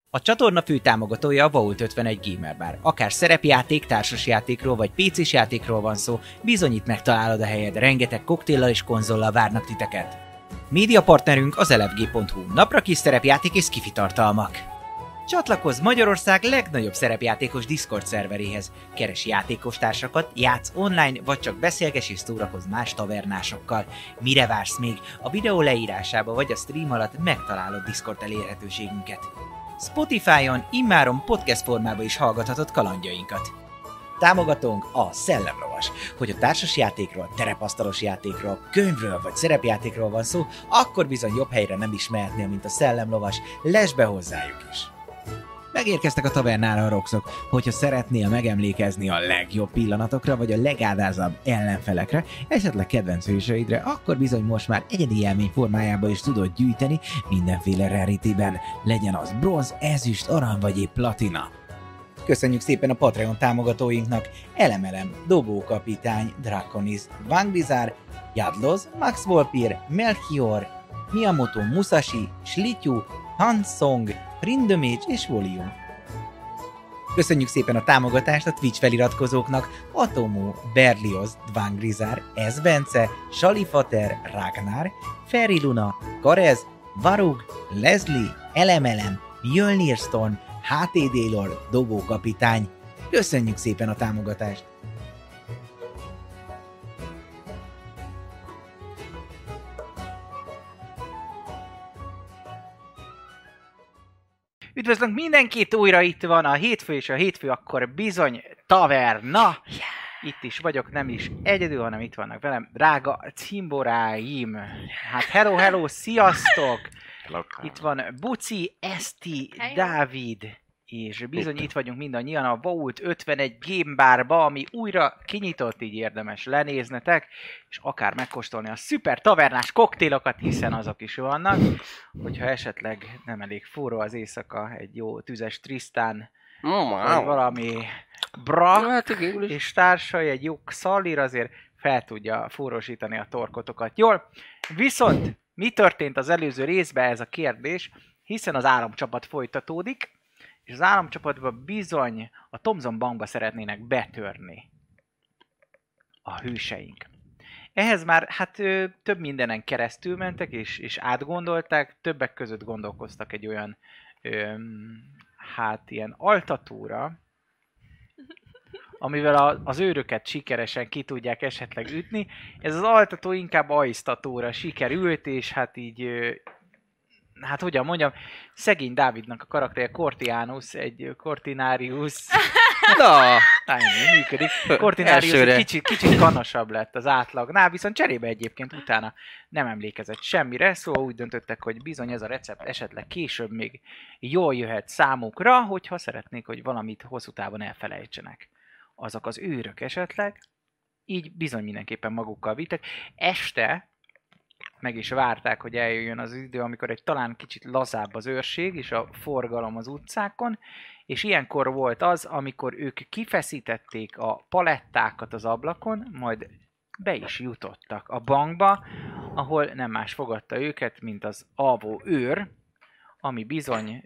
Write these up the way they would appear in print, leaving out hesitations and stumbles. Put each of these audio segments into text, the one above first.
A csatorna fő támogatója a Vault 51 Gamer Bar. Akár szerepjáték, társasjátékról vagy PC-s játékról van szó, bizonyít megtalálod a helyed, rengeteg koktéllal és konzollal várnak titeket. Média partnerünk az elefg.hu, napra kis szerepjáték és skifi tartalmak. Csatlakozz Magyarország legnagyobb szerepjátékos Discord szerveréhez. Keres játékostársakat, játsz online, vagy csak beszélges és szórakozz más tavernásokkal. Mire vársz még? A videó leírásába vagy a stream alatt megtalálod Discord elérhetőségünket. Spotify-on immáron podcast formában is hallgathatod kalandjainkat. Támogatónk a Szellemlovas. Hogy a társasjátékról, terepasztalos játékról, könyvről vagy szerepjátékról van szó, akkor bizony jobb helyre nem is mehetnél, mint a Szellemlovas. Lesz be hozzájuk is! Megérkeztek a tavernára a roxok, hogyha szeretnél megemlékezni a legjobb pillanatokra, vagy a legádázabb ellenfelekre, esetleg kedvenc hősöidre, akkor bizony most már egyedi élmény formájába is tudod gyűjteni mindenféle rarityben, legyen az bronz, ezüst, arany vagy épp platina. Köszönjük szépen a Patreon támogatóinknak: Elemelem, Dobókapitány, Draconis, Vanglizár, Jadloz, Max Volpir, Melchior, Miyamoto Musashi, Slityu, Hansong, Rindömage és Volium. Köszönjük szépen a támogatást a Twitch feliratkozóknak: Atomo, Berlioz, Dvangrizár, Esbence, Salifater, Ragnar, Ferry Luna, Karez, Varug, Leslie, Elemelem, Mjölnir Storm, HTD Lord, Dobókapitány. Köszönjük szépen a támogatást! Üdvözlünk mindenkit, újra itt van a hétfő, és a hétfő akkor bizony taverna. Itt is vagyok, nem is egyedül, hanem itt vannak velem drága cimboráim. Hát hello, sziasztok! Itt van Buci, Eszti, Dávid, és bizony itt vagyunk mindannyian a Vault 51 Game Barba, ami újra kinyitott, így érdemes lenéznetek, és akár megkóstolni a szuper tavernás koktélokat, hiszen azok is vannak. Hogyha esetleg nem elég forró az éjszaka, egy jó tüzes Tristan, vagy valami Bra és társai, egy jó Xalir azért fel tudja forrósítani a torkotokat. Jól, viszont mi történt az előző részben, ez a kérdés, hiszen az államcsapat folytatódik, és az államcsapatban bizony a Thomson Bankba szeretnének betörni a hőseink. Ehhez már több mindenen keresztül mentek, és átgondolták, többek között gondolkoztak egy olyan ilyen altatúra, amivel az őröket sikeresen ki tudják esetleg ütni. Ez az altató inkább ajsztatóra sikerült, és hát így, hogyan mondjam, szegény Dávidnak a karakter Cortianus, egy Cortinarius. Na, működik. Cortinarius egy kicsit kanasabb lett az átlagnál, viszont cserébe egyébként utána nem emlékezett semmire, szóval úgy döntöttek, hogy bizony ez a recept esetleg később még jól jöhet számukra, hogyha szeretnék, hogy valamit hosszú távon elfelejtsenek azok az őrök esetleg. Így bizony mindenképpen magukkal vittek. Este meg is várták, hogy eljöjjön az idő, amikor egy talán kicsit lazább az őrség és a forgalom az utcákon, és ilyenkor volt az, amikor ők kifeszítették a palettákat az ablakon, majd be is jutottak a bankba, ahol nem más fogadta őket, mint az alvó őr, ami bizony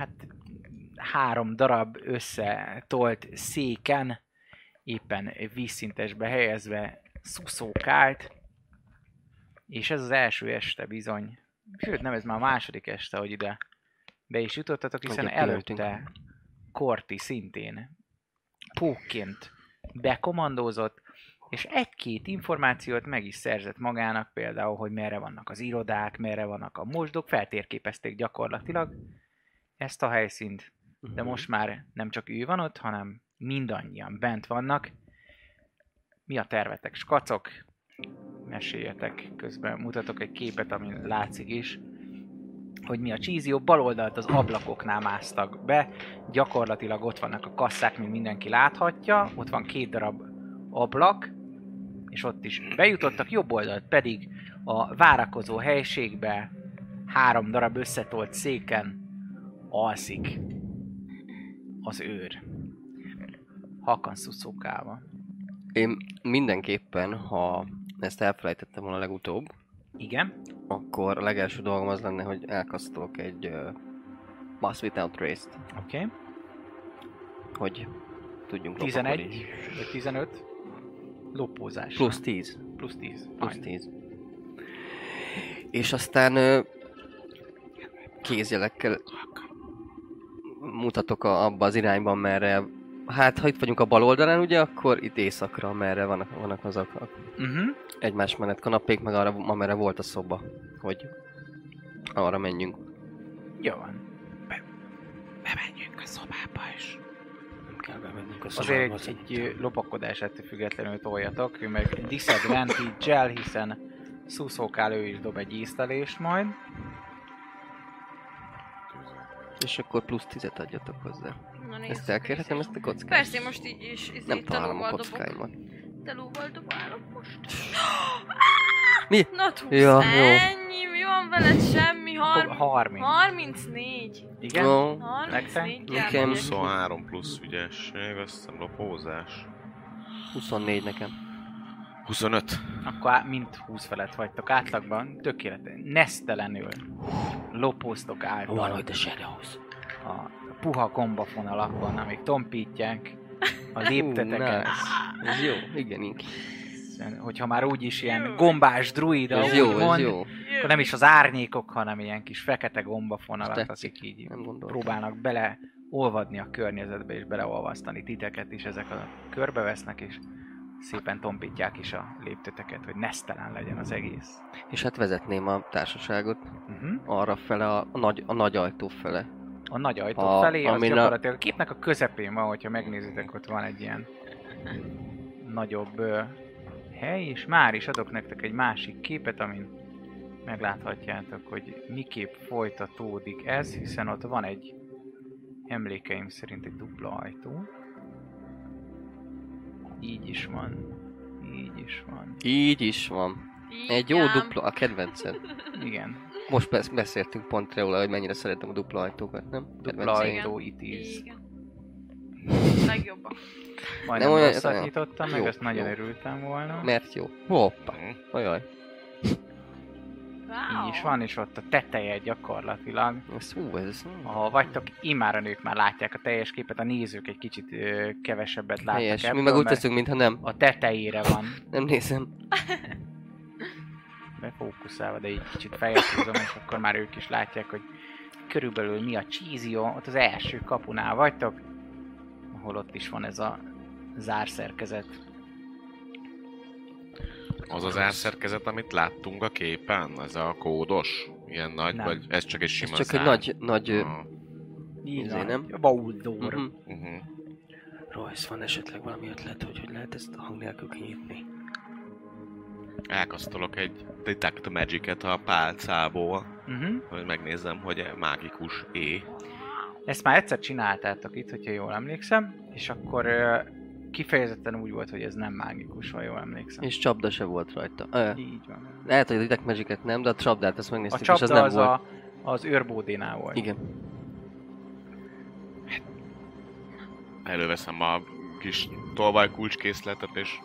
3 darab összetolt széken, éppen vízszintesbe helyezve szuszókált, és ez az első este bizony, sőt nem, ez már a második este, hogy ide be is jutottatok, hiszen előtte Corti szintén pókként bekomandózott, és egy-két információt meg is szerzett magának, például, hogy merre vannak az irodák, merre vannak a mosdók, feltérképezték gyakorlatilag ezt a helyszínt, de most már nem csak ő van ott, hanem mindannyian bent vannak. Mi a tervetek, skacok? Meséljetek, közben mutatok egy képet, amin látszik is, hogy mi a csízió. Bal oldalt az ablakoknál másztak be, gyakorlatilag ott vannak a kasszák, mint mindenki láthatja, ott van 2 darab ablak, és ott is bejutottak, jobb oldalt pedig a várakozó helységbe 3 darab összetolt széken alszik az őr. Halkan szuszókálva. Én mindenképpen, ha ezt elfelejtettem volna legutóbb, igen, akkor a legelső dolgom az lenne, hogy elkasztolok egy Pass without trace-t, Oké. hogy tudjunk 11 vagy 15. Lopózás. Plusz 10. Plusz 10. Plusz Fine. 10. És aztán kézjelekkel mutatok abba az irányban, merre... Hát, ha itt vagyunk a bal oldalán, ugye, akkor itt északra, merre vannak azok a egymás mellett kanapék, meg arra, amerre volt a szoba, hogy arra menjünk. Jó van. Bemenjünk a szobába is. Nem kell bemennünk a Azért egy lopakodás ettől függetlenül toljatok, ő meg disadvantage-gel, hiszen szuszókál, ő is dob egy észlelést majd. És akkor plusz 10-et adjatok hozzá. Na, Ezt elkérhetem, ezt a kockát? Persze, most így is Nem találom a telóval kockáimat. dobok. Telóval dobálok most. Mi? Na tudsz, Ja, jó. ennyi, mi van veled, semmi, 30. 34. Igen? Jó. 34 Nekem 23 plusz ügyesség, azt hiszem lopózás. 24 nekem. 25. Akkor mint 20 felett vagytok átlagban, tökéletes. Nesztelenül lopóztok által the shadows. a puha gombafonalakon, amik tompítják a lépteteket. Nice. Ez jó, igen, így. Hogyha már úgyis ilyen gombás druida, Ez jó, ez úgymond, jó. akkor nem is az árnyékok, hanem ilyen kis fekete gombafonalak, Tetszik. akik így Nem gondoltam. próbálnak beleolvadni a környezetbe és beleolvasztani titeket is, ezek a körbevesznek és szépen tompítják is a lépteteket, hogy nesztelen legyen az egész. És hát vezetném a társaságot arra fele, a nagy ajtó fele. A nagy ajtó felé, az amin gyakorlatilag a képnek a közepén van, hogyha megnézitek, ott van egy ilyen nagyobb hely, és már is adok nektek egy másik képet, amin megláthatjátok, hogy miképp folytatódik ez, hiszen ott van egy, emlékeim szerint egy dupla ajtó. Így is van. Így is van. Így is van. Egy jó dupla, a kedvenced. Igen. Most beszéltünk pont róla, hogy mennyire szeretem a dupla ajtókat, nem? Dupla Kedvenceim. ajtó, it is. Igen. Legjobbak. Majdnem Nem olyan- rosszat olyan. nyitottam, meg Jó, ezt nagyon jó. örültem volna. Mert jó. Hoppá. Ajaj. Wow. Így is van, és ott a teteje gyakorlatilag. Ez Ha vagytok, immáron ők már látják a teljes képet, a nézők egy kicsit kevesebbet látnak helyes. Mi ebből, meg úgy mert teszünk, mintha nem. a tetejére van Nem nézem. befókuszálva, de így kicsit fejet húzom, és akkor már ők is látják, hogy körülbelül mi a csízió. Ott az első kapunál vagytok, ahol ott is van ez a zárszerkezet. Az az árszerkezet, amit láttunk a képen? Ez a kódos? Ilyen nagy, Nem. vagy ez csak egy Ez sima csak zár? egy nagy... Így Izé, van, nem? a Bauldor. Uh-huh. Royce, van esetleg valami ötlet, hogy lehet ezt a hang nélkül kinyitni? Elkasztolok egy Detect Magic-et a pálcából, Uh-huh. hogy megnézzem, hogy mágikus é. Ezt már egyszer csináltátok itt, hogyha jól emlékszem, és akkor kifejezetten úgy volt, hogy ez nem mágikus, ha jól emlékszem. És csapda se volt rajta. Így van. Lehet, hogy a Detect Magic-et nem, de a csapdát ezt A megnéztük, és az csapda nem az volt. az őrbódénál volt. Igen. Előveszem a kis tolvajkulcskészletet, és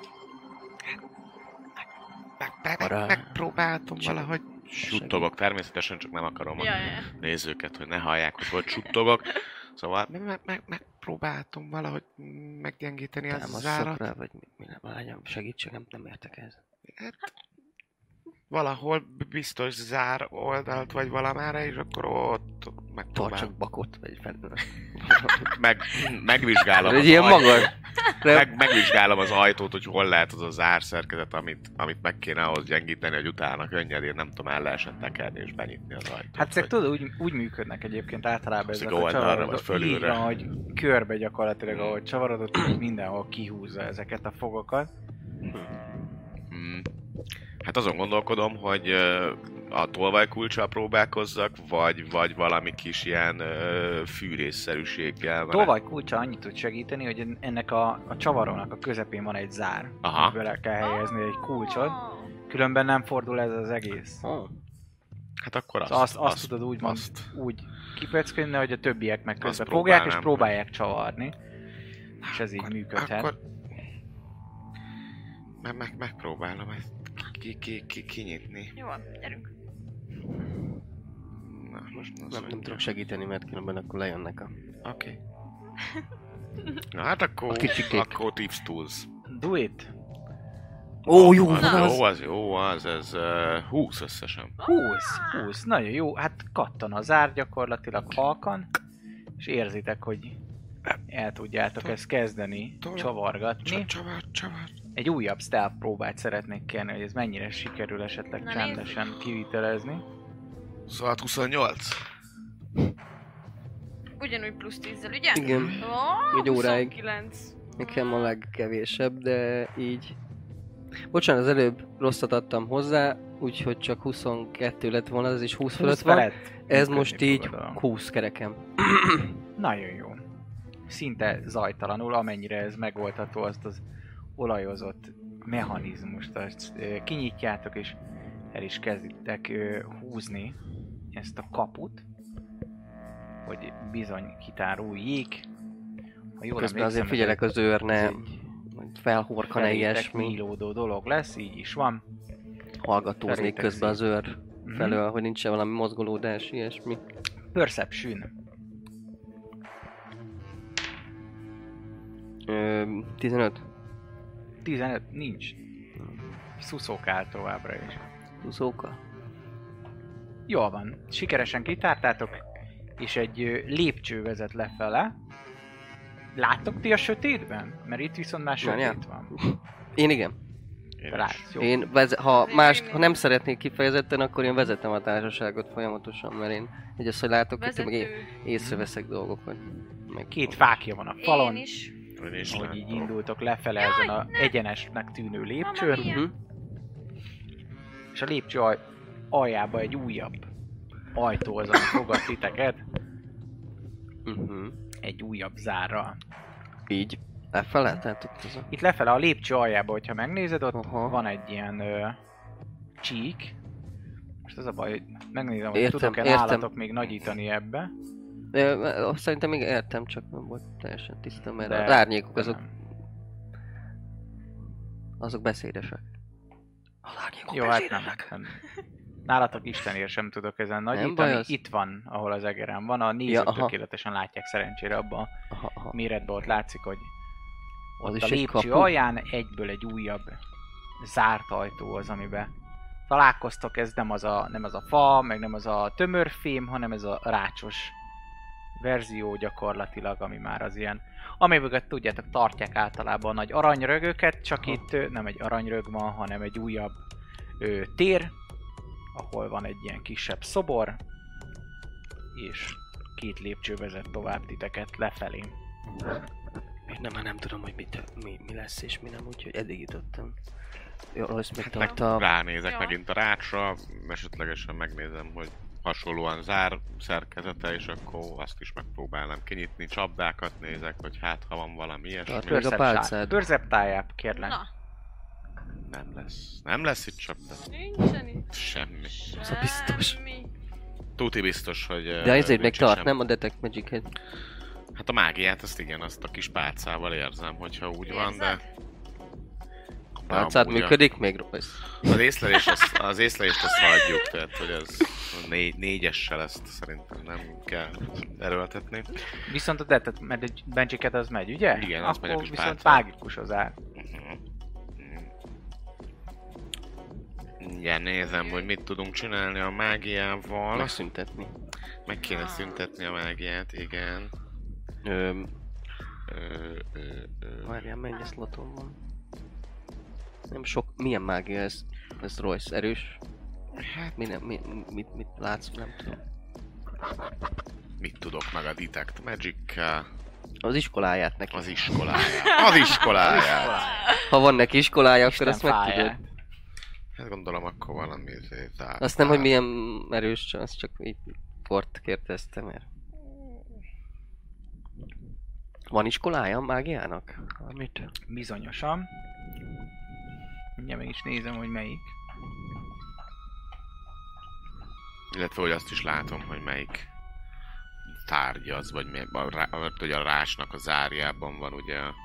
megpróbáltam valahogy suttogok, természetesen csak nem akarom a Ja. nézőket, hogy ne hallják, hogy suttogok. Szóval megpróbáltam valahogy meggyengíteni a Támasszak zárat. rá, vagy mi nem, lányom, segítség, nem értek ez. Hát, valahol biztos zár oldalt, vagy valamára, és akkor ott megpróbálom. Tartsak bakot, vagy fel... Megvizsgálom Egy ilyen magas. megvizsgálom az ajtót, hogy hol lehet az a zárszerkezet, amit meg kéne ahhoz gyengíteni, hogy utána könnyedén nem tudom, el lehessen tekerni és benyitni az ajtót. Hát ezek vagy- tudod, úgy működnek egyébként általában Az ezek egy a oldalra csavarodok. vagy fölülre. Így van, hogy körbe gyakorlatilag, ahogy csavarodott, így mindenhol kihúzza ezeket a fogokat. Hmm. Hát azon gondolkodom, hogy a tolvajkulccsal próbálkozzak, vagy valami kis ilyen fűrészszerűséggel. vele. Tolvaj kulcsa annyit tud segíteni, hogy ennek a csavarónak a közepén van egy zár, Aha. bele kell helyezni egy kulcsot, különben nem fordul ez az egész. Oh. Hát akkor Szóval azt tudod úgy kipöckölni, hogy a többiek meg közben fogják és próbálnám. próbálják csavarni. És ez így működhet. Akkor megpróbálom ezt kinyitni. Jó van, gyerünk. Na. most nem tudok segíteni, mert különben akkor lejönnek a... Oké. Na hát akkor Thieves Tools. Do it. Ó, jó, Jó az, ez 20 összesen. 20. Nagyon jó. Hát kattan az ár gyakorlatilag halkan. És érzitek, hogy el tudjátok ezt kezdeni csavargatni. Csavar. Egy újabb stealth próbát szeretnék kérni, hogy ez mennyire sikerül esetleg csendesen kivitelezni. Szóval 28. Ugyanúgy plusz 10-zel, ugye? Igen. Ó, Egy óráig. 29. Nekem a legkevésebb, de így... Bocsánat, az előbb rosszat adtam hozzá, úgyhogy csak 22 lett volna, ez is 20 fölött van. Ez most így 20 kerekem. Nagyon jó. Szinte zajtalanul, amennyire ez megoldható, azt az olajozott mechanizmust azt kinyitjátok, és el is kezditek húzni ezt a kaput, hogy bizony kitáruljék. Ha jól közben azért figyelek az őrne, felhorkan-e ilyesmi. Nyílódó dolog lesz, így is van. Hallgatóznék közben az őr felől, hogy nincs valami mozgolódás, ilyesmi. Perception. 15? 15? Nincs. Szuszókál továbbra is. Szuszóka? Jól van. Sikeresen kitártátok, és egy lépcső vezet lefele. Láttok ti a sötétben? Mert itt viszont már sötét van. Én igen. Látsz, jó. Én ha nem szeretnék kifejezetten, akkor én vezetem a társaságot folyamatosan, mert én egyes, hogy látok, itt meg észreveszek dolgokat. Meg két fákja van a falon. Én is. Ahogy így indultok lefele ezen a egyenesnek tűnő lépcsőn. És a lépcső aljába egy újabb ajtó az, ami fogad titeket. Egy újabb zárral. Így. Lefele? Tehát itt lefele a lépcső aljába, hogyha megnézed, ott van egy ilyen csík. Most az a baj, hogy megnézem, hogy tudok-e nálatok még nagyítani ebbe. Szerintem még értem, csak nem volt teljesen tiszta, mert az árnyékok azok beszédesek. Az árnyékok jó, beszédesek. Hát nem. Nálatok istenért sem tudok ezen nagyítani. Itt van, ahol az egerem van. A nézők tökéletesen látják szerencsére abban a méretben, ott látszik, hogy ott a lépcső alján egyből egy újabb zárt ajtó az, amiben találkoztok. Ez nem az a fa, meg nem az a tömörfém, hanem ez a rácsos verzió gyakorlatilag, ami már az ilyen, amiből tudjátok, tartják általában a nagy aranyrögöket, csak itt nem egy aranyrög van, hanem egy újabb tér, ahol van egy ilyen kisebb szobor, és két lépcső vezet tovább titeket lefelé. Én nem tudom, hogy mi lesz és mi nem, úgyhogy eddig jutottam. Jó, ezt megtartta. Ránézek megint a rácsra, esetlegesen megnézem, hogy hasonlóan zár szerkezete, és akkor azt is megpróbálnám kinyitni, csapdákat nézek, hogy hát ha van valami ilyesmi. Perceptáljál, kérlek. Na. Nem lesz itt csapda. Nincsen itt. Semmi. Szóval biztos. Tuti biztos, hogy... De ezért még tart, nem a Detect Magic-et? Hát a mágiát, azt igen, azt a kis pálcával érzem, hogyha úgy van, de... A pálcád működik még, Royce? Az észlelést azt hagyjuk, tehát hogy ez négyessel ezt szerintem nem kell erőltetni. Viszont a Detect Magic-et az megy, ugye? Igen, az megy a kis pálcával. Viszont mágikus az ár. Igen, nézem, hogy mit tudunk csinálni a mágiával. Megszüntetni. Meg kéne szüntetni a mágiát, igen. Várjál, mennyi szlotom van? Nem sok... Milyen mágia ez? Ez Royce erős? Hát... Mit látsz? Nem tudom. Mit tudok meg a Detect Magic-kel? Az iskoláját neki. Az iskoláját! Ha van neki iskolája, akkor azt meg tudod. Hát gondolom akkor valami zár. Azt nem, hogy milyen erős, azt csak így Kort kérdeztem, mert... Van iskolája a mágiának? Amit? Bizonyosan. Mindjárt meg is nézem, hogy melyik. Illetve, hogy azt is látom, hogy melyik tárgy az, vagy hogy a rácsnak a zárjában van ugye a...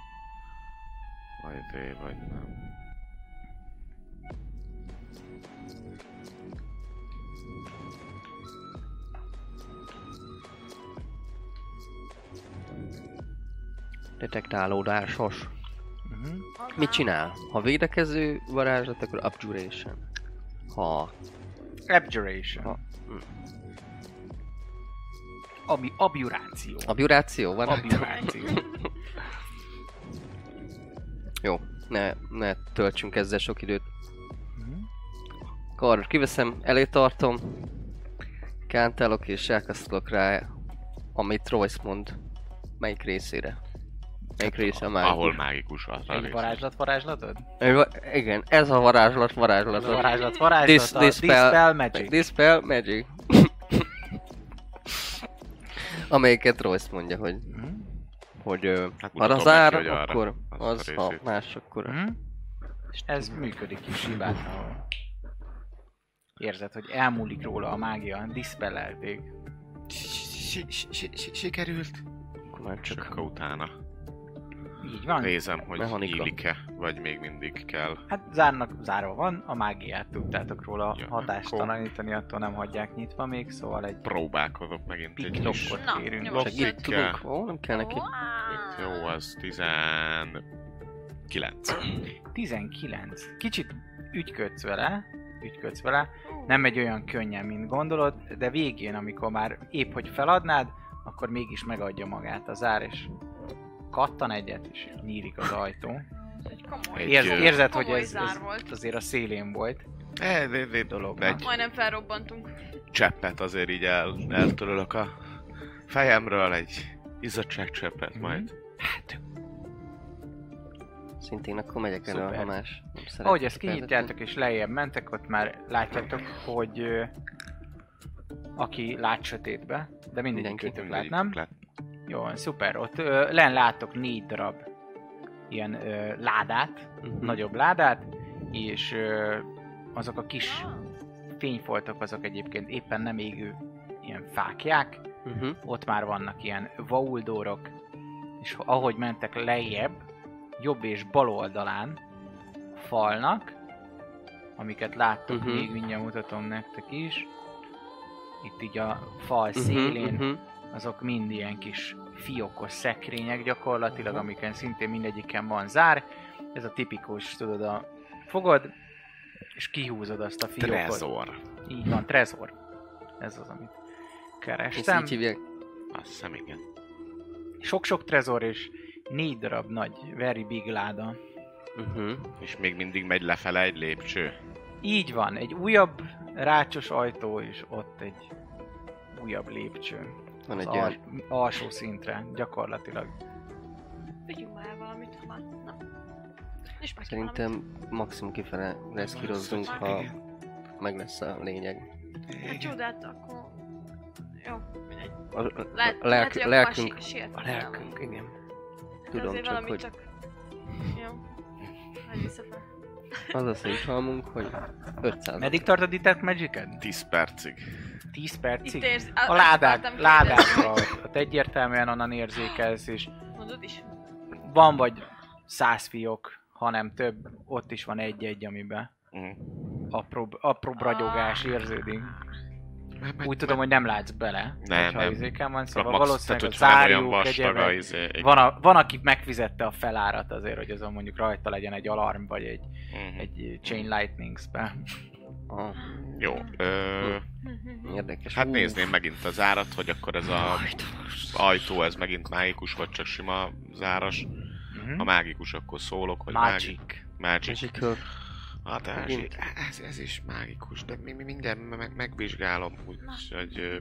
vagy nem. Detektálódásos. Mit csinál? Ha védekező varázslat, akkor Abjuration. Ha... Abjuration. Abjuráció. Abjuráció van? Abjuráció. Jó, ne töltsünk ezzel sok időt. Akkor kiveszem, elé tartom, kántálok és elkasztolok rá, amit Royce mond. Melyik részére? Melyik része a mágikus? Ahol mágikus az a Egy rész. varázslatod? Igen, ez a varázslat. Dispel Magic. Dispel Magic. Amelyiket Royce mondja, hogy Hát ha mutatom az ár, neki, hogy arra, akkor azt a az, ha részét. más, akkor... És ez működik is hibátlanul. Érzed, hogy elmúlik róla a mágia, diszpellelték. Sikerült. Akkor már Csak csak... akkor utána Így van. nézem, hogy Mechanika. illik-e, vagy még mindig kell. Hát zárva van, a mágiát tudtátok róla Ja, hatástalanítani, attól nem hagyják nyitva még, szóval egy Próbálkozok megint egy piklokkot kis... Na, kérünk. nyomok. Csak Lockpick itt tudunk, nem kell neki. Jó, az 19. 19. Kicsit ügyködsz vele, nem megy olyan könnyen, mint gondolod, de végén, amikor már épp hogy feladnád, akkor mégis megadja magát a zár, és kattan egyet, és nyílik az ajtó. Egy komoly, Érzed, hogy komoly ez zár volt. azért a szélén volt. dolog. Egy Majdnem felrobbantunk. cseppet azért így eltörölök a fejemről, egy izzadságcseppet majd. Szintén akkor megyek elő, Szuper. ha más nem szeret. Ahogy ezt kinyitjátok és lejjebb mentek, ott már látjátok, hogy aki lát sötétbe, de mindegyikőtök lát, nem? Jó, szuper. Ott len láttok 4 darab ilyen ládát, nagyobb ládát, és azok a kis fényfoltok, azok egyébként éppen nem égő ilyen fáklyák. Ott már vannak ilyen vauldórok, és ahogy mentek lejjebb, jobb és bal oldalán falnak, amiket láttok, még mindjárt mutatom nektek is. Itt így a fal szélén, azok mind ilyen kis fiókos szekrények gyakorlatilag, amiken szintén mindegyiken van zár. Ez a tipikus, tudod, fogod, és kihúzod azt a fiókot. Trezor. Így van, trezor. Ez az, amit Ezt kerestem. így hívják. Azt hiszem, igen. Sok-sok trezor és 4 darab nagy, very big láda. És még mindig megy lefele egy lépcső. Így van, egy újabb rácsos ajtó, és ott egy újabb lépcső. Van Az egy olyan... alsó szintre, gyakorlatilag. Vigyünk már valamit, ha már... Na. És meg Szerintem maximum kifele reszkírozzunk, ha meg lesz a lényeg. Hát jó, de hát akkor... Jó, mindegy. A Lehet, lelkünk, hogy lelkünk, akkor sietni a kell. lelkünk, igen. De Tudom azért csak, valami hogy csak... Jó. Megy visszafel. az a szép halmunk, hogy 500. Meddig tart a Detect Magic-ed? 10 percig. 10 percig? Itt érzi... A ládákra, ott egyértelműen onnan érzékelsz, és Mondod is? van vagy 100 fiók, hanem több, ott is van egy-egy, amiben apróbb ragyogás érződik. Úgy tudom, hogy nem látsz bele, Nem, ha nem. izéken van, szóval Max, valószínűleg a tehát, hogyha nem olyan zárjuk, vastag a egyébként van, aki megfizette a felárat azért, hogy azon mondjuk rajta legyen egy alarm, vagy egy chain lightning spell. Jó. Érdekes. Hát nézném megint az árat, hogy akkor ez az ajtó, ez megint mágikus, vagy csak sima záras. Ha mágikus, akkor szólok, hogy Magic. Magic. Hát Megint. ez is mágikus, de mindjárt megvizsgálom, úgyhogy...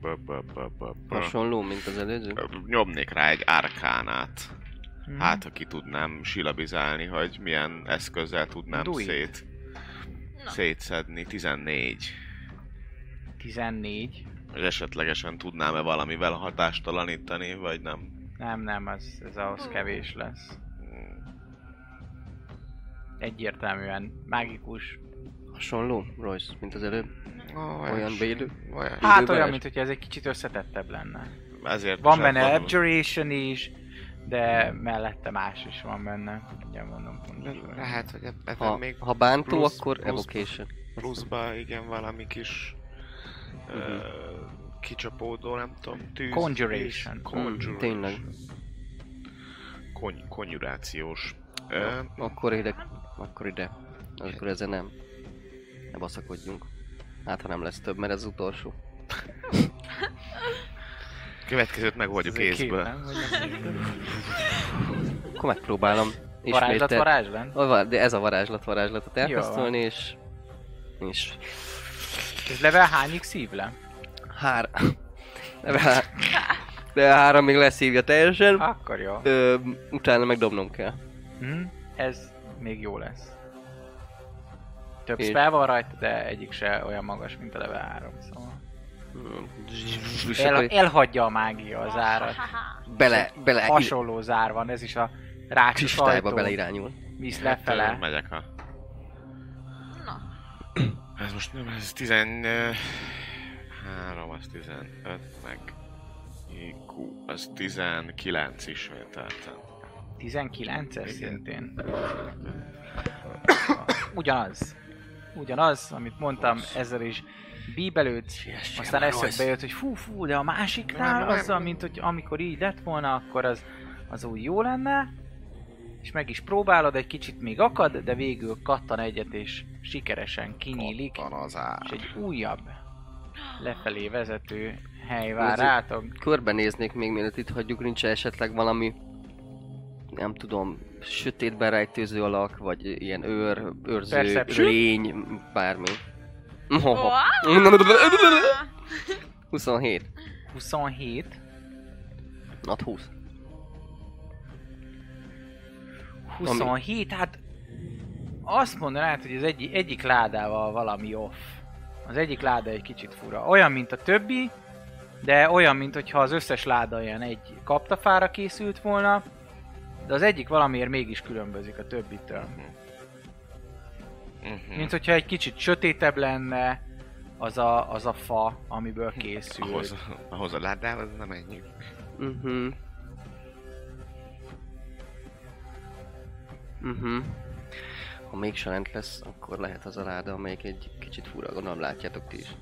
Hasonló, mint az előző? Nyomnék rá egy arkánát. Hát, ha ki tudnám silabizálni, hogy milyen eszközzel tudnám szétszedni. 14. 14. Hogy esetlegesen tudnám-e valamivel hatástalanítani, vagy nem? Nem, ez ahhoz kevés lesz. Egyértelműen mágikus. Hasonló, Royce, mint az előbb? Olyan védő? Hát olyan, mint hogyha ez egy kicsit összetettebb lenne. Ezért Van benne Abjuration is, de mellette más is van benne. Ugye mondom pontosan. Lehet, hogy ebben még Ha bántó, plusz- akkor plusz- evocation. pluszba, igen, valami kis kicsapódó, nem tudom, tűz. Conjuration. Conjuration. Tényleg. konjurációs. Akkor ide. Akkor ezen nem. Ne baszakodjunk. Hát ha nem lesz több, mert ez az utolsó. Következőt megoldjuk észből. Akkor megpróbálom. Varázslat? De ez a varázslatot elkasztolni, és... Ez level hányig szív le? De 3 még leszívja teljesen. Akkor jó. Utána meg dobnom kell. Ez még jó lesz. Több spell van rajta, de egyik se olyan magas, mint a level 3, szóval... Elhagyja a mágia az árat. Bele. Hasonló zár van, ez is a rákos ajtó. Beleirányul. Visz lefele. Megyek Na. Ez most nem, ez 13, az 15, meg IQ, az 19 ismételten. 19-es szintén. Ugyanaz, amit mondtam, ezzel is bíbelődsz, aztán eszedbe jött, hogy fú, de a másiknál azzal, mint hogy amikor így lett volna, akkor az úgy jó lenne, és meg is próbálod, egy kicsit még akad, de végül kattan egyet, és sikeresen kinyílik, és egy újabb lefelé vezető hely vár rátok. Körbenéznék még, mielőtt itt hagyjuk, nincs esetleg valami, nem tudom, sötétben rejtőző alak, vagy ilyen őrző, Perception? lény, bármi. 27. 27. Not 20. 27, hát azt mondanád, hogy az egyik ládával valami off. Az egyik láda egy kicsit fura. Olyan, mint a többi, de olyan, mint hogyha az összes láda ilyen egy kaptafára készült volna, de az egyik valamiért mégis különbözik a többitől. Mint hogyha egy kicsit sötétebb lenne az a fa, amiből készül. Ahhoz a ládához nem menjünk. Ha mégse lent lesz, akkor lehet az a láda, amelyik egy kicsit fura, gondolom látjátok ti is.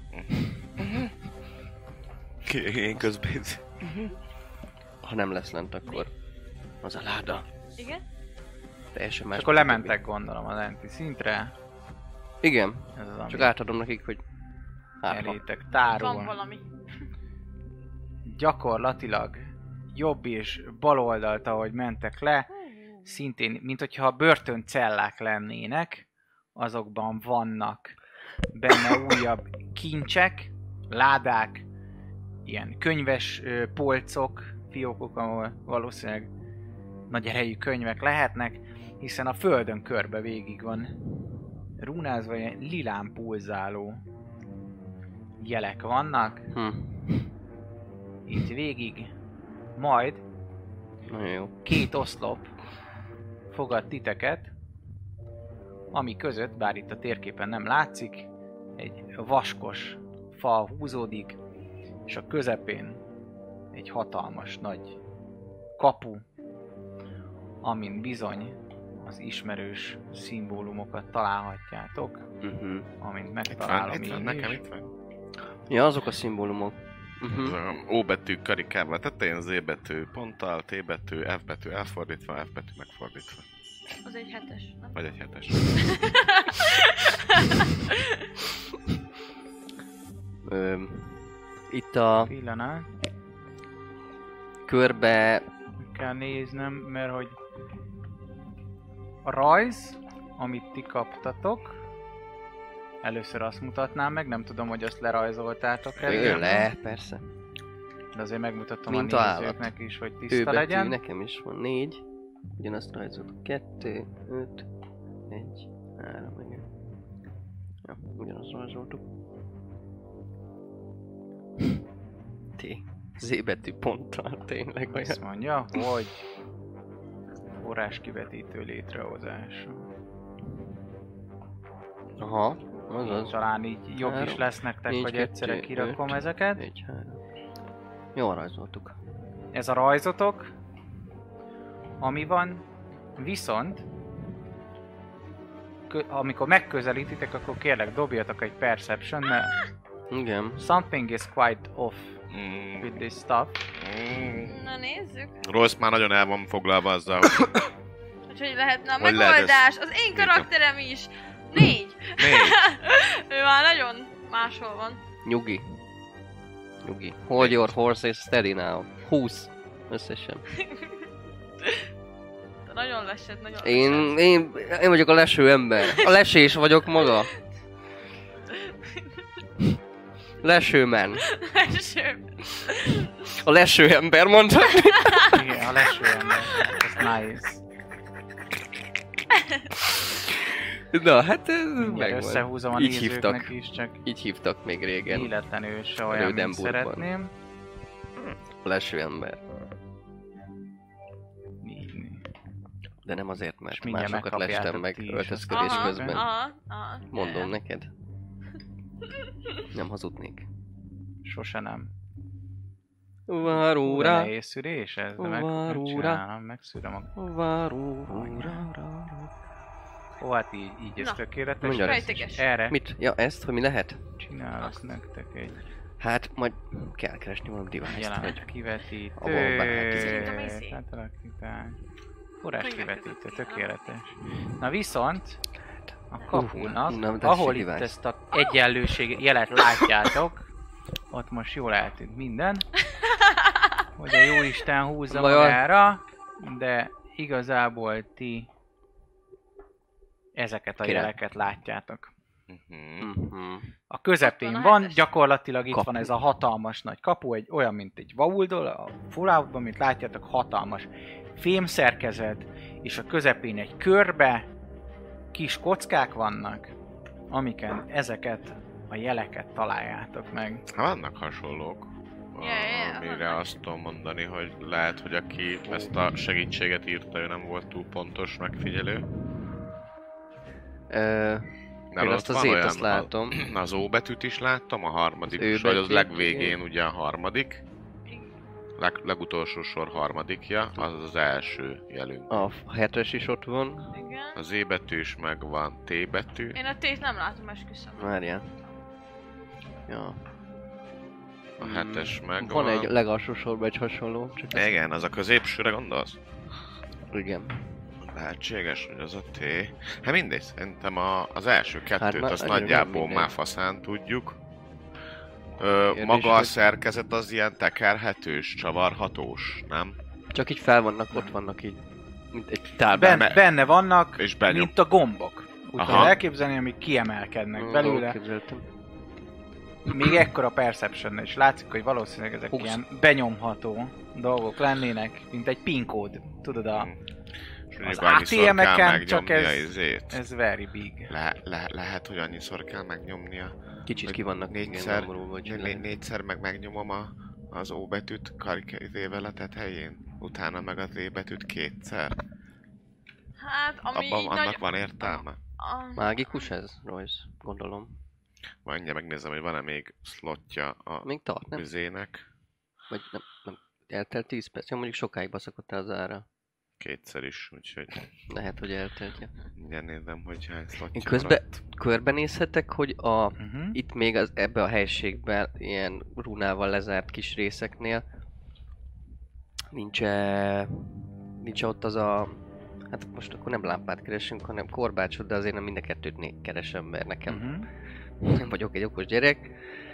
Én közben. Ha nem lesz lent, akkor az a láda. Igen? Teljesen más. És akkor lementek, gondolom, az enti szintre. Igen, Ez az, csak átadom nekik, hogy elétek tárul. Van valami. Gyakorlatilag jobb és bal oldalt, ahogy mentek le, szintén, mint hogyha börtöncellák lennének, azokban vannak benne újabb kincsek, ládák, ilyen könyves polcok, fiókok, ahol valószínűleg nagy erejű könyvek lehetnek, hiszen a földön körbe végig van rúnázva, ilyen lilán pulzáló jelek vannak. Itt végig, majd nagyon jó. 2 oszlop fogad titeket, ami között, bár itt a térképen nem látszik, egy vaskos fal húzódik, és a közepén egy hatalmas nagy kapu, amin bizony az ismerős szimbólumokat találhatjátok, amint megtalálom én nekem is. itt van. Ja, azok a szimbólumok. O betű karikával tetején, Z betű ponttal, T betű, F betű elfordítva, F betű megfordítva. Az egy 7-es, nem? Vagy egy 7-es. Itt a Pillanat, körbe... kell néznem, mert hogy a rajz, amit ti kaptatok, először azt mutatnám meg, nem tudom, hogy azt lerajzoltátok el. Persze. De azért megmutatom Mint a nézőknek is, hogy tiszta legyen. Nekem is van 4. Ugyanazt rajzoltuk. 2, 5, 1, 3, igen. Ja, ugyanazt rajzoltuk. T. Z betű ponttal, tényleg olyan. Azt mondja, hogy forráskivetítő létrehozása. Aha, azaz. Talán így jobb is lesz nektek, 4, hogy egyszerre 2, kirakom 5, ezeket. 1, 3. Jól rajzoltuk. Ez a rajzotok, ami van, viszont amikor megközelítitek, akkor kérlek dobjatok egy perception, mert Igen. Something is quite off with this stuff. Na nézzük. Royce már nagyon el van foglalva azzal, Hogy lehetne a Hogy lehet megoldás. Az én karakterem is. 4. Négy. Ő már nagyon máshol van. Nyugi. Hold your horses steady now. 20. Összesen. De nagyon lesett, nagyon lesett. Én vagyok a leső ember. A lesés vagyok maga. Lesőmen. Leső. A leső ember mondhatni. Igen, a leső ember. Ez nice. Na, hát ez Mindjárt megvan. összehúzom a Így nézőknek hívtak. is, csak Így hívtak még régen. életlenül se olyan, mint Rödenburgban. szeretném. A leső ember. Így. De nem azért, És mert mindjárt másokat lestem megkapjátok meg ti is öltözködés azt. közben. Aha. Mondom neked. Nem hazudnék. Sose nem. Várúra. Nehéz szűrés ez, de Várúra. megszűröm a... Várúra. Ó, hát így ez Na. tökéletes. Mondjad. Rejteges. Erre Mit? Ja, ezt, hogy mi lehet? csinálok Azt. nektek egy Hát, majd kell keresni valami device-t, jelenet hogy... kivetítő, Abba bárki szerintem izé. átalakítás, forrás Könyvek kivetítő, között kéne. tökéletes. Na viszont a kapunak, na, de ahol se itt device. ezt a egyenlőség jelet látjátok, ott most jól eltűnt minden, hogy a jóisten húzza Vajon? magára, de igazából ti ezeket a Király. jeleket látjátok. Mhm. A közepén Ott van a van, hetes. gyakorlatilag itt Kapu. van ez a hatalmas nagy kapu, olyan, mint egy Vault-dól, a Falloutban, mint látjátok, hatalmas fémszerkezet, és a közepén egy körbe kis kockák vannak, amiken ezeket a jeleket találjátok meg. Vannak hasonlók. Amire vannak. azt tudom mondani, hogy lehet, hogy aki ezt a segítséget írta, ő nem volt túl pontos megfigyelő. Én azt az ét, azt látom. Az O betűt is láttam, a harmadik, Ő vagy az betű, legvégén igen. ugye a harmadik. Legutolsó sor harmadikja, az az első jelünk. A 7-es is ott van. Igen. Az E betű is megvan, T betű. Én a T-t nem látom, esküszöm. Várjál. Ja. A 7-es megvan. Van egy legalsó sorban egy hasonló. Csak ezt- Igen, az a középsőre gondolsz? Igen. Lehetséges, hogy az a T. Hát mindegy, szerintem az első kettőt, Hát már azt nagyon nagyjából mindegy. már faszán tudjuk. Kérdés, Maga a hogy- szerkezet az ilyen tekerhetős, csavarhatós, nem? Csak így fel vannak, ott vannak így. Mint egy táblán. Benne vannak, És benyom. mint a gombok. Úgy Aha. kell elképzelni, amik kiemelkednek belőle. Képzeltem. Még ekkora perception is látszik, hogy valószínűleg ezek 20. ilyen benyomható dolgok lennének, mint egy PIN kód. Tudod, És az mondjuk annyiszor kell ATM-eken csak megnyomnia ez, izét. ez very big. Lehet, hogy annyiszor kell megnyomnia. Kicsit Hogy ki vannak négyszer- nyomorulva, hogy Négyszer meg megnyomom az O betűt karikával a tetején. Utána meg az E betűt kétszer. Hát, ami Abban így annak nagy... van értelme? Mágikus ez, Royce? Gondolom. Majd mindjárt megnézem, hogy van-e még slotja a Még tart, nem? vizének. Vagy nem. Eltelt 10 perc. Ja, mondjuk sokáig baszakodtál az ára. Kétszer is, úgyhogy Lehet, hogy eltelt. Ja. mindjárt nézem, hogy hány slotja Én közben maradt. körbenézhetek, hogy Uh-huh. itt még ebbe a helységben ilyen runával lezárt kis részeknél nincs ott az a... Hát most akkor nem lámpát keresünk, hanem korbácsot, de azért nem mind a kettőt keresem, mert nekem nem vagyok egy okos gyerek.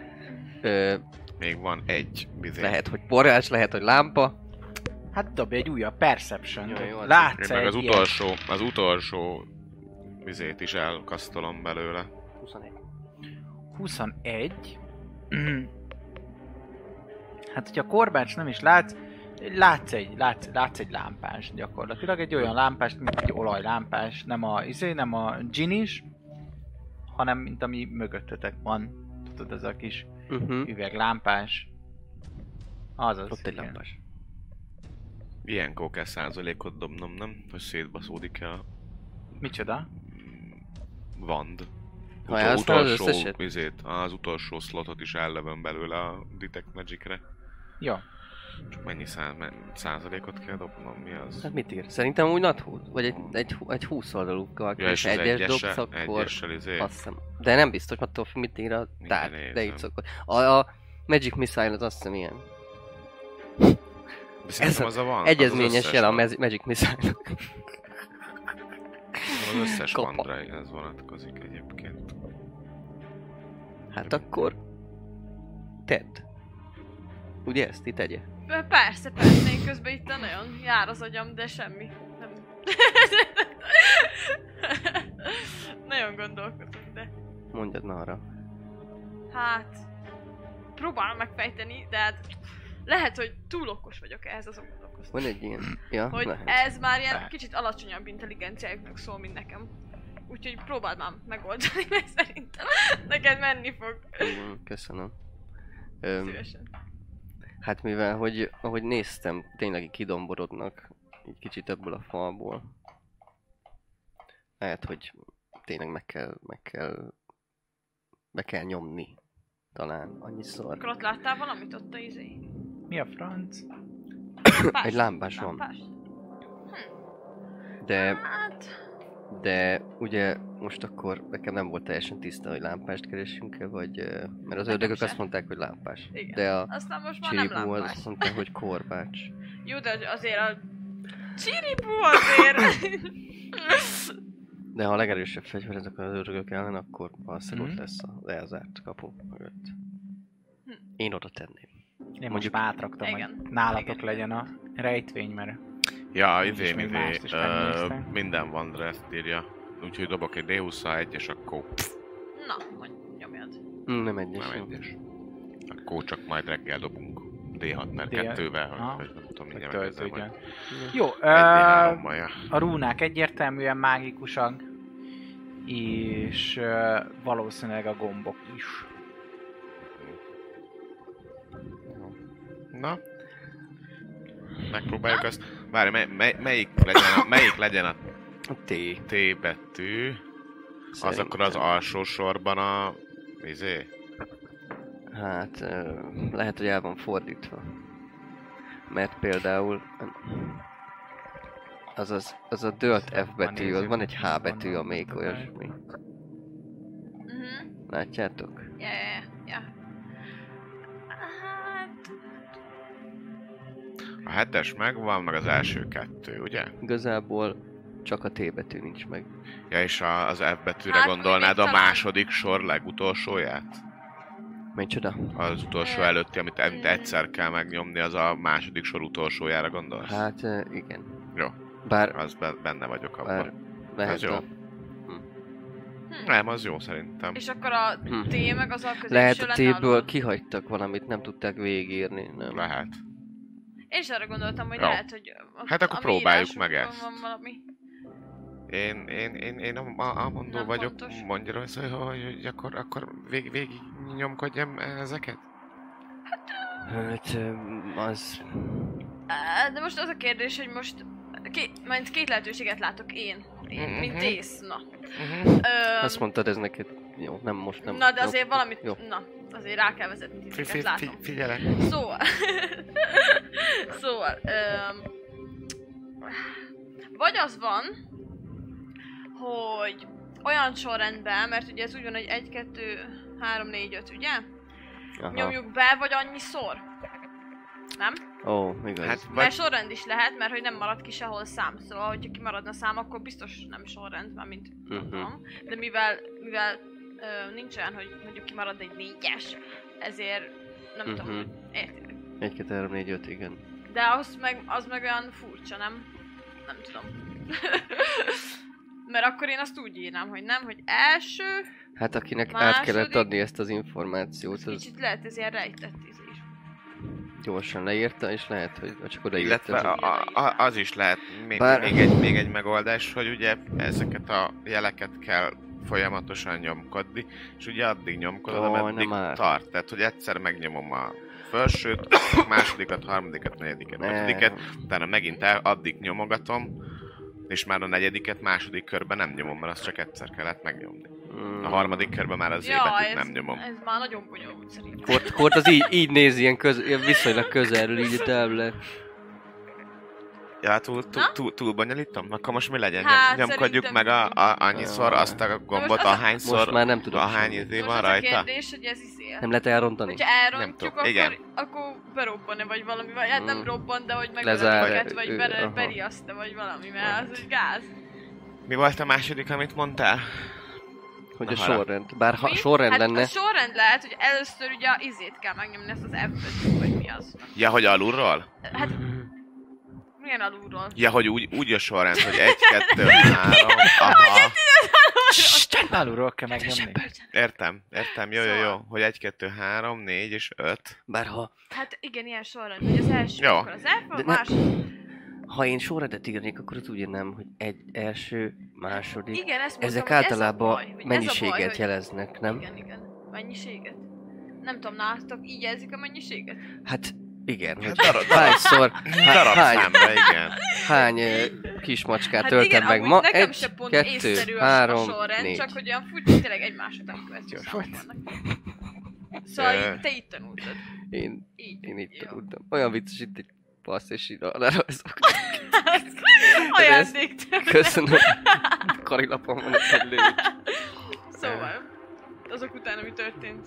Még van egy vizé. Lehet, hogy forrás, lehet, hogy lámpa. Hát dobj egy újabb perception. Jó, az Látsz Én meg egy az utolsó vizét is elkasztolom belőle. 21. 21. Hát, hogyha korbács nem is látsz egy lámpás gyakorlatilag. Egy olyan lámpást, mint egy olajlámpás. Nem a ginis, hanem mint ami mögöttetek van. Tudod, ez a kis üveglámpás. Azaz. Ott egy igen. lámpás. Ilyenkor kell százalékot dobnom, nem? Hogy szétbaszódik a Micsoda? wand. Ha elhasználod az utolsó összeset? az utolsó slotot is ellövöm belőle a Detect Magic-re. Jó. Csak mennyi százalékot kell dobnom? Mi az? Hát mit ír? Szerintem úgy not 20, vagy egy 20 oldalúkkal, Ja, és és az egyes dobsz, akkor egyessel azt hiszem. De nem biztos, attól mit ír a tárgy, de nézem. így szokott. A Magic Missile az azt hiszem ilyen. De szerintem az a van. Egyezményes jel a Magic Missile-nak. Az összes Kapa. Vandra, ez vonatkozik egyébként. Hát akkor... Tedd. Ugye ezt itt tegye? Persze, én közben itt nagyon jár az agyam, de semmi. Nem. Nagyon gondolkozok, de... Mondjad na arra. Hát... Próbálom megfejteni, de hát... Lehet, hogy túl okos vagyok ehhez, azon gondolkoztam. Van egy ilyen... Ja, Hogy lehet. ez már ilyen kicsit alacsonyabb intelligenciáknak szól, mint nekem. Úgyhogy próbáld már megoldani, mert szerintem neked menni fog. Köszönöm. Szívesen. Hát mivel, hogy ahogy néztem, tényleg kidomborodnak egy kicsit ebből a falból. Lehet, hogy tényleg be kell nyomni. Talán annyiszor. Akkor ott láttál valamit ott a izé? Mi a franc? Lámpás? Egy lámpás van. Lámpás? De, Hát... de ugye most akkor nekem nem volt teljesen tiszta, hogy lámpást keresünk-e, vagy... Mert az ördögök sem. azt mondták, hogy lámpás. Igen. De a Aztán most már nem Csiribú az lámpás. azt mondta, hogy korbács. Jó, de azért a... Csiribú azért! De ha a legerősebb fegyver ezek az ördögök ellen, akkor valószínűleg Mhm. ott lesz az elzárt kapu mögött. Én oda tenném. Én most Mondjuk- már átraktam, Igen. hogy nálatok Igen. legyen a rejtvény, mert Ja, Úgyis még mást is megnéztem. minden Vandra ezt írja. Úgyhogy dobok egy D21, és akkor Na, mondj, nyomjad. Nem egyes. nem jó. egyes. Akkor csak majd reggel dobunk. D6 per D6. 2-vel, Aha. hogy nem tudom, mindjárt töltő, megnézem, hogy igen. Jó, egy D3-mal, ja. a rúnák egyértelműen mágikusak, és valószínűleg a gombok is. Na? Megpróbáljuk azt. Várj, melyik legyen a A T. T betű? Az Szerintem. akkor az alsó sorban a... Izé? Hát lehet, hogy el van fordítva. Mert például az a dölt F betű, az van egy H betű, amelyik olyasmi. Mhm. Látjátok? Ja. Hát... A 7-es megvan, meg az első 2, ugye? Igazából csak a T betű nincs meg. Ja, és az F betűre Hát, gondolnád még a talán- második sor legutolsóját? Micsoda? Az utolsó előtti, amit egyszer kell megnyomni, az a második sor utolsójára gondolsz? Hát igen. Jó, Bár az benne vagyok bár abban. lehet Ez jó. Nem, az jó szerintem. És akkor a T meg az a középső Lehet a lenne T-ből alul. kihagytak valamit, nem tudták végigírni. Nem. Lehet. Én is arra gondoltam, hogy Jó. lehet, hogy... Hát akkor a próbáljuk írásokban meg ezt. Van valami. Én a mondó Nem vagyok, fontos. mondja rá, hogy akkor végig nyomkodjam ezeket? Hát az... De most az a kérdés, hogy most... Majd két lehetőséget látok én, mint Mhm. ész, na. Azt mondtad, ez neked... Jó, nem most nem. Na, de Jó. azért valamit... Jó. Na, azért rá kell vezetni titeket, látom. Figyelek. Szóval... szóval... vagy az van, hogy olyan sorrendben, mert ugye ez úgy van, hogy 1, 2, 3, 4, 5, ugye? Aha. Nyomjuk be, vagy annyiszor? Nem? Ó, igaz. Hát Mert vagy sorrend is lehet, mert hogy nem marad ki sehol szám, szóval hogyha kimaradna szám, akkor biztos nem sorrend, már mint mondom. De mivel nincs olyan, hogy mondjuk kimarad egy 4-es, ezért nem tudom, hogy értitek. 1, 2, 3, 4, 5, igen. De az meg olyan furcsa, nem? Nem tudom. Mert akkor én azt úgy írnám, hogy nem, hogy első, Hát akinek át Második. kellett adni ezt az információt, az kicsit lehet ez ilyen rejtett is. gyorsan leírta, és lehet, hogy csak odaírta. illetve az is lehet Bár- még egy megoldás, hogy ugye ezeket a jeleket kell folyamatosan nyomkodni, és ugye addig nyomkodod, Ó, ameddig nem árt. tart. Tehát, hogy egyszer megnyomom a felsőt, másodikat, harmadikat, negyediket, ötödiket, utána megint addig nyomogatom, és már a negyediket második körben nem nyomom, mert azt csak egyszer kellett megnyomni. A harmadik körben már az ébetűt nem nyomom. Ez már nagyon bonyolult szerintem. Kort az így néz ilyen viszonylag közelről, így a táblát. Ja, túl bonyolítom? Akkor most mi legyen? Hát, Nyomkodjuk meg annyiszor azt a gombot, ahányszor, most már nem tudom. ahány izé van Most az a rajta? kérdés, hogy ez Nem lehet elrontani? hogyha elrontjuk, Igen. akkor berobban-e vagy valami, vagy hát nem robban, de hogy Lezár- megölöm vagy aha. beriaszta, vagy valami, mert az egy gáz. Mi volt a második, amit mondtál? Hogy Na, a harap. sorrend. Bár ha Mi? sorrend Hát lenne... a sorrend lehet, hogy először ugye a izét kell megnyomni, ezt az F-et, vagy mi az. Ja, hogy alulról? Hát, milyen alulról? Ja, hogy úgy a sorrend, hogy 1, 2, 3, aha. Alulról kell megnyomni. Értem, jó. Szóval. Hogy 1, 2, 3, 4 és 5. Bár ha... Hát igen, ilyen sorrend, hogy az első, Jó. akkor az F, a De második. Ha én sorrendet írnék, akkor úgy írnám, hogy első, második... Igen, ezt mondtam, Ezek hogy ez a általában baj, hogy ez a mennyiséget baj, hogy- jeleznek, nem? Igen. Mennyiséget? Nem tudom, nálatok így jelzik a mennyiséget? Hát igen, hogy darab- hányszor, Darabszámra, igen. hány kismacskát Hát töltem igen, meg amúgy ma? nekem Egy, se pont kettő, észszerű a három, sorrend, négy. csak hogy olyan furcsa, tényleg egymás után követő számok vannak. Szóval Ö. te így tanultad. Én így Jó. tanultam. Olyan vicces itt egy passz, és így lerajzok. Ajándék tőle. Köszönöm. Karilapon van egy lőtt. Szóval, azok után, ami történt.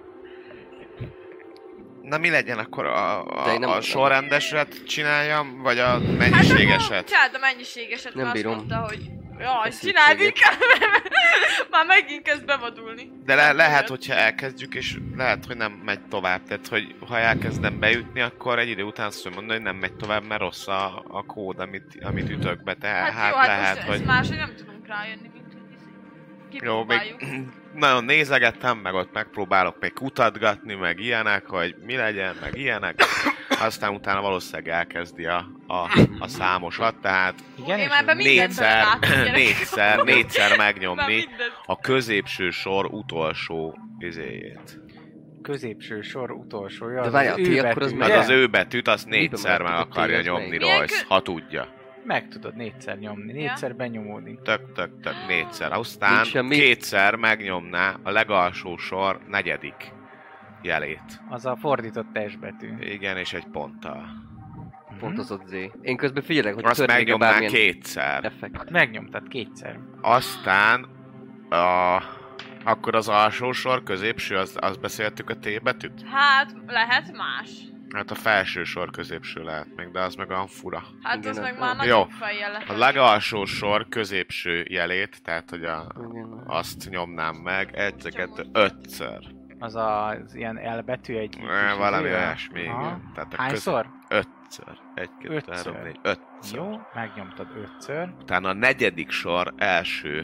Na mi legyen akkor De én nem a mondtam. sorrendeset csináljam, vagy a mennyiségeset? Csináld a mennyiségeset, Nem mert azt bírom. mondta, hogy jaj, Feszültséget. csináld inkább, már megint kezd bevadulni. De lehet, hogyha elkezdjük, és lehet, hogy nem megy tovább. Tehát, hogy ha elkezdem bejutni, akkor egy idő után azt mondani, hogy nem megy tovább, mert rossz a kód, amit ütök be. Tehát Hát jó, hát lehet, most hogy... ez máshogy nem tudunk rájönni, mint hogy Jó, még kipróbáljuk. nagyon nézegettem, meg ott megpróbálok még kutatgatni, meg ilyenek, hogy mi legyen, meg ilyenek. Aztán utána valószínűleg elkezdi a számosat, tehát Igen, Én és már be mindent belelátom, négyszer Már megnyomni mindent. a középső sor utolsó izéjét. középső sor utolsója. De az várjál, ő ti akkor az betű, meg Az ugye? az ő betűt, azt Miben négyszer meg megtudod, akarja hogy az nyomni melyik? Milyen Royce, ha tudja. Meg tudod négyszer nyomni, négyszer benyomódik. Tök, négyszer. Aztán Nincs semmi. kétszer megnyomná a legalsó sor negyedik jelét. Az a fordított testbetű. Igen, és egy ponttal. Pontozott Z. Én közben figyelek, hogy Azt történik megnyomná bármilyen kétszer. effekt. Megnyomtad kétszer. Aztán akkor az alsó sor, középső, azt beszéltük a T betűt? Hát, lehet más. Hát a felső sor középső lehet még, de az meg olyan fura. Hát Igen, az meg jó. már Jó. nagyon fejjel lehet. A legalsó sor középső jelét, tehát hogy Igen. azt nyomnám meg egyszer, Csak most. ötször. Az az ilyen L betű egy... Valami izé, olyasmi, aha. igen. Tehát a Hányszor? ötször. 1, 2, Ötször. 3, 4, ötször. Jó, megnyomtad ötször. Utána a negyedik sor első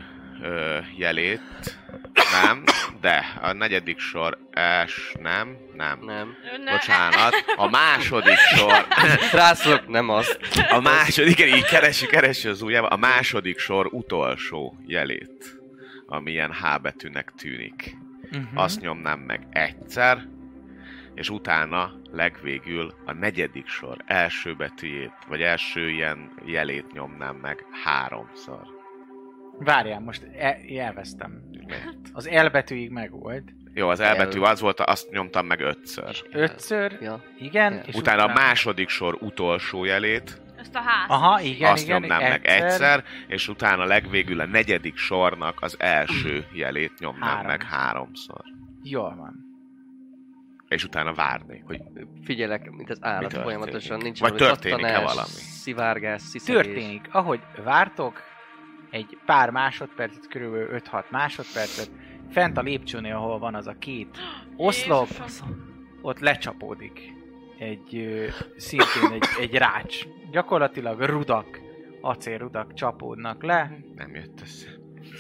jelét, nem, de a negyedik sor nem. Nem. Bocsánat, a második sor, Rászlok, nem az. a második, igen, így keresi az ujjával, a második sor utolsó jelét, ami ilyen H betűnek tűnik. Azt nyomnám meg egyszer, és utána legvégül a negyedik sor első betűjét, vagy első ilyen jelét nyomnám meg 3-szor. Várjál, most elvesztem. Miért? Az L betűig megvolt. Jó, az elbetű az volt, azt nyomtam meg 5-ször. Ötször, Ja. igen, Ja. és Utána a második sor utolsó jelét, Ezt a ház. Aha, igen, azt igen, nyomnám meg egyszer, és utána legvégül a negyedik sornak az első jelét nyomnám meg 3-szor. Jól van. És utána várnék, hogy Figyelek, mint az állat történik? folyamatosan. Nincs Vagy valami történik-e kattanás, valami? Szivárgás, sziszegés. Történik. Ahogy vártok, egy pár másodpercet, körülbelül 5-6 másodpercet, fent a lépcsőnél, ahol van az a két oszlop, Jézusom. ott lecsapódik szintén egy rács. Gyakorlatilag rudak, acélrudak csapódnak le, nem jött össze.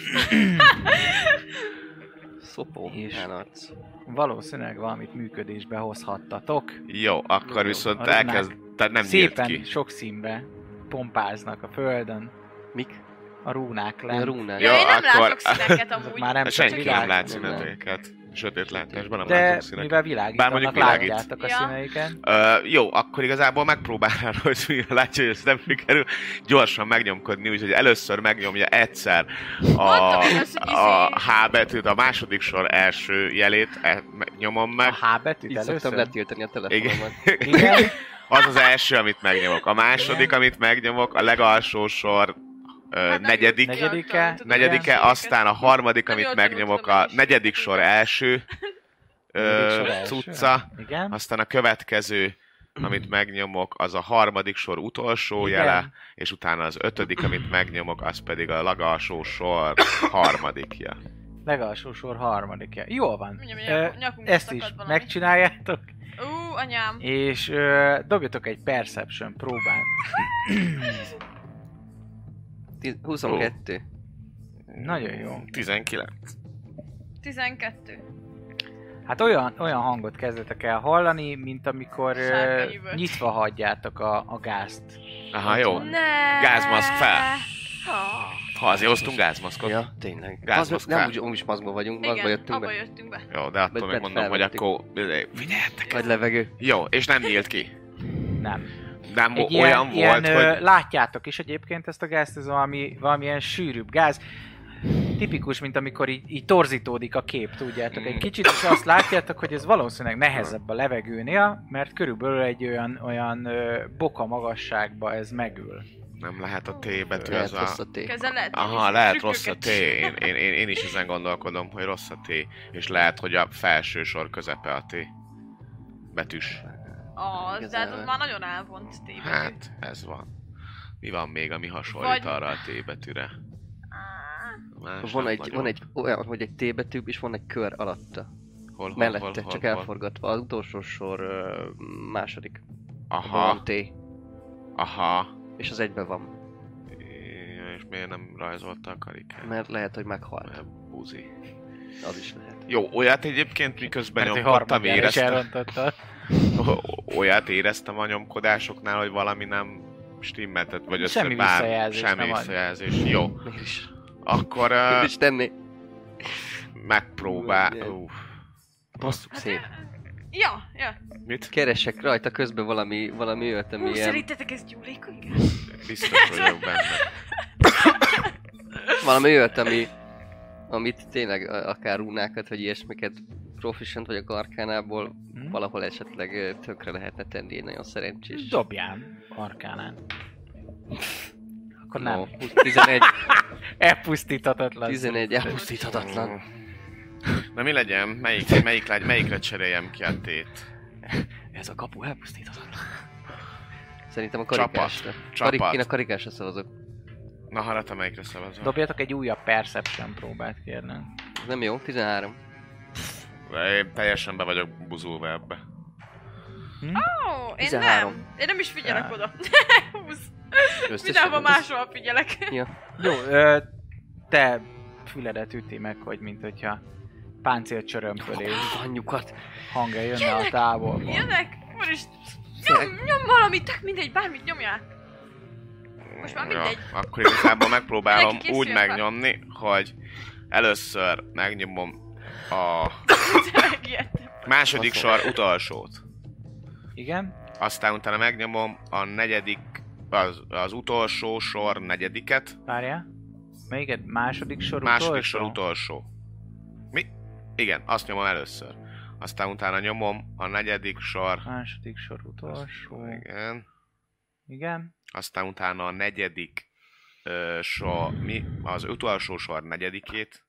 Szopó És- állat. valószínűleg valamit működésbe hozhattatok. Jó, akkor Jó. viszont A runák elkezd, tehát nem nyílt Szépen ki. sok színbe pompáznak a földön, Mik? a rúnák A lent. rúnák. Jó, Ja, én nem akkor- látok színeket Azok amúgy. már nem Senki világ- nem lát nem lát. színeteket. sötétlátásban nem de látunk színeket. mivel világítanak, mondjuk világít. látjátok a színeiken. Jó, akkor igazából megpróbálnál, hogy látja, hogy ez nem sikerül, gyorsan megnyomkodni, úgyhogy először megnyomja egyszer a H betűt, a második sor első jelét nyomom meg. A H betűt Így először? szoktam letiltani a telefonomat. Igen. Az az első, amit megnyomok. A második, amit megnyomok, a legalsó sor negyedike, aztán a harmadik, amit megnyomok, a negyedik sor első cucca, aztán a következő, amit megnyomok, az a harmadik sor utolsó jele, és utána az ötödik, amit megnyomok, az pedig a legalsó sor harmadikja. Legalsó sor harmadikja. Jól van. Ezt is megcsináljátok. Anyám. És dobjatok egy Perception próbát. 22. Nagyon jó. 19. 12. Hát olyan hangot kezdetek el hallani, mint amikor nyitva hagyjátok a gázt. Aha, jó. Gázmaszk fel. Ha azért hoztunk gázmaszkot. Ja, tényleg. Gázmaszk nem úgy maszkban vagyunk, maszkba jöttünk be. Jöttünk be. Jó, de attól még mondom, hogy akkor figyeljetek. Vagy levegő. Jó, és nem nyílt ki. Nem. Nem olyan volt, hogy... Látjátok is egyébként ezt a gázt, ez valamilyen sűrűbb gáz. Tipikus, mint amikor így torzítódik a kép, tudjátok. Egy kicsit is azt látjátok, hogy ez valószínűleg nehezebb a levegőnél, mert körülbelül egy olyan boka magasságba ez megül. Nem lehet a T betű, lehet az a... rossz a T. Aha, lehet rossz a T. Én is ezen gondolkodom, hogy rossz a T. És lehet, hogy a felső sor közepe a T. Betűs. De hát az már nagyon elvont T betű. Hát, ez van. Mi van még, ami hasonlít arra a T betűre? Van egy olyan, hogy egy T betű, és van egy kör alatta. Mellette, csak elforgatva. Az utolsó sor második. Aha. Van T. Aha. És az egyben van. És miért nem rajzolta a karikát? Mert lehet, hogy meghalt. Mert buzi. Az is lehet. Jó, olyat egyébként miközben nyomkodtam, éreztem. Olyat éreztem a nyomkodásoknál, hogy valami nem stimmeltet, vagy semmi visszajelzés. Semmi visszajelzés. Jó. Mégis. Akkor... Mit is tenni? Megpróbál... Basszuk szép. Ja. Mit? Keresek rajta közben valami olyat, ami ilyen... Szerintetek ez gyúlékony? Biztos vagyok benne. Valami olyat, amit tényleg akár runákat, vagy ilyesmiket Proficient vagy a Arkánából valahol esetleg tökre lehetne tenni egy nagyon szerencsés. Dobjál Arkánán. Akkor nem. 11. Elpusztíthatatlan. 11 elpusztíthatatlan. Na mi legyen? Melyikre cseréljem ki a T-t? Ez a kapu elpusztíthatatlan. Szerintem a karikásra. Csapat. Én a karikásra szavazok. Na harra, te melyikre szavazol? Dobjatok egy újabb Perception próbát, kérlek. Ez nem jó, 13. Én teljesen be vagyok buzulva ebbe. Én 13. nem. Én nem is figyelek oda. 20. Összesen Mindenhol máshol figyelek. Ja. Jó, te füledet üti meg, hogy mint hogyha páncél csörömpölés Anyjukat. hangja jönne a távolból. Jönnek, úristen. Nyom valamit, tök mindegy, bármit nyomjál. Most már mindegy. Ja, akkor igazából megpróbálom úgy megnyomni, hogy először megnyomom a második sor utolsót. Igen? Aztán utána megnyomom a negyedik, az utolsó sor negyediket. Várjál. Melyiket? Második sor Második sor utolsó. Mi? Igen, azt nyomom először. Aztán utána nyomom a negyedik sor... Második sor utolsó. Igen. Igen. Aztán utána a negyedik sor... Az utolsó sor negyedikét.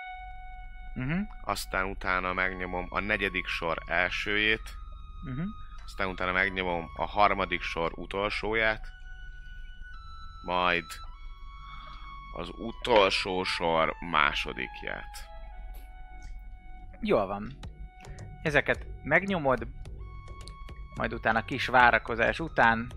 Aztán utána megnyomom a negyedik sor elsőjét. Aztán utána megnyomom a harmadik sor utolsóját. Majd az utolsó sor másodikját. Jól van. Ezeket megnyomod, majd utána kis várakozás után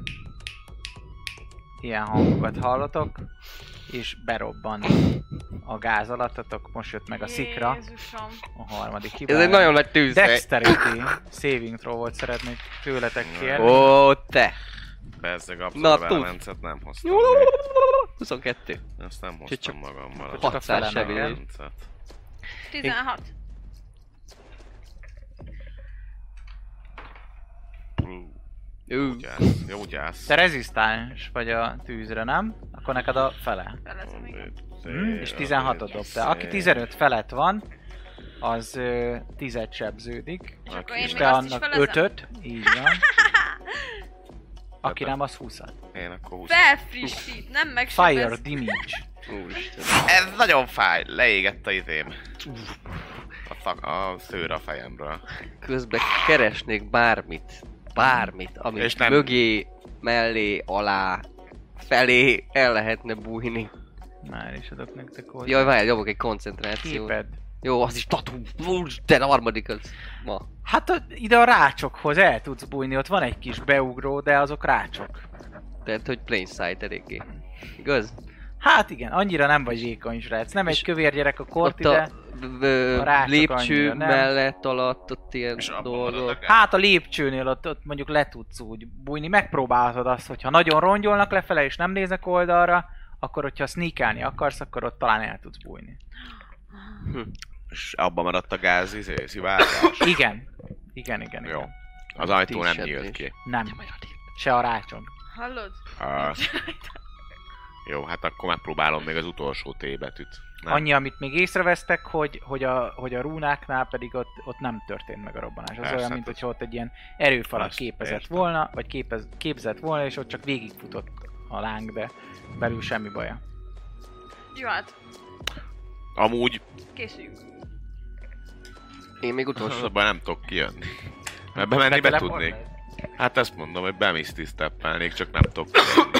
ilyen hangokat hallatok, és berobban a gáz alattatok. Most jött meg a szikra. Jézusom. A harmadik Ez egy nagyon nagy tűz. Dexterity saving throw-ot szeretnék tőletek kérni. Ó, te! Bezzeg abszolút elemencet nem hoztam. 22. Ezt nem hoztam magammal. Csak a fele 16. Jó, úgy állsz. Te rezisztáns vagy a tűzre, nem? Akkor neked a fele. És 16-ot dobtál. Aki 15 felett van, az 10-et sebződik. És akkor én És még te azt is annak felezem? 5-öt. Így van. Aki nem, az 20-at. Én akkor 20. Felfrissít, nem Fire megsebez. damage. Úristen. Ez nagyon fáj, leégett a izém. A szőr a fejemről. Közben keresnék bármit, amit És nem- mögé, mellé, alá, felé el lehetne bújni. Már is adok nektek oldalt. Jaj, várj, dobok egy koncentrációt. Képed. Jó, az is tatú. Úristen, a harmadik az ma. Hát ide a rácsokhoz el tudsz bújni, ott van egy kis beugró, de azok rácsok. Tehát, hogy plain sight eléggé. Igaz? Hát igen, annyira nem vagy zsékony srác. Nem egy kövér gyerek a korti, Ott de... a rácsok lépcső annyira, nem? mellett, alatt, ott ilyen És abban dolgok. maradok el. Hát a lépcsőnél ott mondjuk le tudsz úgy bújni. Megpróbálhatod azt, hogyha nagyon rongyolnak lefele és nem néznek oldalra, akkor hogyha sneakálni akarsz, akkor ott talán el tudsz bújni. És abban maradt a gáz, szivárgás. Igen. Igen. Jó. Az ajtó nem Tízsebés. nyílt ki. Nem. Se a rácson. Hallod? Jó, hát akkor megpróbálom még az utolsó T betűt. Nem. Annyi, amit még észrevesztek, hogy a rúnáknál pedig ott nem történt meg a robbanás. Az Persze, olyan, hát mint az- hogyha ott egy ilyen erőfalat Azt képezett értem. volna, vagy képzett volna, és ott csak végigfutott a láng, de belül semmi baja. Jó, hát Amúgy készüljünk. Én még utolsó. abban nem tudok kijönni. Mert bemenni be Beteleportálsz? tudnék. Hát ezt mondom, hogy Misty Step-elnék, csak nem tudok kijönni.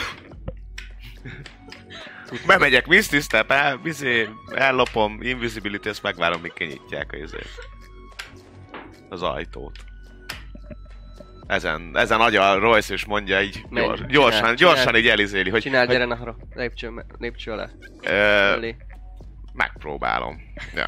Bemegyek Misty Step, ellopom Invisibility, ezt megvárom, míg kinyitják az ajtót. Ezen agyal Royce és mondja így Menj, gyorsan csinál. így elizéli, hogy Csináld, hogy, gyere nahara. Lépcső alá. ö, Elé. megpróbálom. Ja.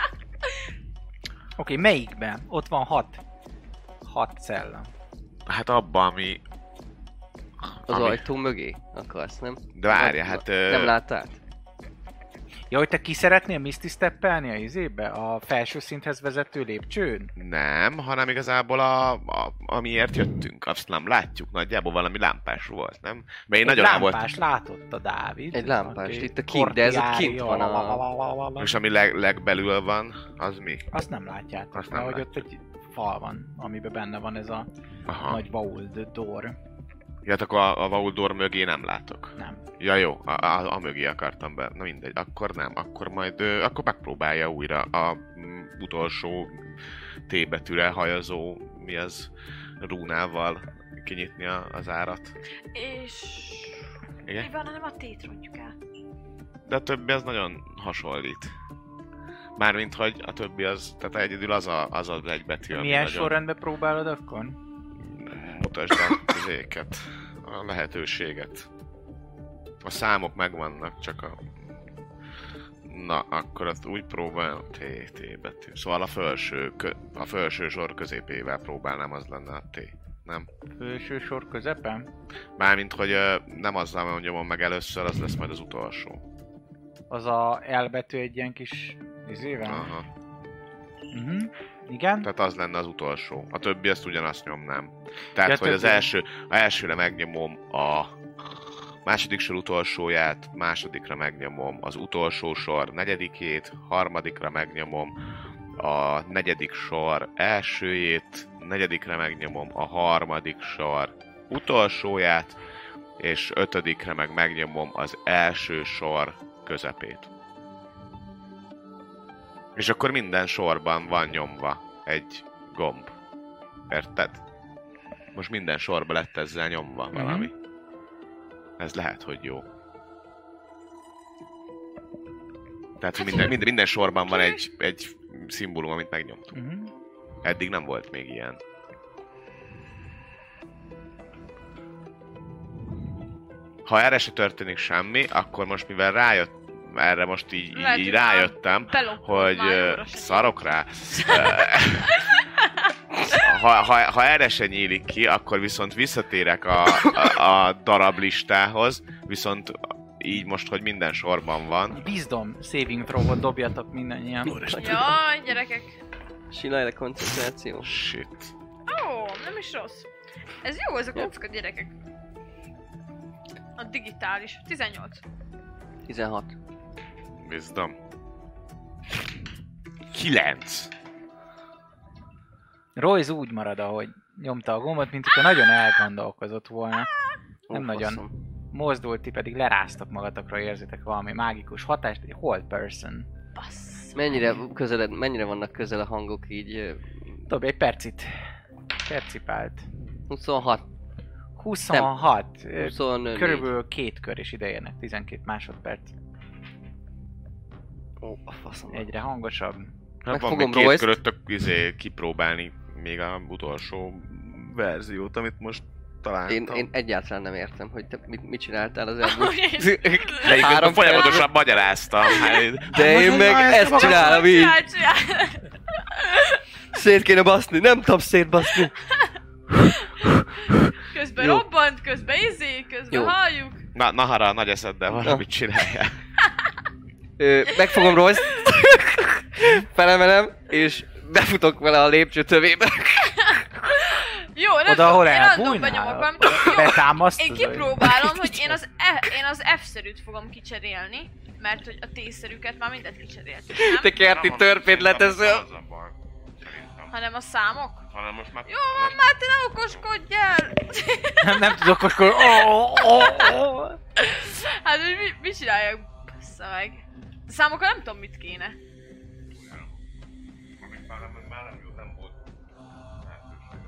Oké, melyikben? Ott van 6 cella. Hát abban, ami... Az ajtó mögé akarsz, nem? De várja, Nem- hát... Nem láttál? Ja, hogy te ki szeretnél Misty Steppelni a izébe? A felső szinthez vezető lépcsőn? Nem, hanem igazából amiért jöttünk, azt nem látjuk, nagyjából valami lámpás volt, nem? Mert én Egy nagyon el lámpás látott a Dávid. Egy lámpás, aki itt a kint, de ez ott kint kortiári, van És ami legbelül van, az mi? Azt nem látjátok, Azt mert nem hogy ott látjuk. egy fal van, amiben benne van ez a Aha. nagy vault door. Ja, akkor a Vault mögé nem látok. Nem. Ja jó, a mögé akartam be. Na mindegy, akkor nem. Akkor majd, akkor megpróbálja újra a utolsó T betűre hajazó, mi az, rúnával kinyitni az árat. És... Igen? Mi van, hanem a tét rontjuk el? De a többi az nagyon hasonlít. Mármint, hogy a többi az, tehát egyedül az az egy betű, ami Milyen nagyon... sorrendben próbálod akkor? Mutasd a izéket, a lehetőséget. A számok megvannak, csak a... Na, akkor azt úgy próbálom... T betű. Szóval a felső sor középével próbálnám, az lenne a T. Nem? Felső sor közepen? Mármint, hogy nem azzal nyomom meg először, az lesz majd az utolsó. Az a L betű egy ilyen kis izével? Aha. Igen? Tehát az lenne az utolsó. A többi azt ugyanazt nyomnám. Tehát, Ja, hogy az többi- elsőre megnyomom a második sor utolsóját, másodikra megnyomom az utolsó sor negyedikét, harmadikra megnyomom a negyedik sor elsőjét, negyedikre megnyomom a harmadik sor utolsóját, és ötödikre meg megnyomom az első sor közepét. És akkor minden sorban van nyomva egy gomb. Érted? Most minden sorba lett ezzel nyomva valami. Ez lehet, hogy jó. Tehát hogy minden sorban van egy szimbólum, amit megnyomtunk. Eddig nem volt még ilyen. Ha erre se történik semmi, akkor most mivel erre most így rájöttem, hogy szarok rá. Ha erre se nyílik ki, akkor viszont visszatérek a darablistához, viszont így most, hogy minden sorban van. Wisdom saving throw-ot dobjatok mindannyian. Jaj, gyerekek! Csinálj le koncentráció. Shit. Ó, nem is rossz. Ez jó, ez a kocka, gyerekek. A digitális. 18. 16. Wisdom. 9. Royce úgy marad, ahogy nyomta a gombot, mint hogyha nagyon elgondolkozott volna. Nem nagyon mozdult, ti pedig leráztak magatokra, érzitek valami mágikus hatást, egy hold person. Bassz. Mennyire vannak közel a hangok így? Dobj egy percit. Percipált. 26. 26. 24. Körülbelül 2 kör is ideérnek, 12 másodperc. Ó, a faszom. Egyre hangosabb. Hát van még 2 köröttök kipróbálni még a utolsó verziót, amit most találtam. Én egyáltalán nem értem, hogy te mit csináltál az elmúlt... De én folyamatosan magyaráztam. De én meg ezt csinálom így. Szét kéne baszni, nem tudom szétbaszni. Közben robbant, közben közben halljuk. Nahara a nagy eszeddel valamit csinálja. Megfogom Royce-t, felemelem, és befutok vele a lépcsőtövébe. Jó, nem oda, ahol én elbújnál? benyomok valamit. Betámasztod? Én kipróbálom, hogy én az F-szerűt fogom kicserélni, mert hogy a T-szerűket már mindet kicseréltük, nem? Te kerti törpét leteszel. Hanem a számok? Hanem most már... Jó van, már te ne okoskodjál! Nem tudok okoskodni. Hát, hogy mit csináljak? Bassza meg. A számokkal nem tudom, mit kéne. Már nem jó, nem volt lehetősége.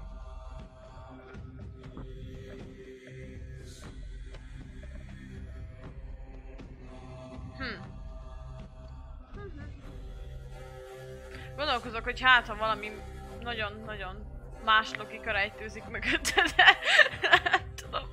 Gondolkozok, hogy hát, ha valami nagyon-nagyon más logika rejtőzik mögötte, de nem tudom.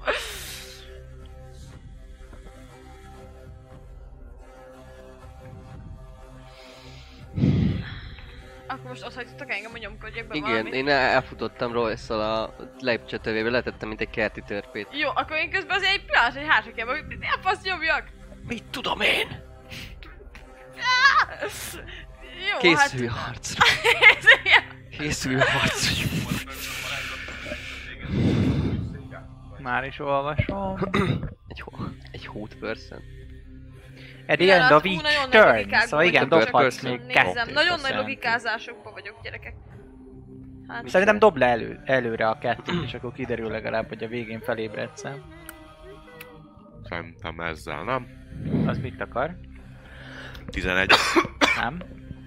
Akkor most ott hagytatok engem, hogy nyomkodjak be Igen, valamit? én elfutottam Royce-szal a lépcsőtövébe, letettem mint egy kerti törpét. Jó, akkor én közben azért egy pillanat, hogy hátra kell, hogy mi a fasz nyomjak? Mit tudom én? Jó, Készülj a hát... harcra. Készülj a harcra. Már is olvasom. Egy hold person. At the end of each nagyon nagy turn. logikákban Szóval igen, vagyok, dobhatsz csak még nézem. kettőt. Nagyon azt nagy jelenti. logikázásokban vagyok, gyerekek. Hát, Szerintem dob le előre a kettőt, és akkor kiderül legalább, hogy a végén felébredsz. Szerintem ezzel, nem? Az mit akar? 11. Nem?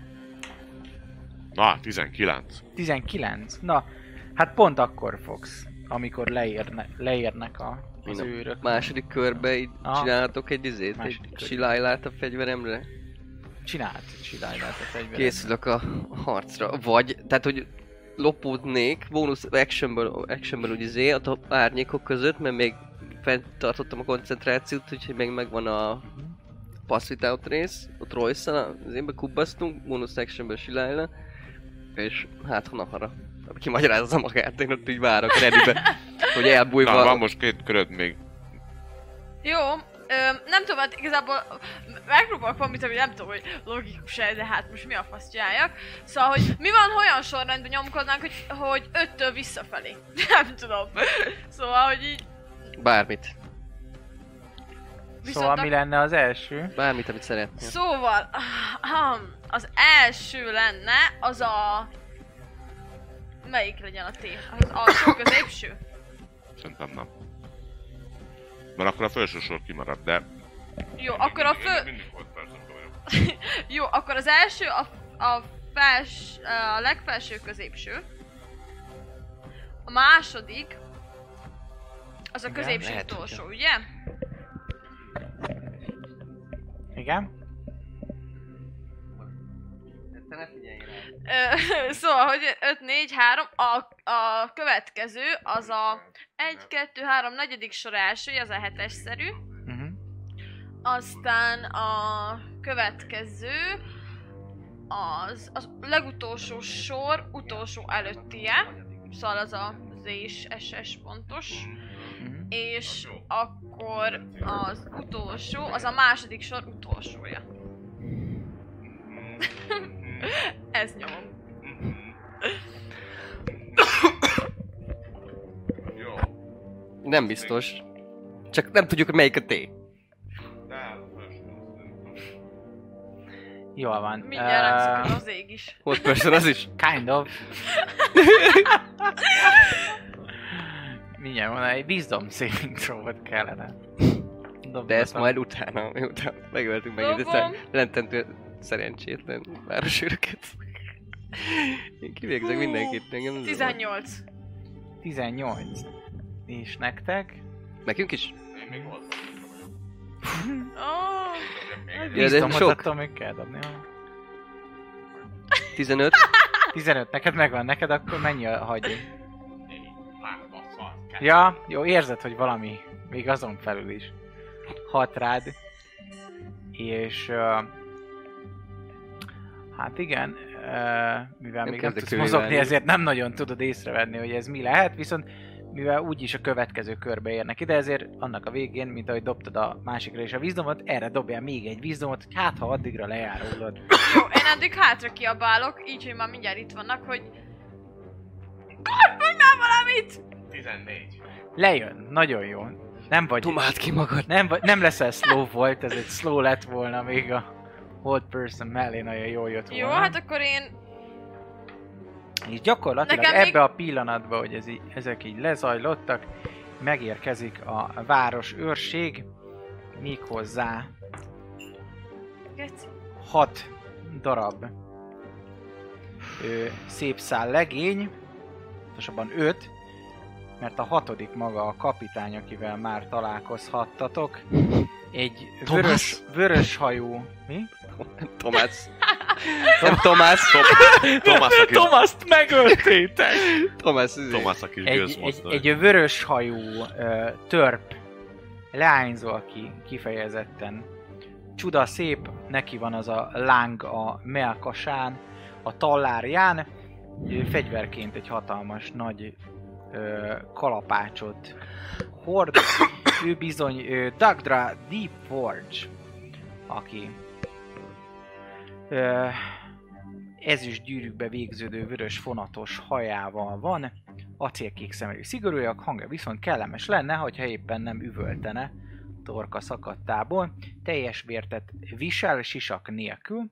Na, 19. 19. Na, hát pont akkor fogsz, amikor leérnek az őrök. Második körbe így csinálhatok egy izét, egy silálylát a fegyveremre. Csinált silálylát a fegyveremre. Készülök a harcra. Vagy, tehát hogy lopódnék, bónusz actionből úgy izé, a árnyékok között, mert még fenntartottam a koncentrációt, úgyhogy még megvan a pass without rész, ott Royce-szal az énbe kubbasztunk, bónusz actionből silálna, és hát ha Nahara. Kimagyarázza magát, én ott így várok readybe, hogy elbújva... Na, van most 2 köröd még. jó, nem tudom, hát igazából megpróbálok valamit, ami nem tudom, hogy logikus-e, de hát most mi a fasz csináljak. Szóval, hogy mi van, olyan sorrendben nyomkodnánk, hogy 5-től visszafelé. Nem tudom. Szóval, hogy így... Bármit. Szóval mi lenne az első? Bármit, amit szeretnél. Szóval, az első lenne, az a... Melyik legyen a T? Az alsó középső? Szerintem nem. Mert akkor a felső sor kimarad, de... Jó, akkor a fő... Mindig volt percemben vagyok. Jó, akkor az első, a legfelső középső. A második... Az a Igen, középső lehet, utolsó, hogy ugye? Igen? Szóval, hogy 5, 4, 3, a következő az a 1, 2, 3, negyedik sor elsője, az a 7-es szerű. Aztán a következő az legutolsó sor utolsó előttie, szóval az a Z és SS pontos. És akkor az utolsó, az a második sor utolsója. Ez nyomom. Nem biztos. Csak nem tudjuk, hogy melyik a T. Jól van. Mindjárt szakad az ég is. Volt person az is. Kind of. Mindjárt mondom, egy wisdom saving throw-ot kellene. De ezt majd utána, miután megöltünk megint Dobom. rendentő szerencsétlen városőröket. Én kivégzek mindenkit, engem nem 18. 18. És nektek? Nekünk is? Oh, Ja, de Wisdomot sok. attól még kell dobni. 15? 15, neked megvan, neked akkor mennyi a hagyj? Ja, jó, érzed, hogy valami még azon felül is hat rád. És hát igen, mivel még nem kezdek tudsz kövé mozogni, válni. ezért nem nagyon tudod észrevenni, hogy ez mi lehet, viszont mivel úgyis a következő körbe érnek ide, ezért annak a végén, mint ahogy dobtad a másikra is a wisdomot, erre dobjál még egy wisdomot, hogy hát ha addigra lejárulod. jó, én addig hátra kiabálok, így, hogy már mindjárt itt vannak, hogy... Mondj már valamit! 14. Lejön, nagyon jó. Nem vagy... Tomáld ki magad! Nem leszel slow volt, ez egy slow lett volna még a hold person mellé, nagyon jól jött volna. Jó, hát akkor én... És gyakorlatilag Nekem még- ebbe a pillanatban, hogy ezek így lezajlottak, megérkezik a város őrség, méghozzá Geci. 6 darab szép szál legény, pontosabban 5, mert a 6. maga a kapitány, akivel már találkozhattatok. Egy vörös hajú... Mi? Tomás. Nem Tomás. Tomaszt megöltétek! Tomás. Tomaszak is gőzmozdony. Egy vörös hajú törp leányzó, aki kifejezetten csuda szép, neki van az a láng a melkasán, a tallárján, fegyverként egy hatalmas nagy kalapácsot hord. Ő bizony Dagdra Deepforge, aki ezüst gyűrűkbe végződő vörös fonatos hajával van, acélkék szemelű szigorújak, hangja viszont kellemes lenne, hogyha éppen nem üvöltene torka szakadtából. Teljes vértet visel, sisak nélkül,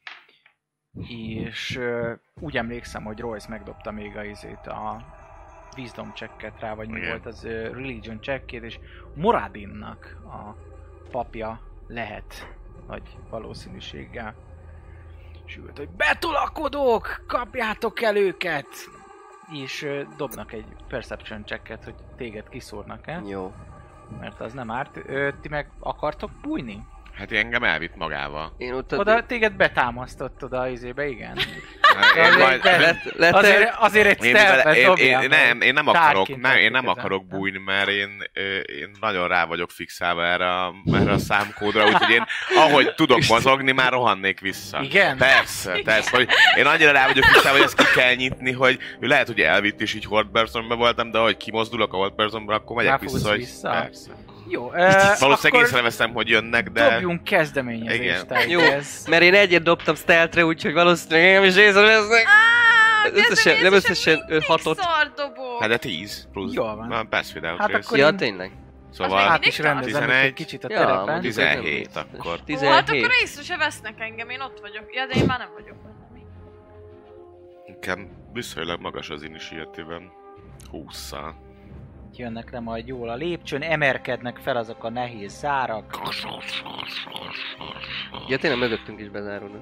és úgy emlékszem, hogy Royce megdobta még a Wisdom checket rá, vagy mi Igen. volt az Religion checkét, és Moradinnak a papja lehet nagy valószínűséggel. Sült, hogy betolakodók, kapjátok el őket! És dobnak egy perception checket, hogy téged kiszúrnak-e, Jó. mert az nem árt. Ti meg akartok bújni? Hát engem elvitt magával. Én ott Oda téged betámasztott oda az izébe, igen. Hát én majd... Azért egy stealth-et dobjál meg. Én nem Tárként akarok ezen. bújni, mert én nagyon rá vagyok fixálva erre a számkódra, úgyhogy én ahogy tudok mozogni, már rohannék vissza. Igen? Persze, hogy én annyira rá vagyok fixálva, hogy ezt ki kell nyitni, hogy ő lehet, hogy elvitt és így Horde Personbe voltam, de ahogy kimozdulok a Horde Personből, akkor megyek Már futsz vissza, hogy... vissza? Persze. Jó, Valószínűleg akkor észreveszem, hogy jönnek, de... dobjunk kezdeményezést. Igen. Tehát Jó, ez... mert én egyet dobtam stealth-re, úgyhogy valószínűleg engem is észrevesznek. Nem összesen 6-ot. Szardobok! Hát de 10 plusz. Jól van. Van pass without Hát trace. akkor Ja, én- tényleg. Szóval Át is mindig rendezem őt 11. egy kicsit a Ja, terepen. mondjuk 17 nem- akkor. Ó, hát 17. akkor észre se vesznek engem, én ott vagyok. Ja, de én már nem vagyok benne. Nekem viszonylag magas az initiatíven. 20-szal. Jönnek le majd jól a lépcsőn, emelkednek fel azok a nehéz zárak. Ja, tényleg mögöttünk is bezárulnak.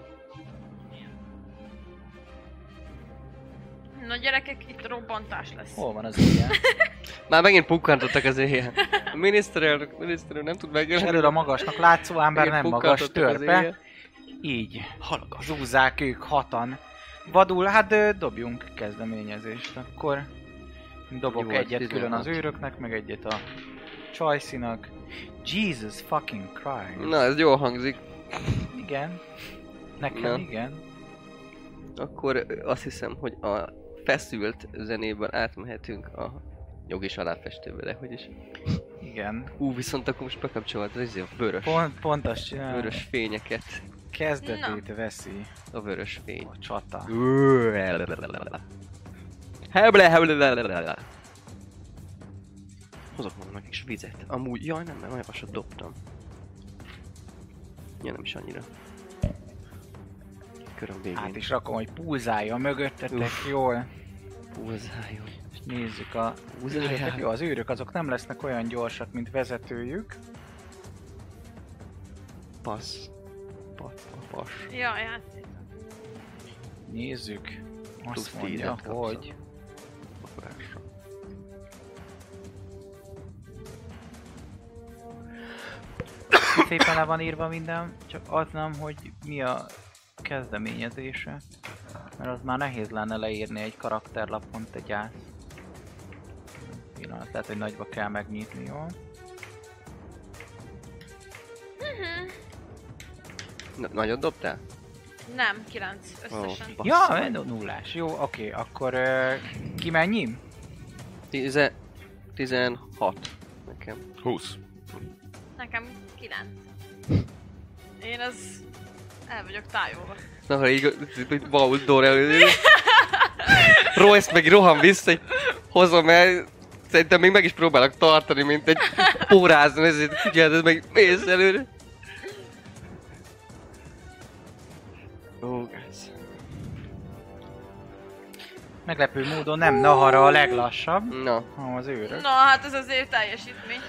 Na gyerekek, itt robbantás lesz. Hol van az ilyen? Már megint pukkantottak az éjjel. A miniszterelnök nem tud És megjelenni. előre a magasnak látszó, ám bár Megint nem magas pukkantottak az törpe. éjjel. Így zúzzák ők hatan. Vadul, hát dobjunk kezdeményezést. Akkor dobok Jó, egyet 16. külön az őröknek, meg egyet a Csajszinak. Jesus fucking Christ. Na, ez jól hangzik. Igen. Nekem Na. igen. Akkor azt hiszem, hogy a feszült zenéből átmehetünk a nyugis aláfestőbe, de hogy is. Igen. Viszont akkor most bekapcsolt ez a vörös. Pont azt csinál. Vörös fényeket. Kezdetét veszi A vörös fény. a csata. Hozok magamnak is vizet. Amúgy, jaj nem, olyan vasat dobtam. Ja, nem is annyira. Köröm végén. Hát is rakom, hogy pulzáljon mögöttetek jól. Pulzáljon. És nézzük a űröket. Jó, az űrök azok nem lesznek olyan gyorsak, mint vezetőjük. Passz. Pas. Jaj, hát... Nézzük. Azt Plusz mondja, 10-et hogy... Vakarásra. Szépen le van írva minden, csak az nem, hogy mi a kezdeményezése. Mert az már nehéz lenne leírni egy karakterlapon, te gyász. Pillanat, lehet, hogy nagyba kell megnyitni, jó? Nagyot dobtál? Nem, 9 összesen. Ó, Ja, nullás. Jó, oké, akkor ki mennyi? 16 nekem. 20. Nekem 9. Én az... El vagyok tájolva. Na, ha így Vault elő. Royce meg rohan vissza, hogy hozom el. Szerintem még meg is próbálok tartani, mint egy pórázni, ezért figyeld, ez meg mész előre. Ó, gáz. Meglepő módon nem Nahara a leglassabb, Na, hanem az őrök. Na, hát ez azért teljesítmény.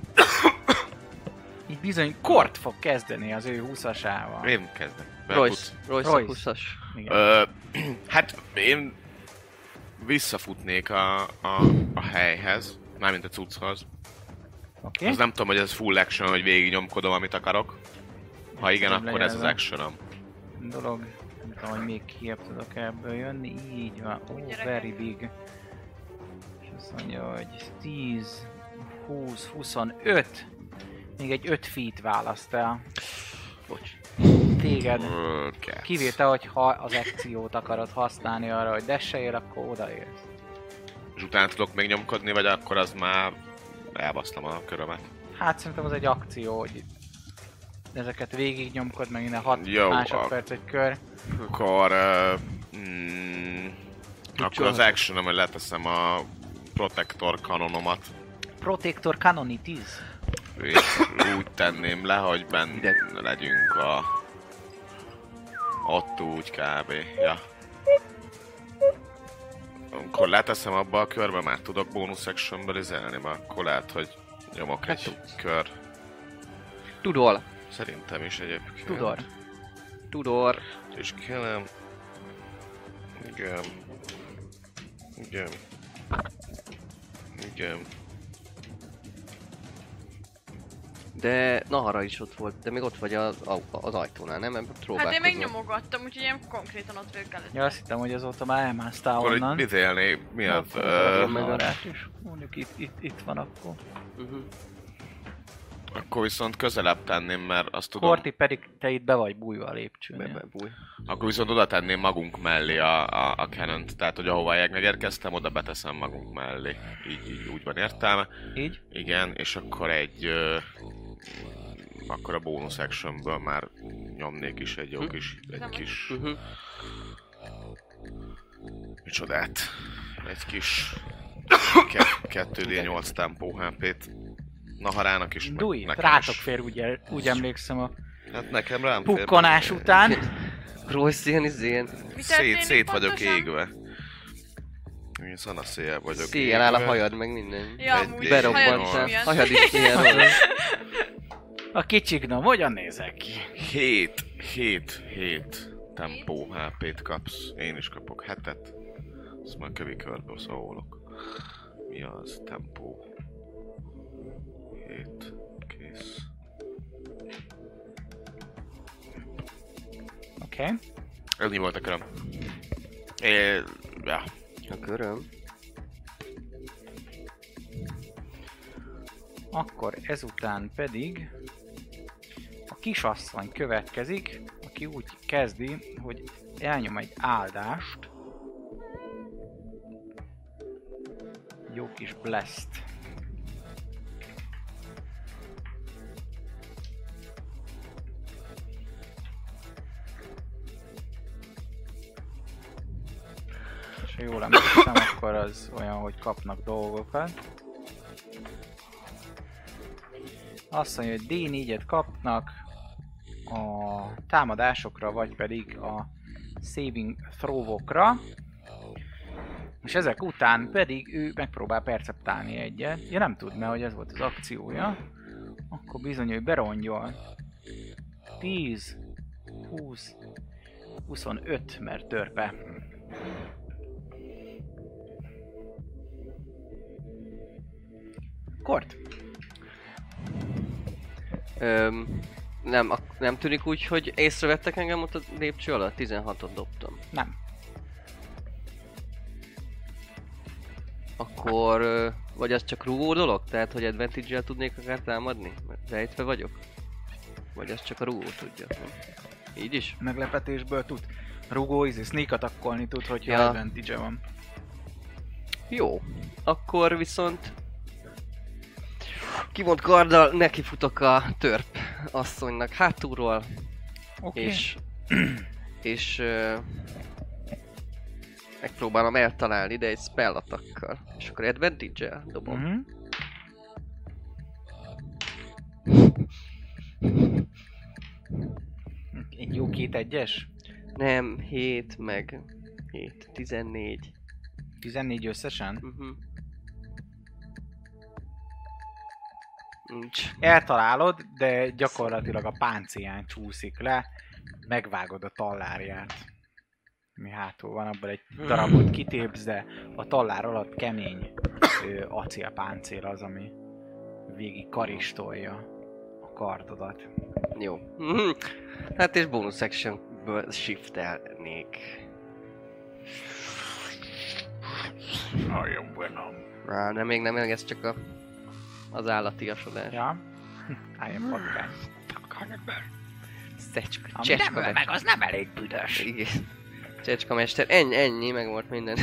Így bizony kort fog kezdeni az ő 20-asával. Én kezdem. Royce a Royce. 20-as. Igen. Hát én visszafutnék a helyhez, mármint a cucchoz. Oké. Az nem tudom, hogy ez full action, hogy végig nyomkodom, amit akarok. Ha igen, Legyen akkor ez az ez a actionom. Dolog. Nem tudom, hogy még kiebb tudok ebből jönni. Így van. Oh, Gyerekek. very big. És azt mondja, hogy 10, 20, 25. Még egy 5 feet választ el. Bocs. Téged. Cats. Kivétel, hogy ha az akciót akarod használni arra, hogy desseljél, akkor odaérsz. És utána tudok még nyomkodni, vagy akkor az már elbasztam a körömet. Hát szerintem az egy akció, hogy ezeket végig nyomkod, meg innen 6 Jó, másodperc egy kör. Akkor... akkor az actionom, hogy leteszem a Protector kanonomat. Protector Canonities. És úgy tenném le, hogy benne legyünk ott úgy kb. Ja. Akkor leteszem abba a körbe, már tudok bonus actionből izelni, mert akkor lehet, hogy nyomok egy kör. Tudol. Szerintem is egyébként. Tudor. És kellem. Igen. Igen. Igen. De Nahara is ott volt, de még ott vagy az ajtónál, nem? Ebben Hát próbálkozom. én még nyomogattam, úgyhogy én konkrétan ott vagyok előtt. Ja, azt hittem, hogy azóta már elmásztál Akkor onnan. hogy mit élni? Mi az? Megarát is. Mondjuk itt van akkor. Akkor viszont közelebb tenném, mert azt tudom... Korti pedig te itt be vagy bújva a lépcsőn. Bújj. Akkor viszont oda tenném magunk mellé a cannon-t, tehát hogy ahova megérkeztem, oda beteszem magunk mellé. Így úgy van értelme. Így? Igen, és akkor akkor a bonus actionből már nyomnék is egy jó kis... Micsodát? Egy kis... 2D8 tempó HP-t. Naharának is, Dúj, nekem rátok is. fér, úgy emlékszem a Hát nekem rám fér. pukkanás után. Royce ilyen izén. Mi történik Szét vagyok pontosan? égve. Én szanaszéjjel vagyok Széjjel áll a hajad, meg minden. Ja, Egy- amúgy Berobbantál. hajad is milyen. Hajad is ilyen rossz. A kicsi gnom, hogyan nézek ki? 7 tempó HP-t kapsz. Én is kapok 7-et. Azt már kövi körből szólok. Mi az? Tempó. 7. Kész. Oké. Ennyi volt a köröm. Ja. A köröm. Akkor ezután pedig a kisasszony következik, aki úgy kezdi, hogy elnyom egy áldást. Jó kis blast. És ha jól emlékszem, akkor az olyan, hogy kapnak dolgokat. Azt mondja, hogy D4-et kapnak a támadásokra, vagy pedig a saving throw-okra. És ezek után pedig ő megpróbál perceptálni egyet. Ja, nem tud, mert hogy ez volt az akciója. Akkor bizony, hogy berongyol. 10, 20, 25, mert törpe. Kort? Nem tűnik úgy, hogy észrevettek engem ott a lépcső alatt? 16-ot dobtam. Nem. Akkor... vagy az csak rúgó dolog? Tehát, hogy advantage-el tudnék akár támadni? Mert rejtve vagyok? Vagy az csak a rúgó tudja? Nem? Így is? Meglepetésből tud. Rugó, sneak attackolni tud, hogyha advantage van. Jó. Akkor viszont... kivont karddal nekifutok a törp asszonynak hátulról. Okay. És megpróbálom eltalálni ide egy spell attakkal. És akkor advantage-el dobom. Egy jó 2-1-es? Nem, 7 meg 7, 14. 14 összesen? Nincs. Eltalálod, de gyakorlatilag a páncélján csúszik le, megvágod a tallárját. Mi hátul van, abban egy darabot kitépsz, de a tallár alatt kemény acélpáncél az, ami végig karistolja a kardodat. Jó. Hát és bonus actionből shiftelnék. Nagyon buenom. De még nem, ez csak az állatiasodás. Ja. Álljon patkány. Csecska meg az nem elég büdös. Igen. Csecska mester. Ennyi, meg volt minden.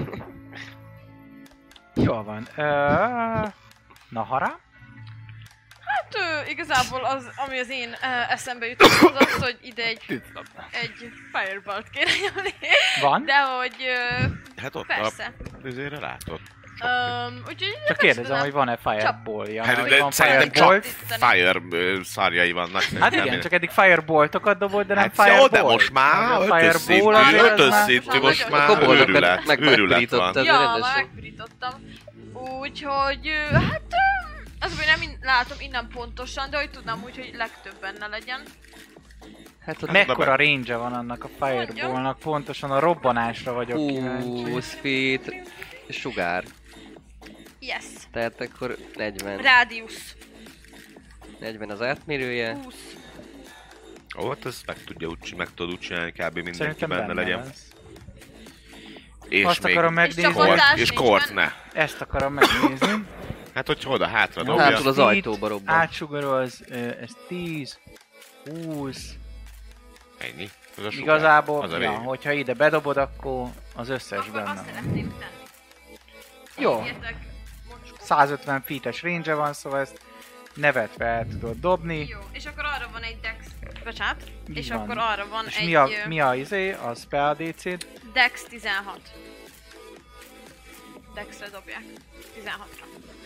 Jól van. Nahara? Hát igazából az, ami az én eszembe jutott, az az, hogy ide egy fireball-t kéne nyomni. Van? De hogy Hát ott persze. Azért látod. Úgyhogy csak kérdezem, hogy van-e fireball-ja. Hát van szerintem firebolt? csak fire szarjai vannak. Hát igen, csak eddig fireboltokat dobott, de nem hát fireball. Jó, de most már ötösszintű, most már őrület van. Ja, már megpirítottam. Úgyhogy, hát az, hogy nem látom innen pontosan, de hogy tudnám úgy, hogy legtöbb benne legyen. Hát mekkora range van annak a fireballnak, pontosan a robbanásra vagyok kíváncsi. 20 feet sugár. Yes. Tehát akkor 40. Rádiusz. 40 az átmérője. 20. Ó, hát ezt meg tudod úgy csinálni, kb. Mindenki Szerintem benne legyen. lesz. És azt még akarom megnézni. És Kort ne. Ezt akarom megnézni. Hát hogy oda hátra dobja. Hátul az ajtóba robban. Átsugorolsz, ez 10, 20. Ennyi. Igazából, az ja, hogyha ide bedobod, akkor az összes akkor benne azt van. szeretném tenni. Jó. Egyetek, 150 feet-es range van, szóval ezt nevetve el tudod dobni. jó, és akkor arra van egy dex, bocsánat, Így és van. akkor arra van És egy mi a izé, a spell DC-d? dex 16. Dexre dobják. 16-ra.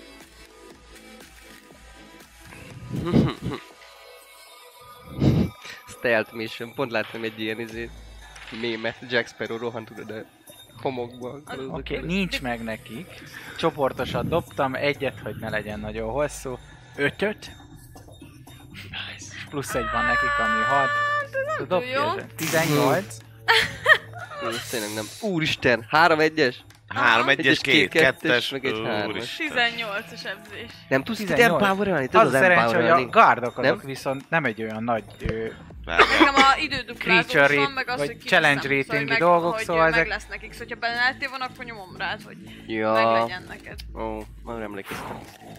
Stealth mission, pont láttam egy ilyen mémet, Jack Sparrow rohant tudod a homokba. Oké, nincs meg nekik. Csoportosat dobtam, egyet, hogy ne legyen nagyon hosszú. 5-öt. Plusz egy van nekik, ami 6. Dobd jó. 18. Tényleg nem. Úristen, 3-1-es? 3-1-es, 2-2-es, meg egy 3-as. 18-as ebzés. Nem tudsz 18. itt empowerelni? Az a szerencsé, hogy a empowerelni? gárdok azok Nem? viszont nem egy olyan nagy Nekem a időduplázós creature van, rate, meg az, vagy hogy challenge kiveszem, ratingi meg, dolgok, hogy szóval meg ezek... lesz nekik, szóval ha beneltél van, akkor nyomom rád, hogy Ja. meg legyen neked. Ó, már emlékeztem.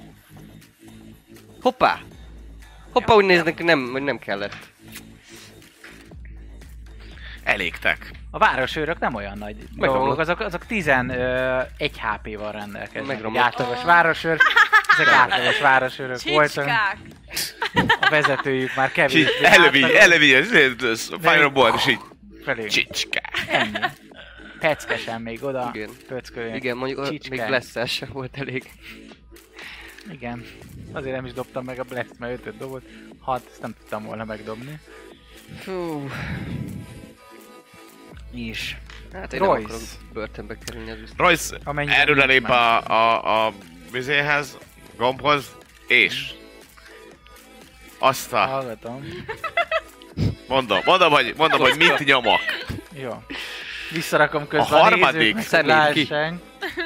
Hoppá! Hoppá, úgy néznek, hogy nem kellett. Elégtek. A városőrök nem olyan nagy dolgok, azok 11 HP-val rendelkeznek. Egy Megromlott. átlagos városőr, ezek átlagos városőrök voltak. Csicskák! A vezetőjük már kevés. Elevi, Fireball, és így felé. csicskák. Ennyi. Peckesen még oda, Igen. pöcköljen. Igen, mondjuk Csicskák. még Blessel sem volt elég. Igen. Azért nem is dobtam meg a Blast, mert 5-öt dobott. 6, ezt nem tudtam volna megdobni. Hú. És Hát én nem Royce. akarok börtönbe kerülni, ez biztos. Royce Amennyiben erről nincs lép más. a vizéhez, gombhoz, és azt a... Hallgatom. Mondom, hogy mit nyomok. Jó. Visszarakom közben A harmadik nézőknek, hogy szerint ki? lássák.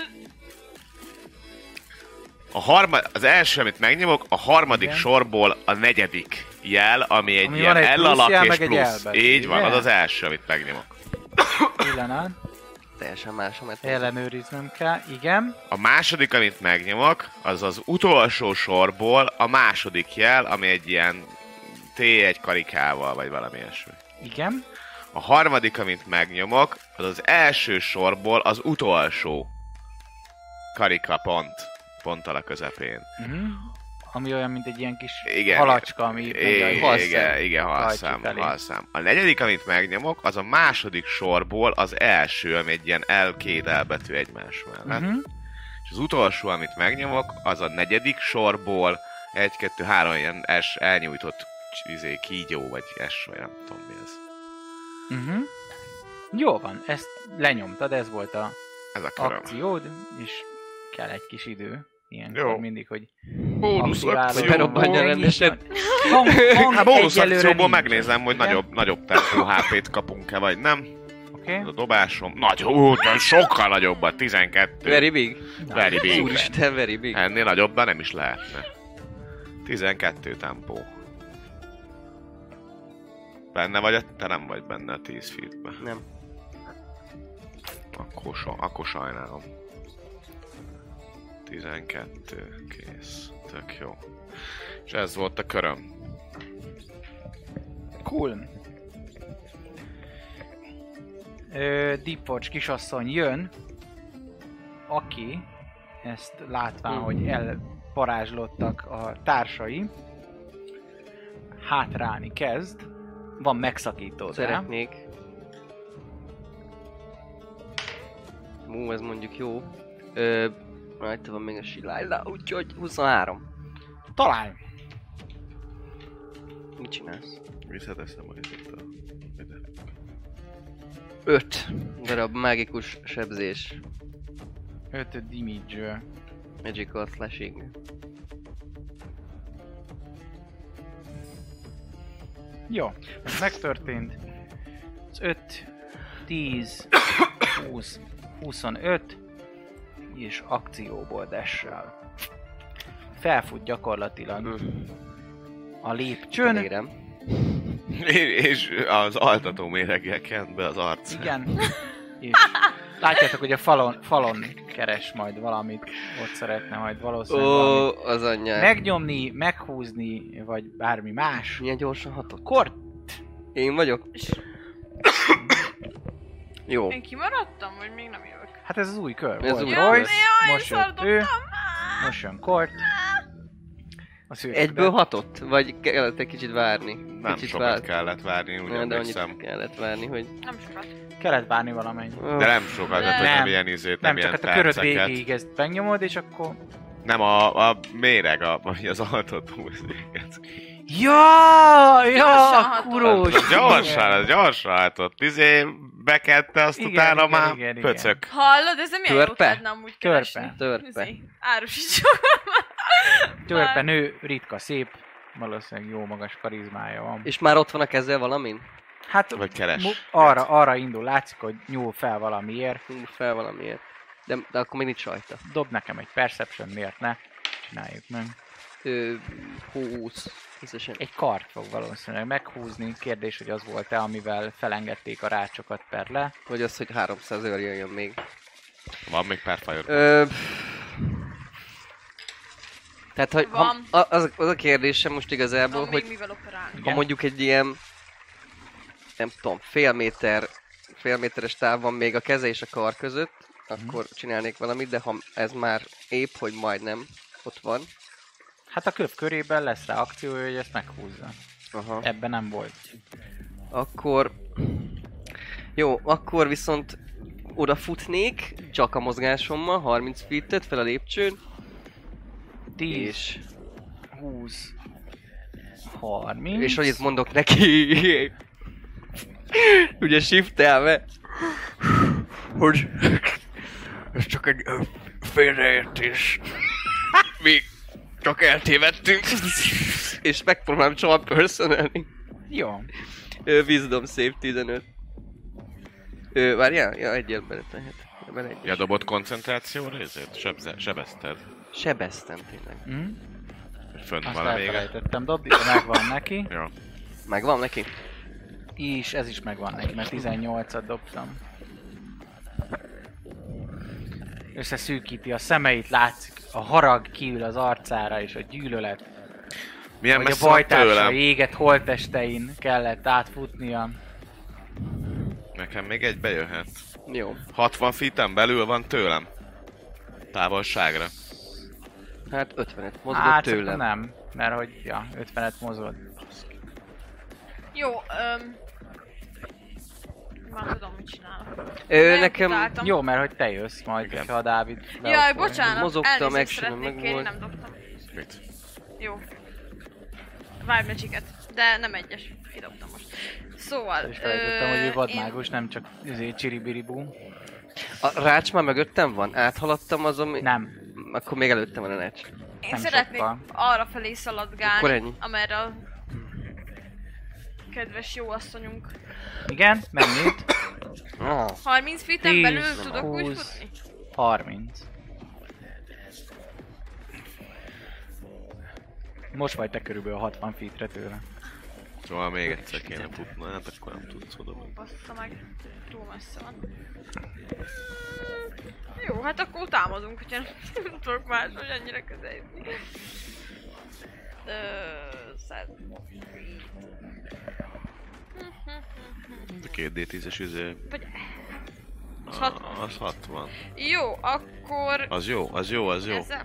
Az első, amit megnyomok, a harmadik Igen. sorból a negyedik jel, ami egy Ami ilyen van egy L plusz alak jel, és meg egy plusz. L betű, Így van, ugye? az az első, amit megnyomok. Pillanat. Teljesen más, amit Ellenőriznem kell. Igen. A második, amit megnyomok, az az utolsó sorból a második jel, ami egy ilyen T1 karikával, vagy valami ilyesmi. Igen. A harmadik, amit megnyomok, az az első sorból az utolsó karika ponttal a közepén. Ami olyan, mint egy ilyen kis Igen. halacska, ami halszám. Igen, halszám, Hajtjuk elé. halszám. A negyedik, amit megnyomok, az a második sorból az első, ami egy ilyen két elbetű egymás mellett. És az utolsó, amit megnyomok, az a negyedik sorból 1, 2, 3 ilyen elnyújtott kígyó, vagy vagy nem tudom mi ez. Jó van, ezt lenyomtad, ez volt a Ez a köröm. akciód, és kell egy kis idő. Ilyenkor Jó. mindig, hogy Bónusz aktiválod. Hogy berobbanja rendesen. Hát bónusz egyelőre akcióból nincs. megnézem, hogy Igen? nagyobb tempó HP-t kapunk-e, vagy nem. Oké. A dobásom sokkal nagyobb a 12. Very big. Very big. Úristen, very big. Ennél nagyobban nem is lehetne. 12 tempó. Benne vagy, te nem vagy benne a 10 feetben. Nem. Akkor sajnálom. 12, kész. Tök jó. És ez volt a köröm. Cool. Deepwatch kisasszony jön, aki ezt látván, hogy elparázslottak a társai, hátrálni kezd. Van megszakítód, Szeretnék. Ez mondjuk jó. Rajta van még a Shilaila, úgyhogy 23. Találj! Mit csinálsz? Visszateszem majd itt a... 5 darab mágikus sebzés. 5 damage. Magical slashing. Jó, ez megtörtént. Az 5, 10, 20, 25 és akcióból dash-sel. Felfut gyakorlatilag a lépcsőn. Elérem. És az altató méreggel kent be az arc. Igen. És látjátok, hogy a falon keres majd valamit. Ott szeretne majd valószínűleg valamit Az anyját. megnyomni, meghúzni, vagy bármi más. Milyen gyorsan hatott? Kort! Én vagyok? Jó. Én kimaradtam, vagy még nem jövök? Hát ez az új kör. Ez Volt új Royce, kör. most jött ő, most jön Kort. A szürkbe. Egyből hatott? Vagy kellett egy kicsit várni? Nem Kicsit sokat kellett várni, úgy De annyit emlékszem. kellett várni, hogy... Nem sokat. Kellett várni valamennyi. De nem sokat, tehát hogy Nem. nem ilyen izét, Nem, nem csak ilyen hát a köröd perceket. végéig ezt megnyomod, és akkor... Nem, a méreg, vagy az altató izéket. Ja, Gyorsan hatod. kurós! Gyorsan hát ott bekette, azt Igen, utána igen, már igen, igen. pöcök. Hallod, ez milyen jót Törpe? lehetne amúgy keresni. Törpe. Árusítson. Törpe nő, ritka, szép, valószínűleg jó magas karizmája van. És már ott van a keze valamin? Hát Vagy keres. arra indul, látszik, hogy nyúl fel valamiért. Hú, fel valamiért. De akkor még nincs rajta. Dob nekem egy perception, miért ne? Csináljuk meg. 20. Összesen. Egy kart fog valószínűleg meghúzni. Kérdés, hogy az volt-e, amivel felengedték a rácsokat perle. Vagy az, hogy 300 jön még. Van még pár fajor. Tehát, hogy Van. az a kérdésem most igazából, Van hogy még mivel operálni. ha mondjuk egy ilyen, nem tudom, fél méteres táv van még a keze és a kar között, akkor csinálnék valamit, de ha ez már épp, hogy majdnem ott van. Hát a köv körében lesz rá akciója, hogy ezt meghúzza. Aha. Ebben nem volt. Akkor... Jó, akkor viszont odafutnék, csak a mozgásommal, 30 feet-et fel a lépcsőn. 10, és... 20, 30... És hogy itt mondok neki... Ugye shiftelve... Hogy... Ez csak egy félreértés. Mi csak eltévedtünk. És megpróbálom csomag personelni. Jó. Wisdom save 15. Várjál? Ja, egyel beletehet. Ja, dobott koncentrációra ezért? Sebezted? Sebeztem tényleg. Fönt Azt van még. elfelejtettem dobni, de megvan neki. Ja. Megvan neki? És ez is megvan neki, mert 18-at dobtam. Összeszűkíti a szemeit, látszik, a harag kiül az arcára és a gyűlölet. Milyen Hogy a messze van bajtársa tőlem? égett holttestein kellett átfutnia. Nekem még egy bejöhet. Jó. 60 feet-en belül van tőlem. Távolságra. Hát 50-et mozgott Hát tőlem. nem, mert hogy ja, 50-et mozgott. Jó, már tudom, mit csinálok. Nekem... Utáltam. Jó, mert hogy te jössz majd, Igen. hogyha a Dávid... Jaj, leakol. bocsánat, Mozogtam, elnézést action-em szeretnék meg kérni, volt. nem dobtam. Mit? Jó. Vibe Magic-et, de nem egyes, kidobtam most. Szóval... És felejtettem, hogy ő én- vadmágus, nem csak csiribiribú. A rács már mögöttem van? Áthaladtam az, ami... Nem. Akkor még előttem van a rács. Én nem szeretnék sokkal. arra felé szaladgálni, Akkor ennyi. amerre a kedves jó asszonyunk. Igen, mennyit? 30 feet-en 10, belül tudok úgy 20. futni? 30. Most vagy te körülbelül 60 feetre tőle. Szóval még egyszer kéne futni, hát akkor nem tudsz oda menni. Bassza meg, túl messze van. Jó, hát akkor támadunk, hogyha nem tudok máshogy annyira közel jutni. 100. A 2D10-es üző... Vagy... Az 60. Az 60. Jó, akkor... Az jó, az jó, az jó. Ezzel?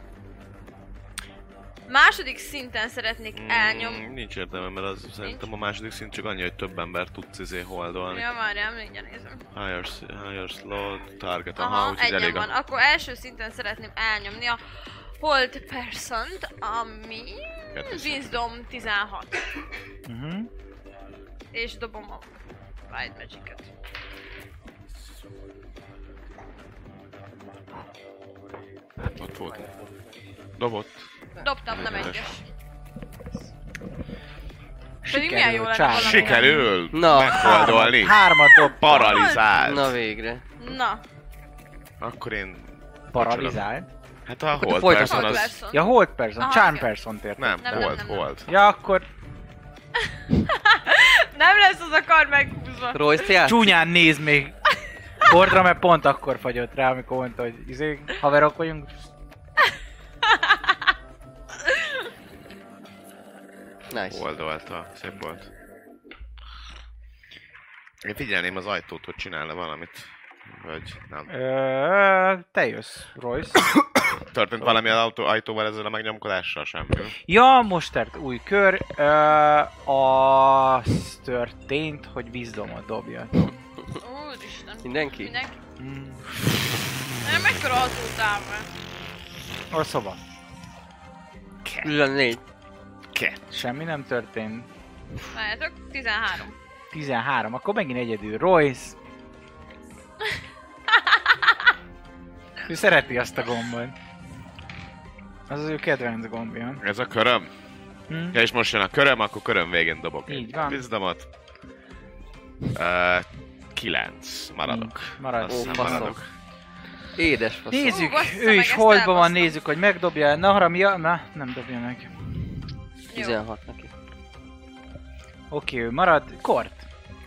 Második szinten szeretnék elnyomni. Nincs értelme, mert az szerintem a második szint csak annyi, hogy több ember tudsz holdolni. Ja, várjál, mindjárt nézem. Higher slot, target, Aha, úgyhogy egyen elég van. Akkor első szinten szeretném elnyomni a Hold Person-t, ami... Wisdom 16. És dobom a Wild Magic-et. Ott volt. Dobott. Dobtam, nem Ügyes. egyes. Pedig milyen jó lenne Csár. valami. Sikerül Na, megholdolni. Hármat dob. Paralizált. Na végre. Na, Akkor én... Paralizált? Hát a Akkor hold folytasd. person Hold az... Person. Ja, hold person, Aha, charm oké. person-t értem. Nem, Nem, hold, nem, nem. hold. Ja, akkor Nem lesz az a kar meghúzva. Royce játszik? csúnyán néz még Kordra, mert pont akkor fagyott rá, amikor mondta, hogy haverok vagyunk. Nice. Holdolta, szép volt. Én figyelném az ajtót, hogy csinálna valamit. Vagy nem. Te jössz, Royce. Történt valami az ajtóval ezzel a megnyomkodással? Semmi. Ja, most tart új kör. Az történt, hogy Wisdomot dobja. Úristen. Mindenki? Mindenki. Mm. Nem, mekkora hatótávol. A szoba. Külön 4. Semmi nem történt. Várjátok, 13. 13, akkor megint egyedül Royce. Ő szereti azt a gombot. Az az ő kedvenc gombja. Ez a köröm? Ja, és most jön a köröm, akkor köröm végén dobok Így egy van. Wisdomot. 9 maradok. Maradsz. Azt nem faszom. maradok. Édes faszom. Nézzük, bassza ő meg, is ezt holdban van, elbasztam. nézzük, hogy megdobja. Na, haramja, na, nem dobja meg. 16 neki. Oké, ő marad. Kort.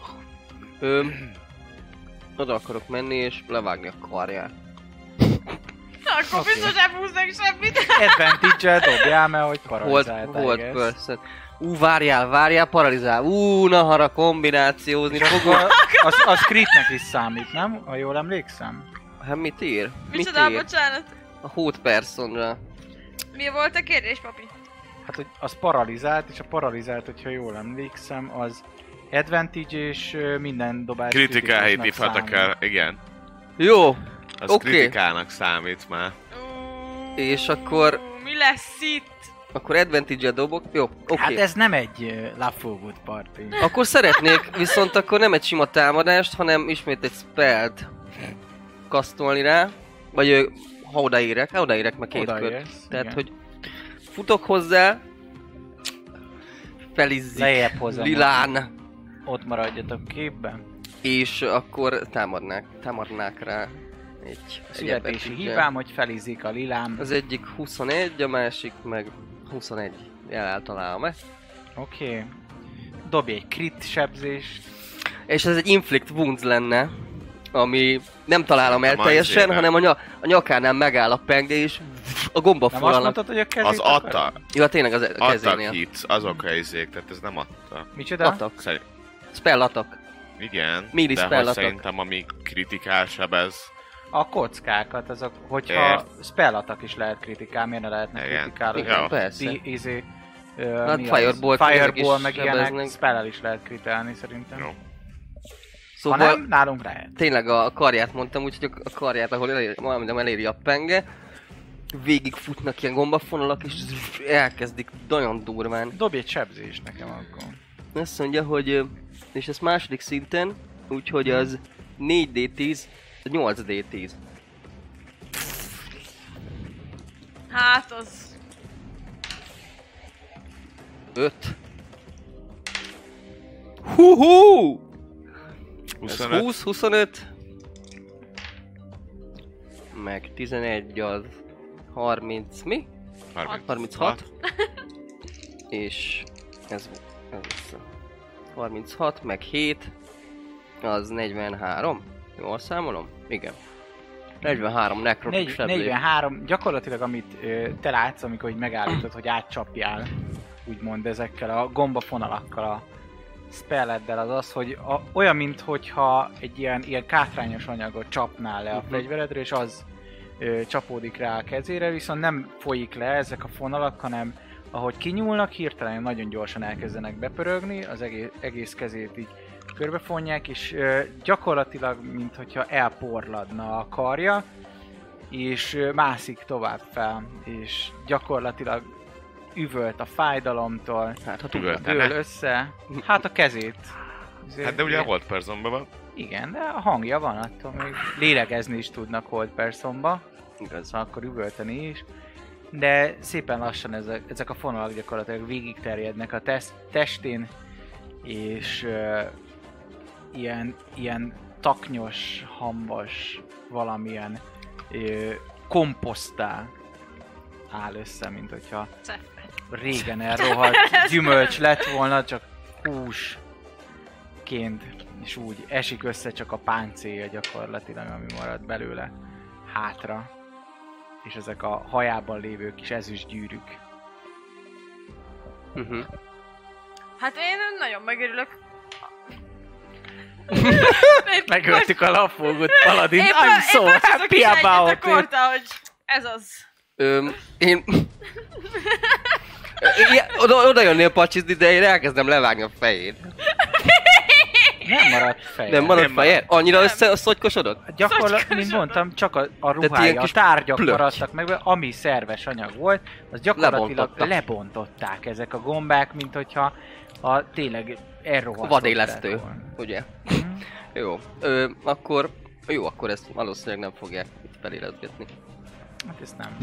Oda akarok menni és levágni a karját. Akkor Oké. biztos nem húznak semmit. Advantage-el dobjál, mert hogy Hold paralizáltál. person. Várjál, paralizál. Nahara kombinációzni fogok. Az critnek is számít, nem? Ha jól emlékszem. Hát mit ír? Mit Micsoda, ír? bocsánat. A hold personra. Mi volt a kérdés, papi? Hát, hogy az paralizált, és a paralizált, hogyha jól emlékszem, az advantage és minden dobás Kritikál kritikusnak híthatok számít. el, igen. Jó. Az Oké. kritikának számít már. És akkor Mi lesz itt? Akkor advantage-et dobok. Jó, oké. Hát ez nem egy Love for Good party. Akkor szeretnék, viszont akkor nem egy sima támadást, hanem ismét egy spellt kasztolni rá. Vagy ha odaérek meg két kört. Tehát, hogy futok hozzá, felizzik lejjebb hozzá. Lilán. Ott maradjatok képben. És akkor támadnák rá egy születési hibám, hogy felizzik a Lilám. Az egyik 21, a másik meg 21. Eltalálom-e? Oké. Dobj egy crit sebzést. És ez egy inflict wounds lenne, ami nem találom el teljesen, hanem a nyakánál megáll a penge, és a gomba nem azt mondtad, hogy a kezét az atta. Ja, tényleg az kezénél. Attack hits, azok a izék, tehát ez nem atta. Micsoda? Attack. Spell attack. Igen, Mini de spell hogy attack. szerintem ami kritikál sebez. A kockákat, azok, hogyha spell attack is lehet kritikál, miért ne lehetne kritikálni? Igen, persze. Hát Fireball meg ilyenek, spell-el is lehet kritálni szerintem. Jó. Szóval ha nem, nálunk lehet. Tényleg a karját mondtam, úgyhogy a karját, ahol eléri a penge, végig futnak ilyen gombafonalak, és elkezdik nagyon durván. Dobj egy sebzést nekem akkor. Azt mondja, hogy, és ez második szinten, úgyhogy az 4D10, 8D10. Hát az... 5. Hú! 25. 20, 25. Meg 11 az 30, mi? 36. És ez 36, meg 7, az 43. Jól számolom? Igen. 43 nekrotik sebzés. 43, gyakorlatilag amit te látsz, amikor így megállítod, hogy átcsapjál, úgymond ezekkel a gombafonalakkal a spelleddel, az az, hogy olyan, minthogyha egy ilyen kátrányos anyagot csapnál le a fegyveredre, és az csapódik rá a kezére, viszont nem folyik le ezek a fonalak, hanem ahogy kinyúlnak, hirtelen nagyon gyorsan elkezdenek bepörögni, az egész kezét így körbefonják, és gyakorlatilag, minthogyha elporladna a karja, és mászik tovább fel, és gyakorlatilag üvölt a fájdalomtól, hát ha dől össze, hát a kezét. Hát de ugye a hold personben van. Igen, de a hangja van, attól még lélegezni is tudnak hold personba. Igaz. Szóval akkor üvölteni is. De szépen lassan ezek a fonalak gyakorlatilag végig terjednek a testén, és ilyen taknyos, hambas, valamilyen komposztá áll össze, mint hogyha régen elrohadt gyümölcs lett volna, csak húsként, és úgy esik össze csak a páncélja gyakorlatilag, ami marad belőle hátra. És ezek a hajában lévő kis ezüst gyűrűk. Hát én nagyon megörülök. Megöltük a lapfogott paladint. I'm so happy about it. Akarta, hogy ez az. Én... Oda jönnél pacsizni, de én elkezdem levágni a fejét. Nem maradt feje. Nem maradt feje? Annyira összeszotykosodott? Gyakorlatilag, mint mondtam, csak a ruhája, a tárgyak maradtak meg, ami szerves anyag volt, az gyakorlatilag lebontották ezek a gombák, mint hogyha tényleg elrohasztották. Vadélesztő, ugye? Jó, akkor ezt valószínűleg nem fogják itt feléleszgetni. Hát ezt nem.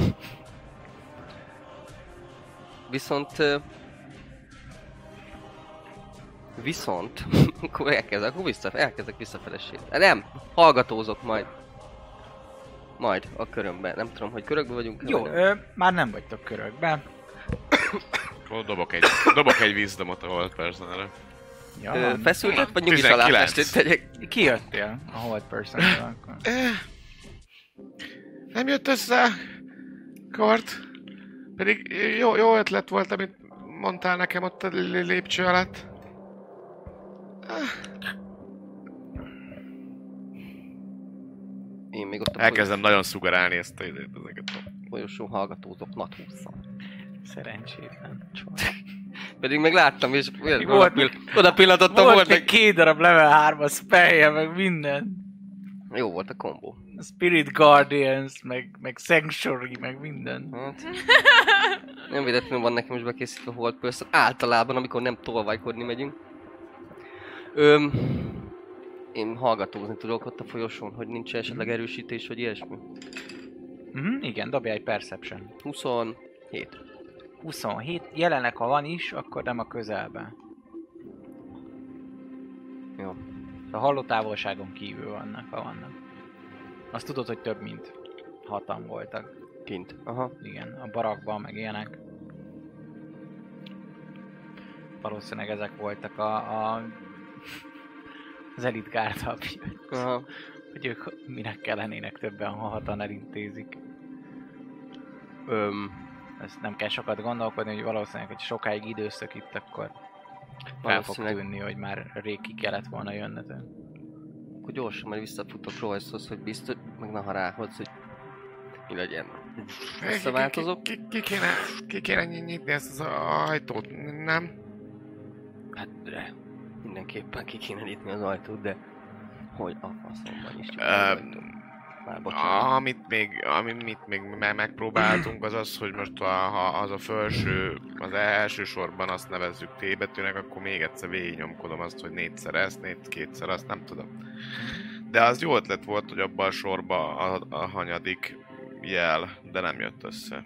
Viszont, akkor elkezdek visszafelesét. Nem, hallgatózok majd a körömben. Nem tudom, hogy körökben vagyunk. Jó, már nem vagytok körökben. Dobok egy wisdomot a hold personre. Ja, feszültet, vagy nyugis alátestét tegyek? Ki jöttél a hold personre akkor? Nem jött össze, Kort. Pedig jó ötlet volt, amit mondtál nekem ott a lépcső alatt. Én még ott elkezdem nagyon szugarálni ezeket a folyosón hallgatózok nagy hússzal. Szerencsétlen. Pedig még láttam, és oda pillantottam, volt még 2 darab level 3-as spellje, meg minden. Jó volt a kombó. Spirit Guardians, meg Sanctuary, meg minden. Hát, nem véletlenül van nekem is bekészítve a Hold Person. Általában, amikor nem tolvajkodni megyünk. Én hallgatózni tudok ott a folyosón, hogy nincs esetleg erősítés, vagy ilyesmi. Igen, dobja egy Perception. 27. 27. Jelenleg, ha van is, akkor nem a közelben. Jó. A halló távolságon kívül vannak, ha vannak. Azt tudod, hogy több mint 6-an voltak. Kint. Aha. Igen, a barakban, meg ilyenek. Valószínűleg ezek voltak az Elite Guard apjai. Aha. Hogy ők minek kellenének többen, ha 6-an elintézik. Ezt nem kell sokat gondolkodni, hogy valószínűleg, hogy sokáig időszak itt, akkor fel fog tűnni, hogy már rég ki kellett volna jönnötök. Akkor gyorsan majd visszafutok Royce-hoz, hogy biztos, meg Naharához, hogy mi legyen. Visszaváltozok. Ki kéne nyitni ezt az ajtót, nem? Hát de mindenképpen ki kéne nyitni az ajtót, de hogy a faszomban is már bocsánat. Amit még megpróbáltunk, az az, hogy most ha az a felső, az első sorban azt nevezzük T betűnek, akkor még egyszer végignyomkodom azt, hogy 4-szer ezt, 2-szer azt, nem tudom. De az jó ötlet volt, hogy abban a sorban a hanyadik jel, de nem jött össze.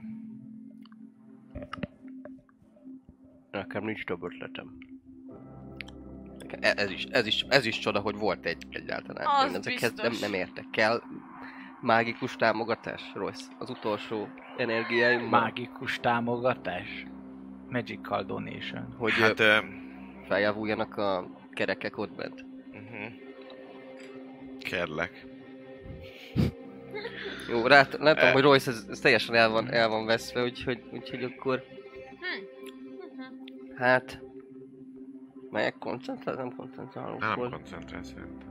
Nekem nincs több ötletem. Ez is csoda, hogy volt egyáltalán. Az én ezekhez biztos. nem értek. Kell mágikus támogatás, Royce. Az utolsó energiáim. Mágikus támogatás? Magical donation. Hogy Hát, feljavuljanak a kerekek ott bent. Kérlek. Jó, látom, hogy Royce ez teljesen el van veszve, úgyhogy akkor... Hát... Melyek koncentrál? Nem koncentrálunk. Nem koncentrál szerintem.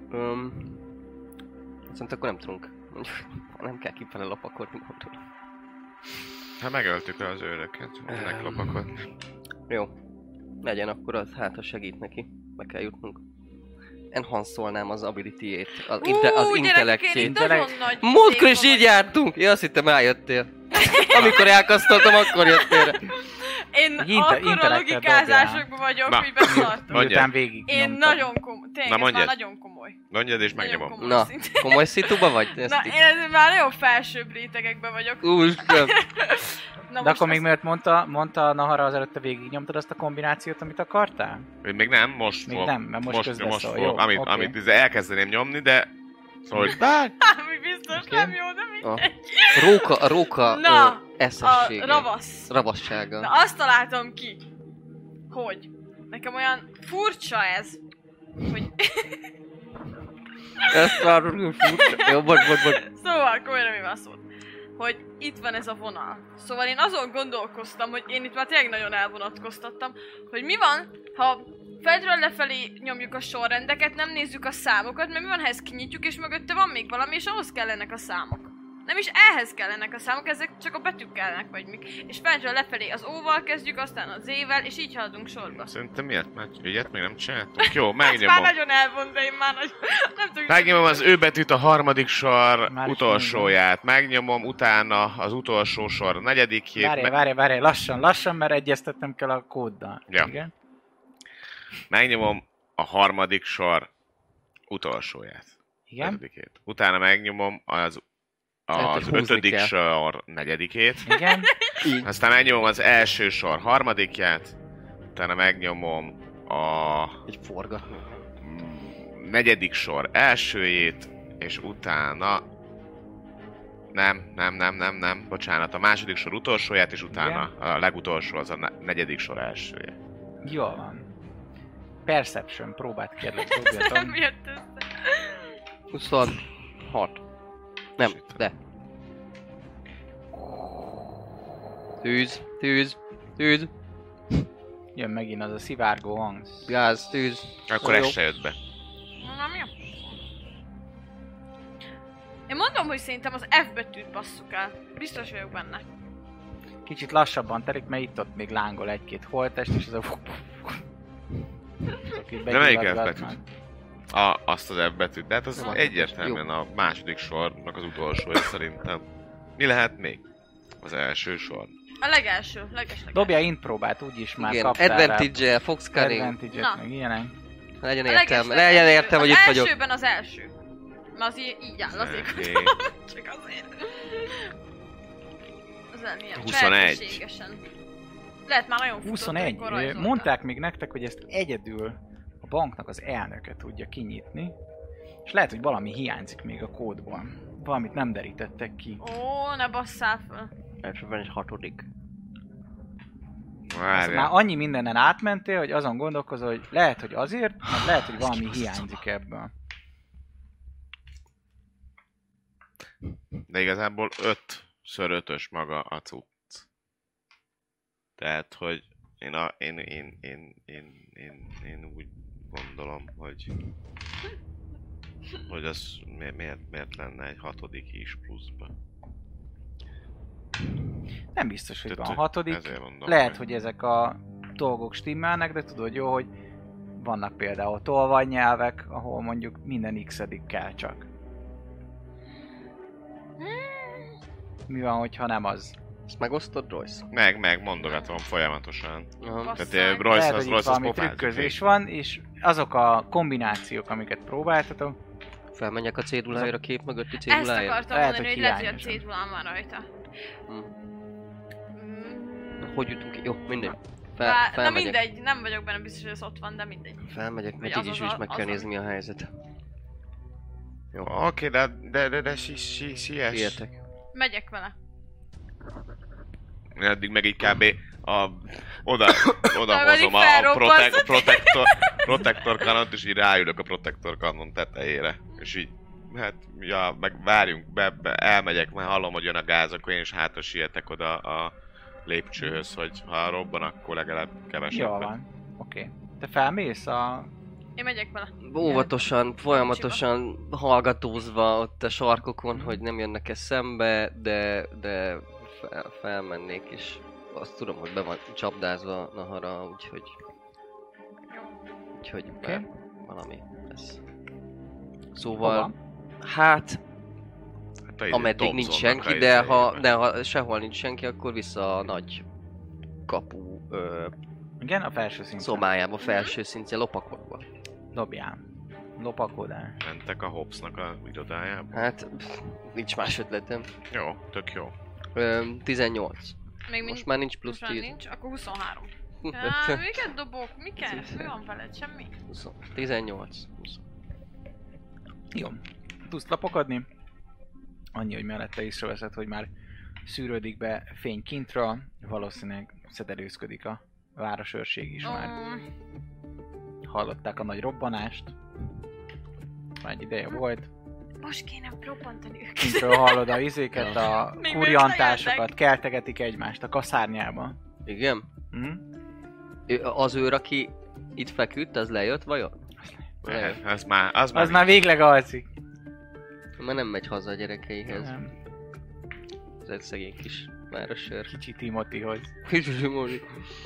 Szerintem akkor nem tudunk. Nem kell kifele lopakodni, gondolom. Hát megöltük rá az őröket, minek lopakodni. Jó. Legyen akkor az, hát ha segít neki. Be kell jutnunk. Enhanszolnám az ability-ét, az intellektjét. Múltkor is így jártunk! Ja, azt hittem eljöttél. Amikor elkasztoltam, akkor jöttél. Én akkor a logikázásokban vagyok, hogy beszartam. Miután végig Én nagyon komoly. Tényleg, ez már nagyon komoly. Mondjad és megnyomom. Na, komoly szituba vagy? Na, én már nagyon felsőbb rétegekben vagyok. Úristen. De akkor még miért mondta Nahara az előtte végignyomtad azt a kombinációt, amit akartál? Még nem, most még nem, mert most közbeszól. Jó, amit elkezdeném nyomni, de... Szóval, hogy ami biztos nem jó, de mindegy. A róka eszessége. A ravassága. Na azt találtam ki, hogy nekem olyan furcsa ez, hogy... Ezt már furcsa. Jó, bocs. Szóval, komolyan mi van szót. Hogy itt van ez a vonal. Szóval én azon gondolkoztam, hogy én itt már tényleg nagyon elvonatkoztattam, hogy mi van, ha felről lefelé nyomjuk a sorrendeket, nem nézzük a számokat, mert mi van, ha ezt kinyitjuk, és mögötte van még valami, és ahhoz kellenek a számok. Nem is ehhez kellenek a számok, ezek csak a betűk kellenek, vagy mik. És felről lefelé az O-val kezdjük, aztán az Z-vel, és így haladunk sorba. Szerintem miért? Mert ilyet még nem csináltunk. Jó, megnyomom. Ez már nagyon elvont, de én már nem tudjuk. Megnyomom az ő betűt a harmadik sor már utolsóját. Megnyomom utána az utolsó sor negyedikjét. Várj, lassan, mert egyeztetnem kell a kóddal. Ja. Igen? Megnyomom a harmadik sor utolsóját. Igen? Ötödikét. Utána megnyomom az ötödik sor negyedikét. Igen? Aztán megnyomom az első sor harmadikját. Utána megnyomom egy forgatni. Negyedik sor elsőjét. És utána... Nem. Bocsánat, a második sor utolsóját, és utána a legutolsó az a negyedik sor elsője. Jó van. Perception, próbát kérlek, dobjatok. Nem jött össze. 26. Nem, de. Tűz. Jön megint az a szivárgó hang. Gáz, tűz. Akkor ez se jött be. Nem jó. Én mondom, hogy szerintem az F betűt basszuk el. Biztos vagyok benne. Kicsit lassabban telik, mert itt-ott még lángol egy-két holttest, és ez a... De melyik F betűt? azt az F betűt, de hát az egyértelműen a második sornak az utolsó, szerintem. Mi lehet még? Az első sor. A legelső, legesleges. Dobja int próbát, úgyis már Igen, kaptál advantage-el, fox cunning. Advantage-et, meg ilyenek. Legyen értelme, hogy itt vagyok. Az elsőben az első. Mert az így áll, azért csak azért. Az ilyen 21. Lehet már nagyon futott, 21. Mondták még nektek, hogy ezt egyedül a banknak az elnöke tudja kinyitni. És lehet, hogy valami hiányzik még a kódból. Valamit nem derítettek ki. Ó, ne basszál fel. Elsőben egy 6. Már annyi mindenen átmentél, hogy azon gondolkozol, hogy lehet, hogy azért, mert lehet, hogy valami hiányzik ebből. De igazából 5x5-ös maga a cucc. Tehát, hogy én úgy gondolom, hogy az miért lenne egy 6. is pluszba. Nem biztos, hogy van 6. Lehet, hogy ezek a dolgok stimmelnek, de tudod jó, hogy vannak például tolvajnyelvek, ahol mondjuk minden x-edik kell csak. Mi van, hogyha nem az? Ezt megosztod, Royce? Meg, mondogatom folyamatosan. Tehát Royce az valami trükközés van, és azok a kombinációk, amiket próbáltatok. Felmenjek a cédulájára, a kép mögötti cédulájára. Ezt akartam mondani, hogy lehet, hogy a cédulám van rajta. Hogy jutunk ki? Jó, mindegy. Na mindegy, nem vagyok benne biztos, hogy ez ott van, de mindegy. Felmegyek, mert így is meg kell nézni, mi a helyzet. Jó. Oké, de siess. Értek. Megyek vele. Eddig meg így kb. Odahozom a protektor kanont, és így ráülök a protektor kanon tetejére. És így, hát, ja, meg várjunk, elmegyek, mert hallom, hogy jön a gáz, akkor én is hátra sietek oda a lépcsőhöz, hogy ha robban, akkor legalább kevesebbet. Jó van, oké. Te felmész a... Én megyek vele. Óvatosan, folyamatosan hallgatózva ott a sarkokon, hogy nem jönnek-e szembe, de felmennék, és azt tudom, hogy be van csapdázva Nahara, úgyhogy okay. Valami lesz. Szóval, hát ameddig nincs senki, de ha sehol nincs senki, akkor vissza a nagy kapu igen, a felső szinten. Szobájába, felső szintje lopakodva. Dobjál. Lopakodás. Mentek a Hobbsnak a irodájába? Hát, nincs más ötletem. Jó, tök jó. 18. Most már nincs plusz 10. Nincs, akkor 23. Miket dobok? Miket? Mi van veled? Semmi? 18. Jó. Tudsz lapokodni? Annyi, hogy mellette észreveszed, hogy már szűrődik be fény kintről. Valószínűleg szederőzködik a városőrség is már. Hallották a nagy robbanást. Már egy ideje volt. Most kéne robbantani őket. Kintről hallod a izéket, a kurjantásokat, keltegetik egymást a kaszárnyában. Igen? Az őr, aki itt feküdt, az lejött vajon? Az már végleg alszik. Már nem megy haza a gyerekeihez. Nem. Ez egy szegény kis városőr. Kicsi Timothyhoz. Kicsi Timothy.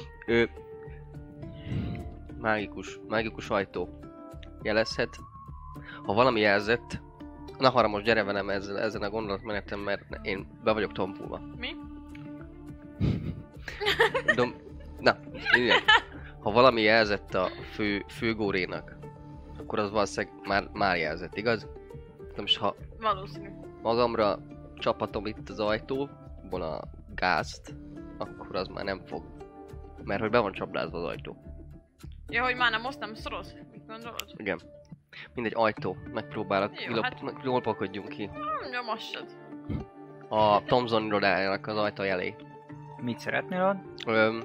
Mágikus ajtó. Jelezhet. Ha valami jelzett, Nahara, most gyere velem ezen a gondolatmenetem, mert én be vagyok tompulva. Mi? Na, igen. Ha valami jelzett a főgórénak, akkor az valószínűleg már jelzett, igaz? Nem is ha valószínű. Magamra csapatom itt az ajtóból a gázt, akkor az már nem fog. Mert hogy be van csapdázva az ajtó. Ja, hogy már nem szoroz? Mit gondolod? Igen. Mindegy ajtó. Megpróbálok, lopakodjunk ki. Nyomassad. A Thomson irodájának az ajtó elé. Mit szeretnél ott?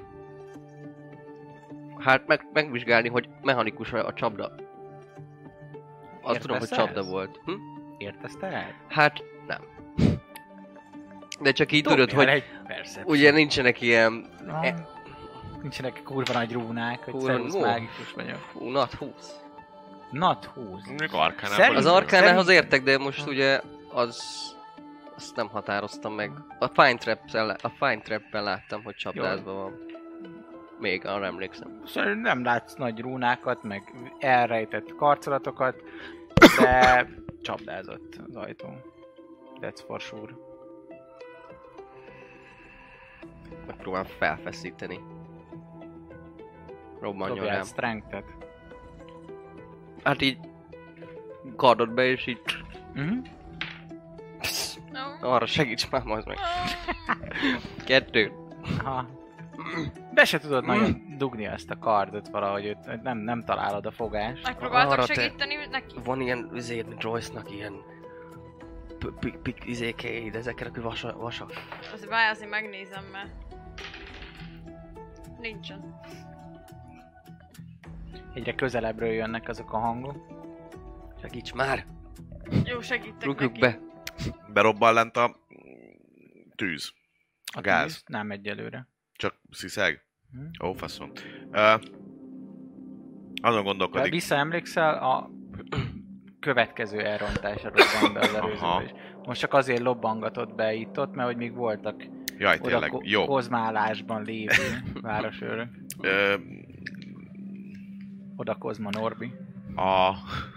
Hát megvizsgálni, hogy mechanikus a csapda. Azt tudom, hogy csapda volt. Értesz te el? Hát nem. De csak így tudod, hogy ugye nincsenek ilyen... Nincsenek kurva nagy rúnák, hogy Zeus mágikus vagyok. Nat 20. Nat 20. Az Arkánához értek, de most ugye azt nem határoztam meg. A Fine Trap-el láttam, hogy csapdázva van. Még, arra emlékszem. Szóval nem látsz nagy rúnákat, meg elrejtett karcolatokat, de csapdázott az ajtó. That's for sure. Megpróbálom felfeszíteni. Robbanjon Dobjál rám. strength-et. Hát így kardod be és így... No. Arra segíts már majd meg. 2. Aha. Be se tudod nagyon dugni ezt a kardot valahogy, őt nem találod a fogást. Megpróbáltak Arra segíteni neki? Van ilyen mint Joyce-nak ilyen... izékéid, ezekre a vasak. Azért megnézem, mert... Nincsen. Egyre közelebbről jönnek azok a hangok. Segíts már! Jó, segítek Rúgjuk neki. be! Berobban lent a tűz. A Gáz. tűz nem egyelőre. Csak sziszeg? Hm. Ó, faszom. Azon gondolkodik. Visszaemlékszel a következő elrontásra robban be az előzőbe is. Most csak azért lobbangatott be itt-ott, mert hogy még voltak Jaj, tényleg. Jó. kozmálásban lévő városőrök. Oda Kozma Norbi. A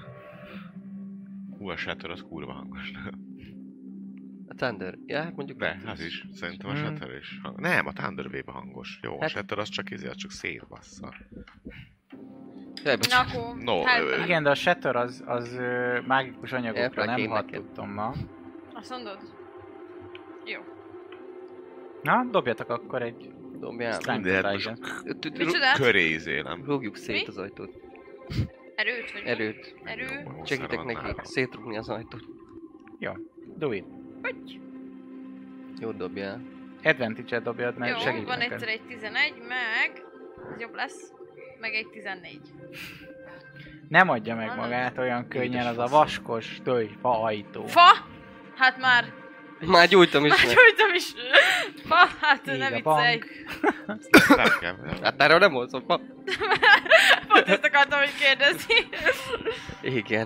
Shatter az kurva hangos. A Thunder. Ja, hát mondjuk... De, az is. Szerintem a Shatter is. Nem, a Thunder Wave hangos. Jó, a Hát- Shatter az csak az csak szétbassza. Jaj, Na bocsánat. akkor... No, help. Igen, de a Shatter az mágikus anyagokra Elfrak nem én hat, nekem. tudtam ma. Azt mondod? Jó. Na, dobjatok akkor egy Dobjál. strength Mindent attack-et. Micsodát? Köré izélem. Rúgjuk szét Mi? az ajtót. Erőt vagy mi? Erőt. Erő. Segítek neki szétrugni az ajtót. Jó, do it. Hogy? Jó, dobjál. Advantage-et dobjad, mert Jó, segít van neked. egyszer egy 11, meg... Ez jobb lesz. Meg egy 14. Nem adja meg Na, magát olyan könnyen Édes az a faszom. vaskos tölgyfa ajtó. Fa? Hát már... Már gyújtom is Már meg. gyújtom is. Fa? Hát Ég ne a viccelj. bank. Nem kell. Hát erről nem volt szó. Pont ezt akartam, hogy kérdezni. Igen.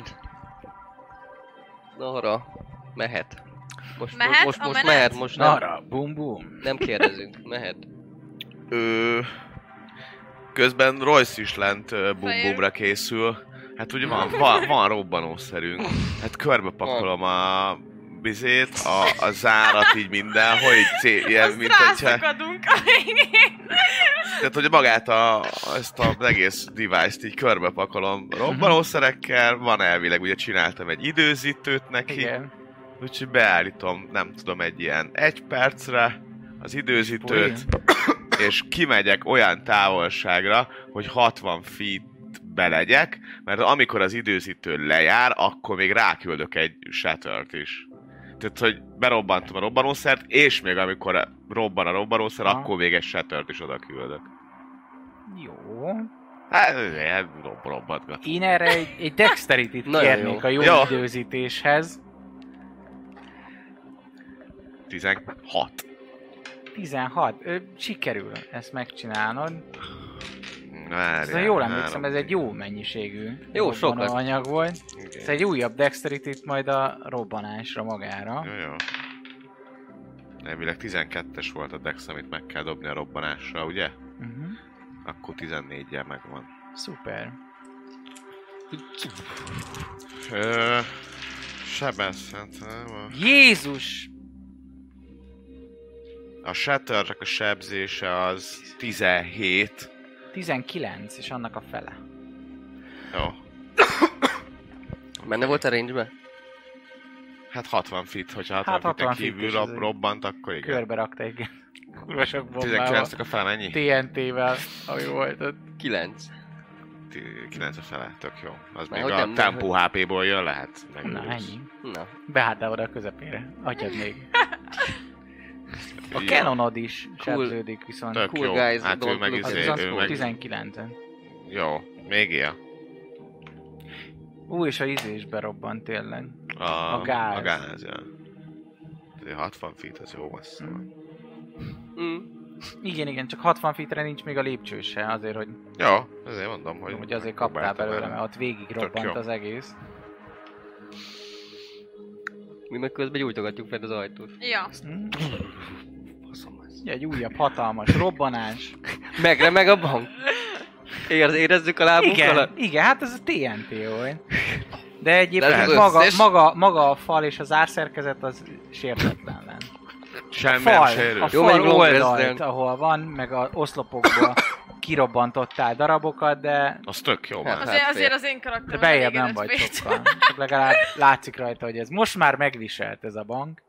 Nara. Mehet. Mehet? Most A menet? mehet, most nem. Nara, bum bum. Nem kérdezünk, mehet. Közben Royce is lent Bum Fejér. Bumra készül. Hát ugye van robbanószerünk. Hát körbe pakolom a bizét, a zárat így mindenhol, így ilyen, Azt mint hogyha... rászakadunk. Tehát, hogy magát ezt az egész device-t így körbe pakolom robbanószerekkel, van elvileg, ugye csináltam egy időzítőt neki, Igen. úgyhogy beállítom, nem tudom, egy ilyen 1 percre az időzítőt, és kimegyek olyan távolságra, hogy 60 feet belegyek, mert amikor az időzítő lejár, akkor még ráküldök egy shattert is. Tehát, hogy berobbantom a robbanószert, és még amikor robban a robbanószer, Aha. akkor még egy shattert is oda küldök. Jó. Hát, robbantgat. Én erre egy dexterity-t Nagyon kérnék jó. a jó Jó. időzítéshez. 16. 16. Sikerül ezt megcsinálnod. Várjál, Szóval jól emlékszem, 3. ez egy jó mennyiségű Jó, sok lett. anyag volt. Igen. Ez egy újabb dexterity-t majd a robbanásra magára. Jó. Elvileg 12-es volt a dex, amit meg kell dobni a robbanásra, ugye? Uh-huh. Akkor 14-jel megvan. Szuper. Sebezhet, Jézus! a Shatternek a sebzése az 17. 19, és annak a fele. Jó. Benne volt a range-be? Hát 60 feet, hogyha 60 Hát 60 feet kívül feet, és ez egy robbant, akkor igen. Körbe rakta egy kurva sok bombával. 19-nek a fele mennyi? TNT-vel, ami volt ott. 9. 9 a fele, tök jó. Az Már még hogy a nem, tempó HP-ból jön, lehet. Na, Megőrülsz. ennyi. Na. Beálltál oda a közepére. Adjad még. A Jó. Canonod is Cool. sebződik viszont. Tök Cool jó. guys, Hát ő don't meg look Az izé, viszont ő cool. meg... 19-en. Jó, még él. És a izé is berobbant tényleg. A gáz. A gáz, ja. 60 feet, az jó messze van. Mm. Igen, csak 60 feetre nincs még a lépcső se, azért, hogy Jó, ezért mondom, hogy azért kaptál próbáltam belőle, el. mert ott végig Tök robbant jó. az egész. Mi meg közben gyújtogatjuk fel az ajtót. Ja. Hm? Faszom ez. Egy újabb hatalmas robbanás. Megremeg a bank. Érezzük a lábunkkal? Igen, hát ez a TNT volt. De egyébként De maga a fal és az árszerkezet az sértetlen lenne. Semmi nem sérül. A fal oldalt, ahol van, meg az oszlopokból kirobbantottál darabokat, de... Az tök jó. Hát, Azért az én karakterem de bejjebb nem vagy sokkal. Csak legalább látszik rajta, hogy ez most már megviselt ez a bank.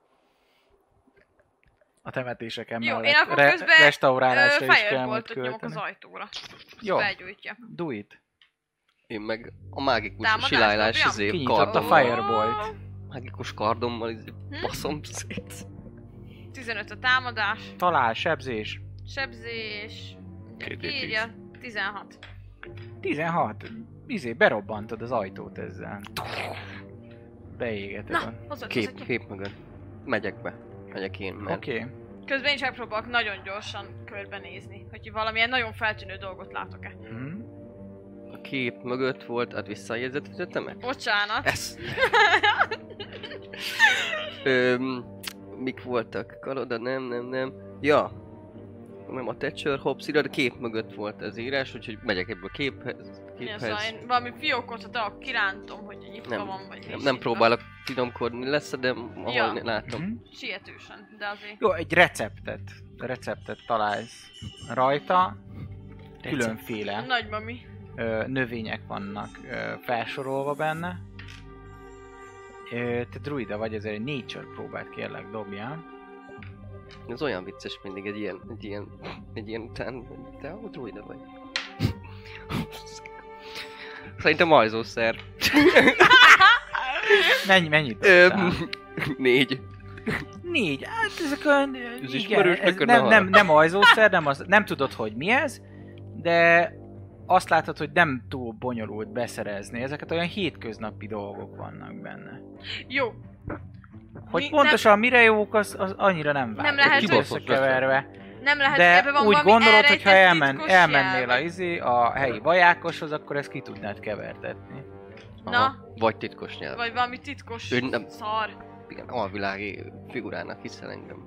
A temetéseken jó, mellett én akkor közben restaurálásra is kell majd Fireboltot nyomok az költeni. ajtóra. Jó, Felgyújtja. do it. Én meg a mágikus Támadást silálás dobjam? Kinyitott a kardommal. Firebolt. Mágikus kardommal baszom szét. 15 a támadás, Talál, sebzés. sebzés, Két írja, 16. 16. Berobbantod az ajtót ezzel. Beégeted. Na, hozzad, Kép mögött. Megyek én, mert... Oké. Közben én is megpróbálok nagyon gyorsan körbenézni, hogy valamilyen nagyon feltűnő dolgot látok-e. A kép mögött volt, hát visszajegyzetítettem meg? Bocsánat. Ez. Mik voltak? Kaloda, nem. Ja. Nem a Thatcher Hobbs-ira, de kép mögött volt az írás, úgyhogy megyek ebből a képhez. Szóval én valami fiókot, ha kirántom, hogy nyitva van, vagy Nem próbálok finomkodni lesz, de ahol látom. Sietősen, de azért... Jó, egy receptet találsz rajta. Különféle Nagymami. növények vannak felsorolva benne. Te druida vagy, ezért egy nature próbát kérlek dobjál. Ez olyan vicces mindig egy ilyen te a druida vagy? Szerintem ajzószer. Mennyit dobtál? 4. 4. Hát ezek olyan... Ez igen, ismerős ez neked nem ajzószer, nem tudod, hogy mi ez, de azt látod, hogy nem túl bonyolult beszerezni. Ezeket olyan hétköznapi dolgok vannak benne. Jó. Hogy pontosan mire jók, az annyira nem válik. lehet, Ki hogy- összekeverve. Nem lehet, De ebben van úgy valami gondolod, hogy ha elrejtett titkos elmennél jel, a helyi vajákoshoz, akkor ezt ki tudnád kevertetni. Na, Vagy titkos nyelv. vagy valami titkos Ő nem- szar. Igen, alvilági figurának hiszel engem.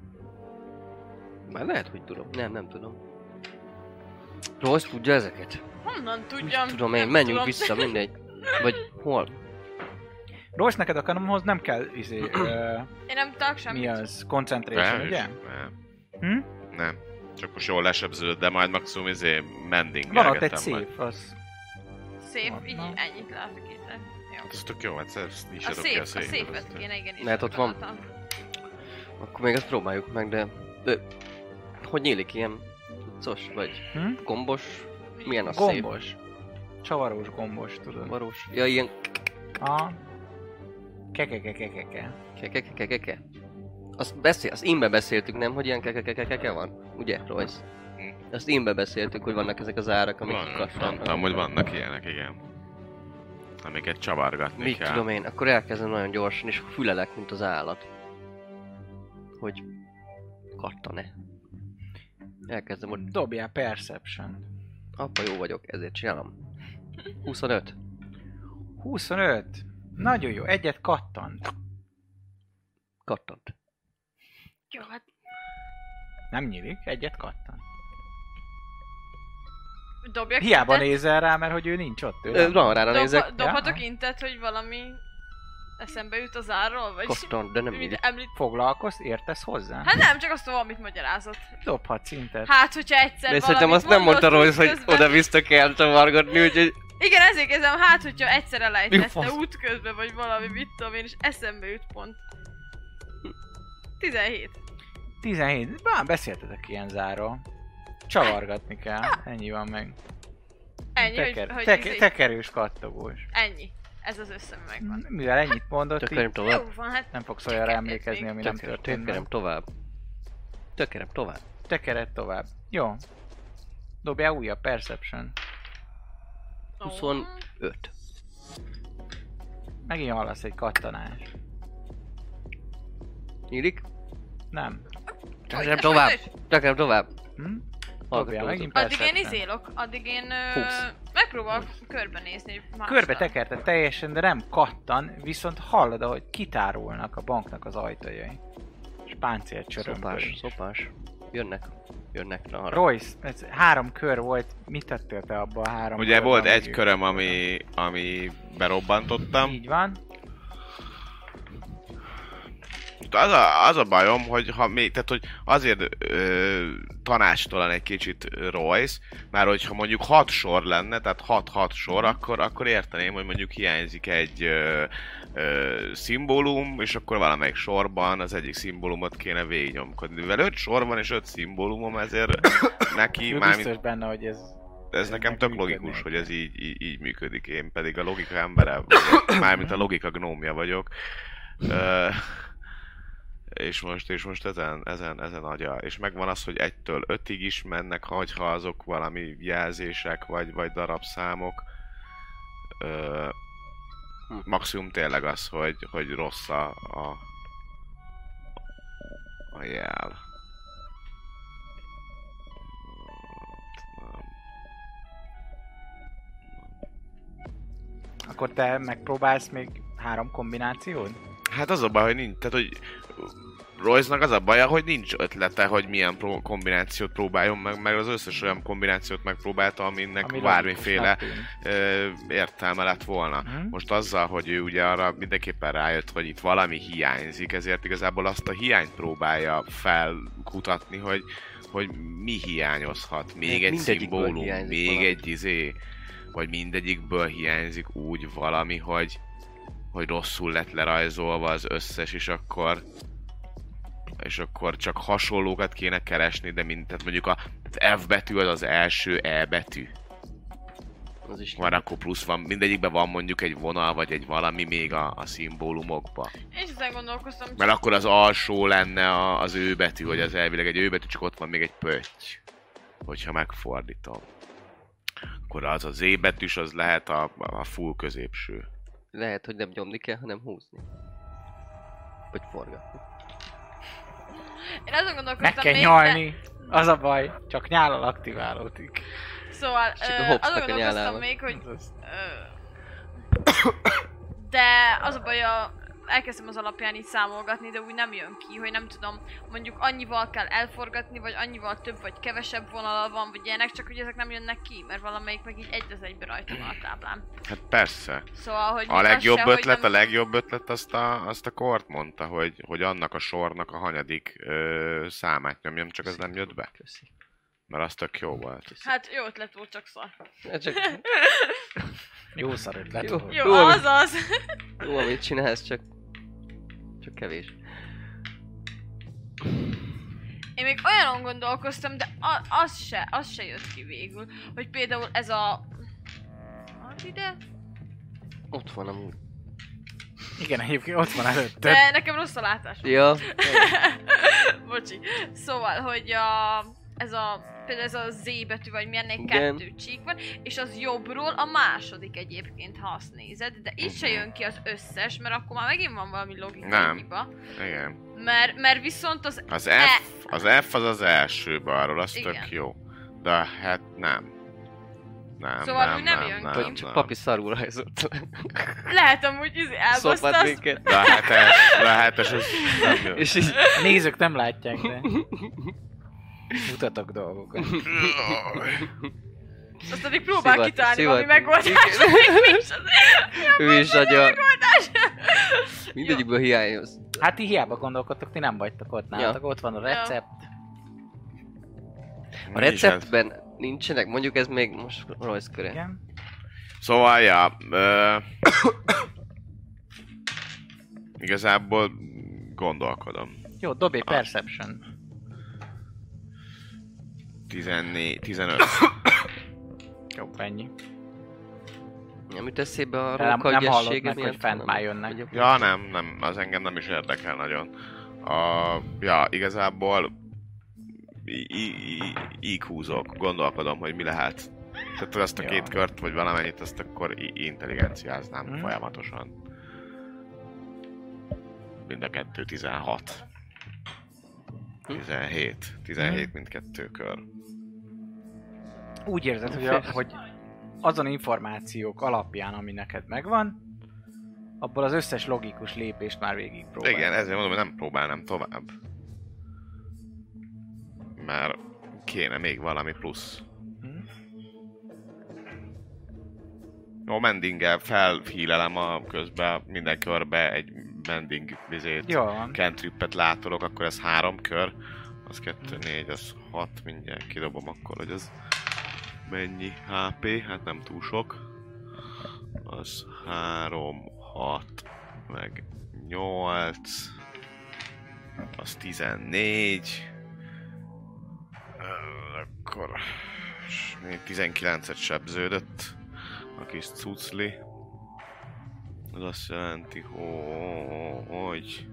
Már lehet, hogy tudom. Nem tudom. Rossz tudja ezeket? Honnan tudjam? Tudom én, Nem menjünk tudom. vissza, mindegy. Vagy hol? Rossz, neked a kanomhoz nem kell Én nem tudok semmit. mi az? Concentration, Nem, ugye? nem. Hm? Nem. Csak most jól lesebződött, de majd maximum mending. Van ott egy szép, az... Szép, Van, így na. ennyit látok itt. Jó. Ez tök jó, hát ezt is A adok ki a szépet szépet. kéne igen is. Mert ott van. akartam. Akkor még ezt próbáljuk meg, de hogy nyílik ilyen cuccos, vagy gombos? Milyen a szép? Gombos. Csavarós gombos, tudod. Varos? Ja, ilyen Kekekekekeke. kekekekeke. Az imbe beszéltük, nem, hogy ilyen kekekekeke van? Ugye, Royce? Azt imbe beszéltük, hogy vannak ezek az árak, amik kattannak. Amúgy vannak ilyenek, igen. Amiket csavargatni Mit kell. tudom én, akkor elkezdem nagyon gyorsan, és fülelek, mint az állat. Hogy kattan-e. Elkezdem, hogy Dobjál Perception. apa jó vagyok, ezért csinálom. 25. 25. Nagyon jó, egyet kattant. Kattant. Jó, hát Nem nyílik, egyet kattant. dobjak Hiába intet. nézel rá, mert hogy ő nincs ott. Ő nem- Ranrára nézek. Dobhatok intet, hogy valami eszembe jut az árról, vagy... Kattant, de nem Mint nyílik. Foglalkozz, értesz hozzá? Hát nem, csak azt valamit magyarázott. Dobhatsz szintet. Hát, hogyha egyszer De valamit szerintem azt nem mondta mondott Royce, hogy útközben- oda-vissza kell csavargatni, úgyhogy... Igen, ezért kezdem, hát, hogyha egyszer Mi elejtette fasz? útközben, vagy valami, mit tudom én, és eszembe jut pont. 17. 17. Bár beszéltetek ilyen zárról. Csavargatni kell, ennyi van meg. Ennyi, hogy Tekerős kattogós. Ennyi. Ez az összem megvan. Mivel ennyit mondott, Tökérem így tovább. Jó van, hát nem fogsz olyanra emlékezni, ami nem történt meg. Tökérem tovább. Tökérem tovább. Tekered tovább. Jó. Dobjál újabb Perception. 25. Megint hallasz egy kattanás. Nyílik? Nem. Tökérem tovább. Tökérem tovább. Dobjál megint Addig én Perception. izélok, addig én 20. megpróbálok körbenézni mással. Körbe tekerte teljesen, de nem kattan, viszont hallod, ahogy kitárulnak a banknak az ajtajai. És páncélt csörömböl. Szopás. Jönnek arra. Royce, ez 3 kör volt, mit tettél te abba a 3 Ugye volt egy köröm, ami berobbantottam. Így van. Az a bajom, hogy ha még, tehát hogy azért tanácstalan egy kicsit Royce, már hogyha mondjuk 6 sor lenne, tehát 6 sor, akkor érteném, hogy mondjuk hiányzik egy szimbólum, és akkor valamelyik sorban az egyik szimbólumot kéne végignyomkodni. Mivel 5 sor van és 5 szimbólumom, ezért neki már biztos benne, hogy ez nekem tök logikus, hogy ez így működik. Én pedig a logika embere vagyok, mármint a logika gnómja vagyok. És most ezen agya. És megvan az, hogy 1-től 5-ig is mennek, ha azok valami jelzések, vagy darabszámok. Maximum tényleg az, hogy rossz a jel. Akkor te megpróbálsz még 3 kombinációt? Hát az a baj, hogy nincs, tehát hogy Royce-nak az a baja, hogy nincs ötlete, hogy milyen kombinációt próbáljon meg az összes olyan kombinációt megpróbálta, aminek bármiféle értelme lett volna. Most azzal, hogy ő ugye arra mindenképpen rájött, hogy itt valami hiányzik, ezért igazából azt a hiányt próbálja felkutatni, hogy mi hiányozhat. Még egy szimbólum, még valami. Egy vagy mindegyikből hiányzik úgy valami, hogy rosszul lett lerajzolva az összes, és akkor csak hasonlókat kéne keresni, de tehát mondjuk az F betű az első E betű. Az is van, akkor plusz van, mindegyikben van mondjuk egy vonal, vagy egy valami még a szimbólumokba. Én is ezen gondolkoztam. Mert akkor az alsó lenne az ő betű, hogy az elvileg egy ő betű, csak ott van még egy pötty. Hogyha megfordítom. Akkor az Z betűs, az lehet a full középső. Lehet, hogy nem nyomni kell, hanem húzni. Vagy forgatni. Én azon gondolkoztam meg kell nyalni, az a baj, csak nyállal aktiválódik. Szóval azon gondolkoztam még, hogy... de az a baj, elkezdtem az alapján így számolgatni, de úgy nem jön ki, hogy nem tudom, mondjuk annyival kell elforgatni, vagy annyival több vagy kevesebb vonala van, vagy ilyenek, csak hogy ezek nem jönnek ki, mert valamelyik meg így 1 az 1-be rajta van a táblán. Hát persze. Szóval, hogy a legjobb ötlet azt a Kort mondta, hogy annak a sornak a hanyadik számát nyomjam, csak ez nem jött be. Köszi. Mert az tök jó volt. Hát jó ötlet volt, csak szar. Jó szar ötlet volt. Jó, azaz. Jó, amit csinálsz, csak kevés. Én még olyanon gondolkoztam, de az se jött ki végül, hogy például ez a... Az ide? Ott van amúgy. Igen, egyébként ott van előtted. De nekem rossz a látás. Ja. Bocsi. Szóval, hogy például ez a Z betű, vagy milyennek 2 csík van, és az jobbról a második egyébként, ha azt nézed, de itt se jön ki az összes, mert akkor már megint van valami logikai hiba. Igen. Mert viszont az F az első balról, az igen. Tök jó. De hát nem. Szóval nem jön ki. Csak papi szarul rajzolt. Lehet amúgy elbasztasz. De a 7-es az nem jön. És így a nézők nem látják, de mutatok dolgokat. Azt pedig próbál kitálni valami megoldást. Ő is agya. Mindegyikből hiányoz. Hát ti hiába gondolkodtok, ti nem vagytok ott nálatok. Ott van a recept. A receptben nincsenek, mondjuk ez még most Royce köre. Igen. Szóval, igazából gondolkodom. Jó, dobj Perception. 15. Jó, ennyi. Nem jut eszébe a nem hallott meg, miatt, hogy fent már jönnek. Ja, nem, az engem nem is érdekel nagyon. Igazából így húzok, gondolkodom, hogy mi lehet. Tehát azt a 2 kört, vagy valamennyit, azt akkor intelligenciáznám folyamatosan. Mind a 2 16. 17 mindkettő kör. Úgy érzed, hogy azon információk alapján, ami neked megvan, abból az összes logikus lépést már végig próbálj. Igen, ezért mondom, hogy nem próbálnám tovább. mert kéne még valami plusz. Jó, mendinggel felhílelem a közben minden körbe egy mending cantrippet látolok, akkor ez 3 kör. Az 2, 4, az 6, mindjárt kidobom akkor, hogy az mennyi HP, hát nem túl sok. Az 3, 6, meg 8, az 14. Akkor 19-et sebződött a kis cucli. Ez azt jelenti, hogy...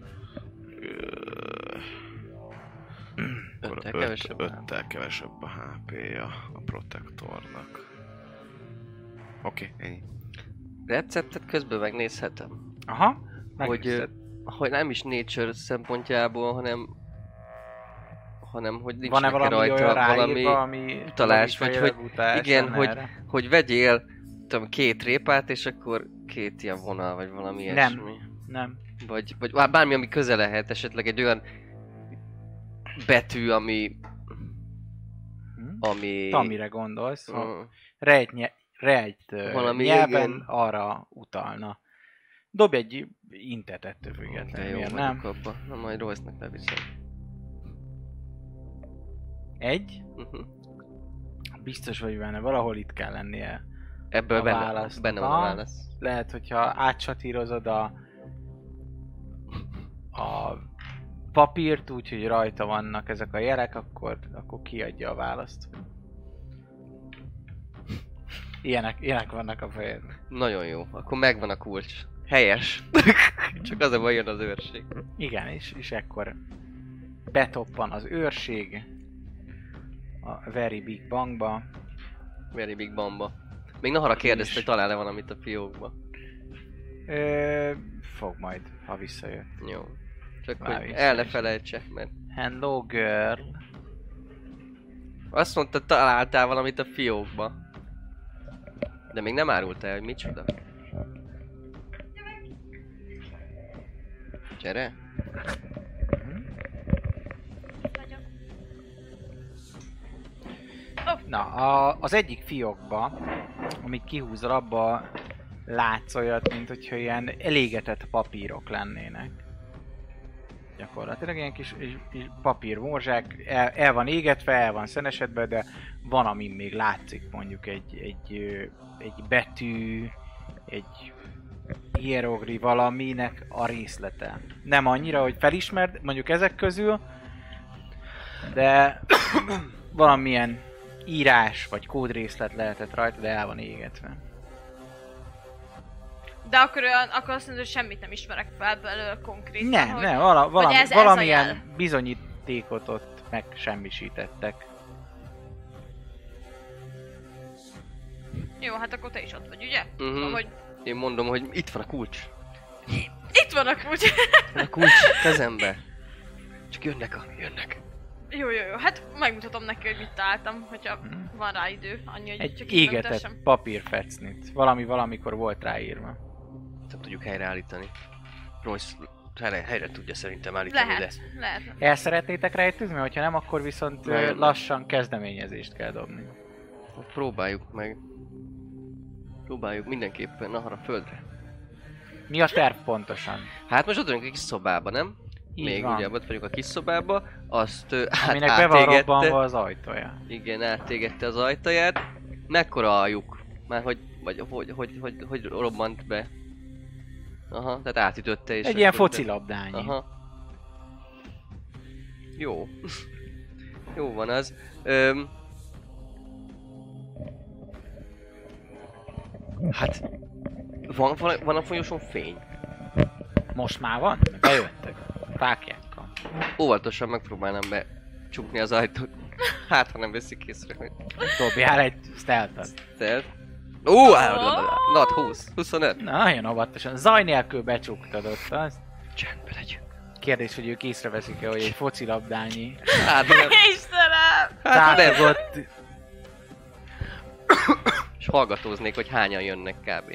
5-tel kevesebb a HP-ja a protektornak. Oké, ennyi. Receptet közben megnézhetem. Aha, hogy nem is nature szempontjából, hanem hogy nincs van-e valami rajta valami utalás, vagy hogy igen, hogy vegyél tudom, 2 répát, és akkor 2 ilyen vonal, vagy valami ilyesmi. Nem. Vagy bármi, ami közel lehet, esetleg egy olyan betű, ami... Amire gondolsz, rejt nyelven igen. Arra utalna. Dobj egy intet ettől függetlenül, nem? Abba. Na majd Royce-nak leviszem. 1? Biztos vagy benne, valahol itt kell lennie. Ebből benne van a válasz. Lehet, hogyha átsatírozod a papírt, úgyhogy rajta vannak ezek a jelek, akkor kiadja a választ. Ilyenek vannak a fejedben. Nagyon jó, akkor megvan a kulcs. Helyes. Csak az a baj, jön az őrség. Igen, és ekkor betoppan az őrség a Very Big Bangba. Very Big Bangba. Még Nahara kérdezte, hogy talál-e valamit a fiókba. Fog majd, ha visszajött. Jó. Csak hogy el ne felejtse, mert... Hello girl. Azt mondta, találtál valamit a fiókba. De még nem árult el, hogy micsoda. Gyere. Na, az egyik fiókba, amit kihúzol, abba látsz olyat, mint hogyha ilyen elégetett papírok lennének. Gyakorlatilag ilyen kis papírmorzsák, el van égetve, el van szenesedve, de van, amin még látszik mondjuk egy betű, egy hierogli valaminek a részlete. Nem annyira, hogy felismerd mondjuk ezek közül, de valamilyen írás vagy kódrészlet lehetett rajta, de el van égetve. De akkor azt mondod, hogy semmit nem ismerek fel belőle konkrétan, Nem, valamilyen bizonyítékot ott megsemmisítettek. Jó, hát akkor te is ott vagy, ugye? Hogy... Én mondom, hogy itt van a kulcs. Itt van a kulcs! A kulcs kezembe. Csak jönnek. Jó, hát megmutatom neki, hogy mit találtam, hogyha van rá idő, annyi, hogy egy csak égetett papírfecnit. Valamikor volt ráírva. Nem tudjuk helyreállítani. Royce helyre tudja szerintem állítani. Lehet. El szeretnétek rejtőzni? Hogyha nem, akkor viszont lassan kezdeményezést kell dobni. Próbáljuk meg. Próbáljuk mindenképpen Nahara földre. Mi a terv pontosan? Hát most ott vagyunk a kis szobába, nem? Így még van. ugye ott vagyunk a kis szobába, azt aminek be van robbanva az ajtaja. Igen, átégette az ajtaját. Mekkora aljuk? Már hogy robbant be? Aha, tehát átütötte és... Egy ilyen focilabdányi. Aha. Jó. Jó van az. Hát... Van a folyosón fény? Most már van? Bejöttek. Fákjákkal. Óvatosan megpróbálnám becsukni az ajtót. Hát, ha nem veszik észre, hogy... Dobjál egy stealth-at. Stealth? Not 20. 25. Na, nagyon óvatosan. Zaj nélkül becsuktad ott azt. Csendben legyünk. Kérdés, hogy ők észreveszik-e, hogy egy focilabdányi... Hát nem. Istenem! Tátogott... És hallgatóznék, hogy hányan jönnek kb.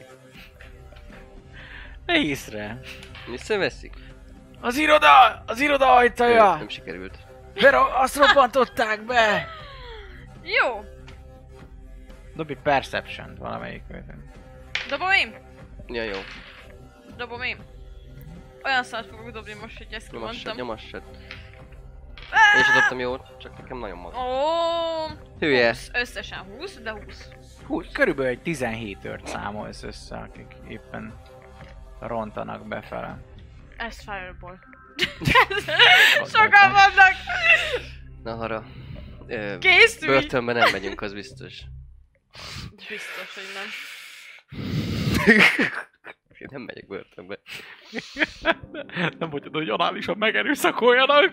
Észre. Észreveszik? Az iroda! Az iroda ajtaja! Nem sikerült. Azt robbantották be! Jó. Dobj Perception-t valamelyik. Dobom én? Ja, jó. Dobom én. Olyan szart fogok dobni most, hogy ezt kimondtam. Nyomassad. Én is dobtam jól, csak nekem nagyon maga. Ó, Hülye. 20, összesen 20, de 20. Körülbelül egy 17 őrt számolsz össze, akik éppen rontanak befele. Ez Fireball. Sokan vannak! Na harra. Készülj! Börtönbe nem megyünk, az biztos. Biztos, hogy nem. Én nem megyek börtönbe. Nem mondjad, hogy análisan megerőszakoljanak!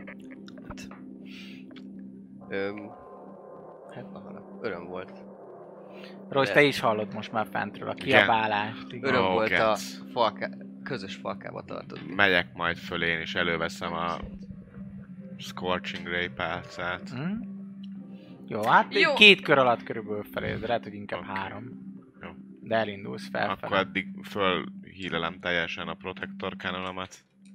Hát na harra. Öröm volt. Royce, te is hallod most már fentről a kiabálást. Igen. Öröm volt a Cat. közös falkába tartani. Megyek majd föl én is, előveszem a Scorching Ray pálcát. Jó, hát Jó. 2 kör alatt körülbelül felé, de lehet, hogy inkább 3. Jó. De elindulsz felfele. Akkor addig fölhílelem teljesen a Protector Cannonomat.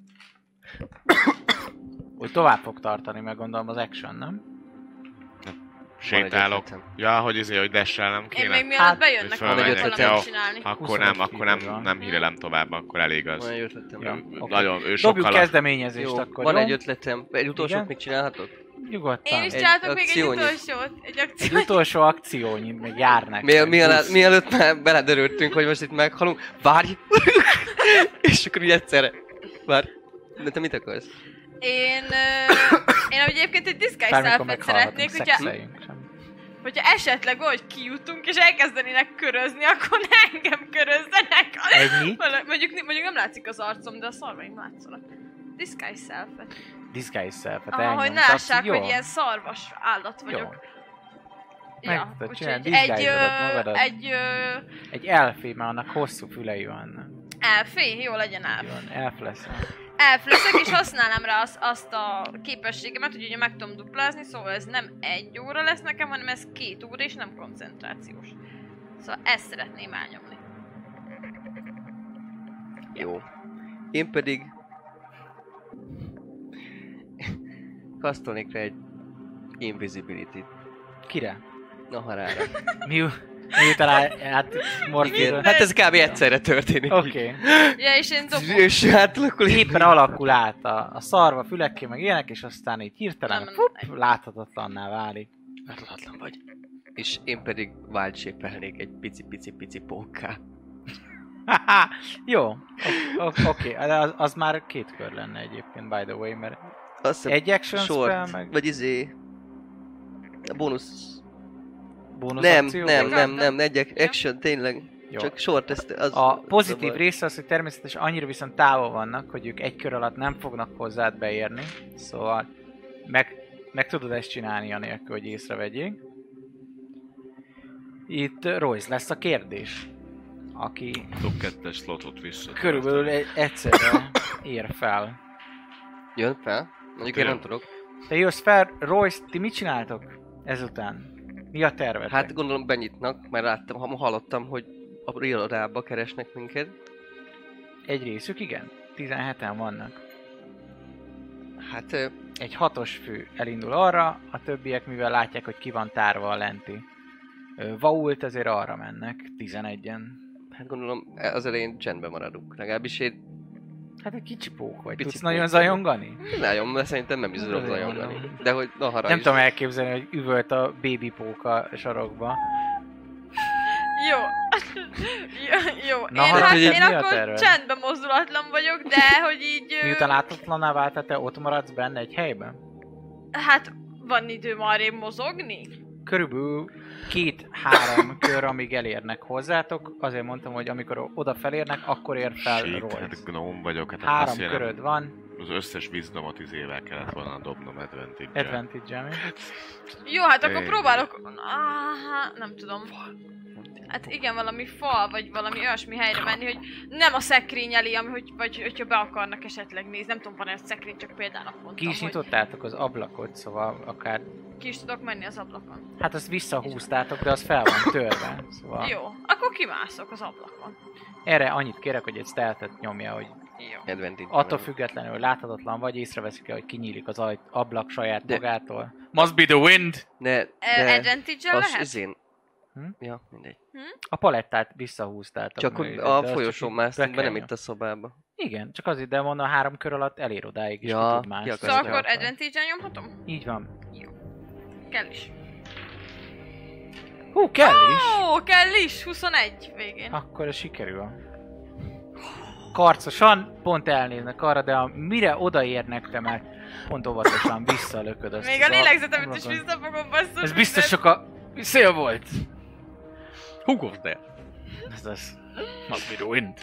Úgy tovább fog tartani, meg gondolom az action, nem? Sétálok. Ja, hogy dashelnem Én kéne. még mielőtt bejönnek, hogy valamit fölmegyek. csinálni. Akkor nem hírelem tovább, akkor elég az. Van egy ötletem. Ja. Nagyon, ő Dobjuk sokkal... kezdeményezést Jó, akkor, van jó? egy ötletem. Egy utolsót Igen? még csinálhatok? Nyugodtan. Én is Egy csináltok még egy akciónyi. utolsót. Egy Egy akciót. utolsó akciónyi, még jár nektek. Mielőtt már belederültünk, hogy most itt meghalunk, várj! És akkor így egyszerre. Várj. De te mit akarsz? Én egyébként egy disguise Bármikor selfet szeretnék, szexeljünk. hogyha esetleg hogy kijutunk és elkezdenének körözni, akkor ne engem körözzenek. Egy mit? Mondjuk nem látszik az arcom, de a szarvaim látszanak. Disguise selfet. Disguise self-et Aha, hogy ne elnyomsz, lássák, jó. hogy ilyen szarvas állat vagyok. Jó. Meg tudod csinálni, úgyhogy disguise-odat magadat. egy Egy elfé, mert annak hosszú fülei vannak. elfé, jó legyen elf. Jó, elf lesz. Elf leszek, és használnám rá azt a képességemet, hogy ugye meg tudom duplázni, szóval ez nem 1 óra lesz nekem, hanem ez 2 óra, és nem koncentrációs. Szóval ezt szeretném elnyomni. Jó. Én pedig... kasztolnék rá egy Invisibility-t. Kire? Na harára. Miután morfin. Hát ez kb. Egyszerre történik. Oké. Ja, és én dobom. És hát akkor Éppen alakul át a szarva fülekké, meg ilyenek, és aztán így hirtelen Nem. láthatatlanná válik. láthatatlan vagy. És én pedig wild shape-elnék egy pici pókká. Jó. Oké. Az már 2 kör lenne egyébként, by the way, mert Azt egy action short, spell, meg vagy a bónusz. bónusz Nem, akció? nem, egy action, tényleg. Jó. Csak short, az... A pozitív része az, hogy természetesen annyira viszont távol vannak, hogy ők 1 kör alatt nem fognak hozzád beérni. Szóval meg tudod ezt csinálni anélkül, hogy észrevegyék. Itt Royce lesz a kérdés, aki Dob 2-es slotot vissza. körülbelül egyszerre ér fel. Jön fel? Mondjuk én nem tudok. Te jössz fel, Royce, ti mit csináltok ezután? Mi a tervetek? Hát gondolom benyitnak, mert hallottam, hogy a Riodába keresnek minket. Egy részük, igen. 17-en vannak. Hát Egy 6-os fő elindul arra, a többiek, mivel látják, hogy ki van tárva a lenti vault, ezért arra mennek, 11-en. hát gondolom az elején csendben maradunk. Legalábbis én Hát egy kicsi pók vagy. Pici Tudsz pók nagyon vagyok. zajongani? nagyon, mert szerintem nem is tudom Azért zajongani. mondom. De hogy nahara Nem is. tudom elképzelni, hogy üvölt a baby pók a sarokba. Jó. Jó. Na, Én, hát, hát, hogy én mi a akkor terved? csendben mozdulatlan vagyok, de hogy így... Miután láthatatlaná váltál, te ott maradsz benne egy helyben? Hát van időm arrébb mozogni? Körülbelül 2-3 kör, amíg elérnek hozzátok. Azért mondtam, hogy amikor oda felérnek, akkor ér fel Shit, Royce. hát gnóm vagyok. Hát 3 azt jelenti, köröd van, Az összes wisdomot izével kellett volna dobnom advantage-el. advantage-el. Jó, hát akkor Én- próbálok... nem tudom. Hát igen, valami fal, vagy valami olyasmi helyre menni, hogy nem a szekrény elé, ami, vagy hogyha be akarnak esetleg nézni. Nem tudom, van-e szekrény, csak példának mondtam, Ki is hogy nyitottátok az ablakot, szóval akár... ki is tudok menni az ablakon. Hát azt visszahúztátok, de az fel van törve, szóval... Jó, akkor kimászok az ablakon. Erre annyit kérek, hogy egy stealth-et nyomja, hogy Jó. Attól függetlenül láthatatlan vagy, észreveszik-e, hogy kinyílik az ablak saját magától. Must be the wind! Advantage-el lehet? Izén... Ja, mindegy. A palettát visszahúztáltak. Csak a folyosón másztunk be, nem itt a szobába. Igen, csak azért, de mondom, 3 kör alatt elér odáig, és Ja, ki tud mászni. Szóval akkor advantage-el nyomhatom? Így van. Jó. Kell is. Hú, kell is! Ó, kell is! 21 végén. Akkor ez sikerül. Karcosan pont elnéznek arra, de mire odaérnek te már pont óvatosan visszalököd azt. Még a lélegzetemet is visszafogom, basszus. Ez biztos csak a szél volt. Who goes there? Ez az. Must be the wind.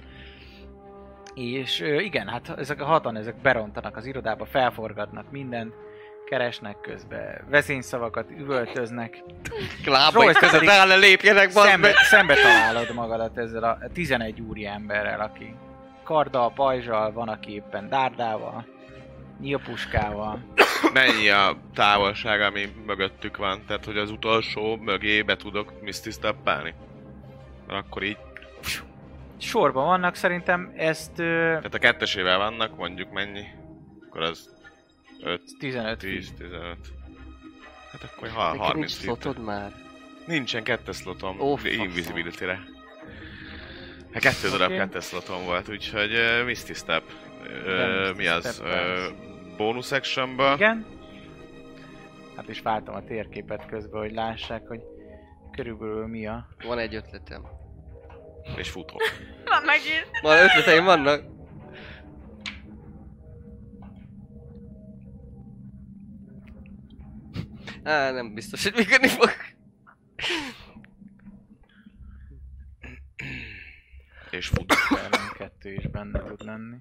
És igen, hát ezek a hatan, ezek berontanak az irodába, felforgatnak mindent, keresnek közben vezényszavakat, üvöltöznek. Lába is között el ne lépjenek, szembe találod magadat ezzel a 11 úri emberrel, aki karddal, pajzsal, van, aki éppen dárdával, nyílpuskával. Mennyi a távolság, ami mögöttük van? Tehát, hogy az utolsó mögé be tudok Misty Steppelni? Akkor így... Sorban vannak, szerintem ezt... Tehát a kettesével vannak, mondjuk mennyi? Akkor az 5, 15 10, 15. Hát akkor 30 Nekem nincs slotod már. Nincsen kettes slotom Invisibility-re. Hát 2 darab kettes slotom volt, úgyhogy Misty Step. Mi az? Bonus actionba. Igen. Hát is váltam a térképet közben, hogy lássák, hogy körülbelül mi a... Van egy ötletem. És futok. Van megint. Már ötleteim vannak. Nem biztos, hogy működni fog. És futok. Ellen 2 is benne tud lenni.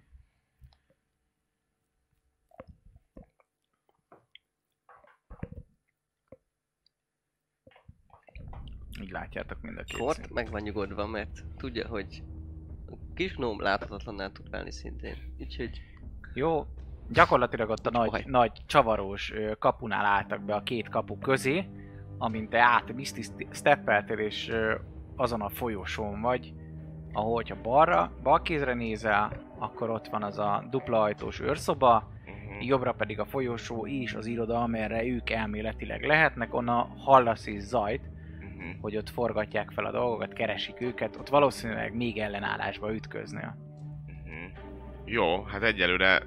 Így látjátok mind a két Kort színt. meg van nyugodva, mert tudja, hogy a kis gnóm láthatatlanná tud válni szintén. Úgyhogy... Jó, gyakorlatilag ott a nagy csavarós kapunál álltak be a 2 kapu közé, amint te Misty steppeltél és azon a folyosón vagy, ahol, hogyha bal kézre nézel, akkor ott van az a dupla ajtós őrszoba, jobbra pedig a folyosó és az iroda, amerre ők elméletileg lehetnek, onnan hallasz is zajt, hogy ott forgatják fel a dolgokat, keresik őket, ott valószínűleg még ellenállásba ütköznél. Jó, hát egyelőre...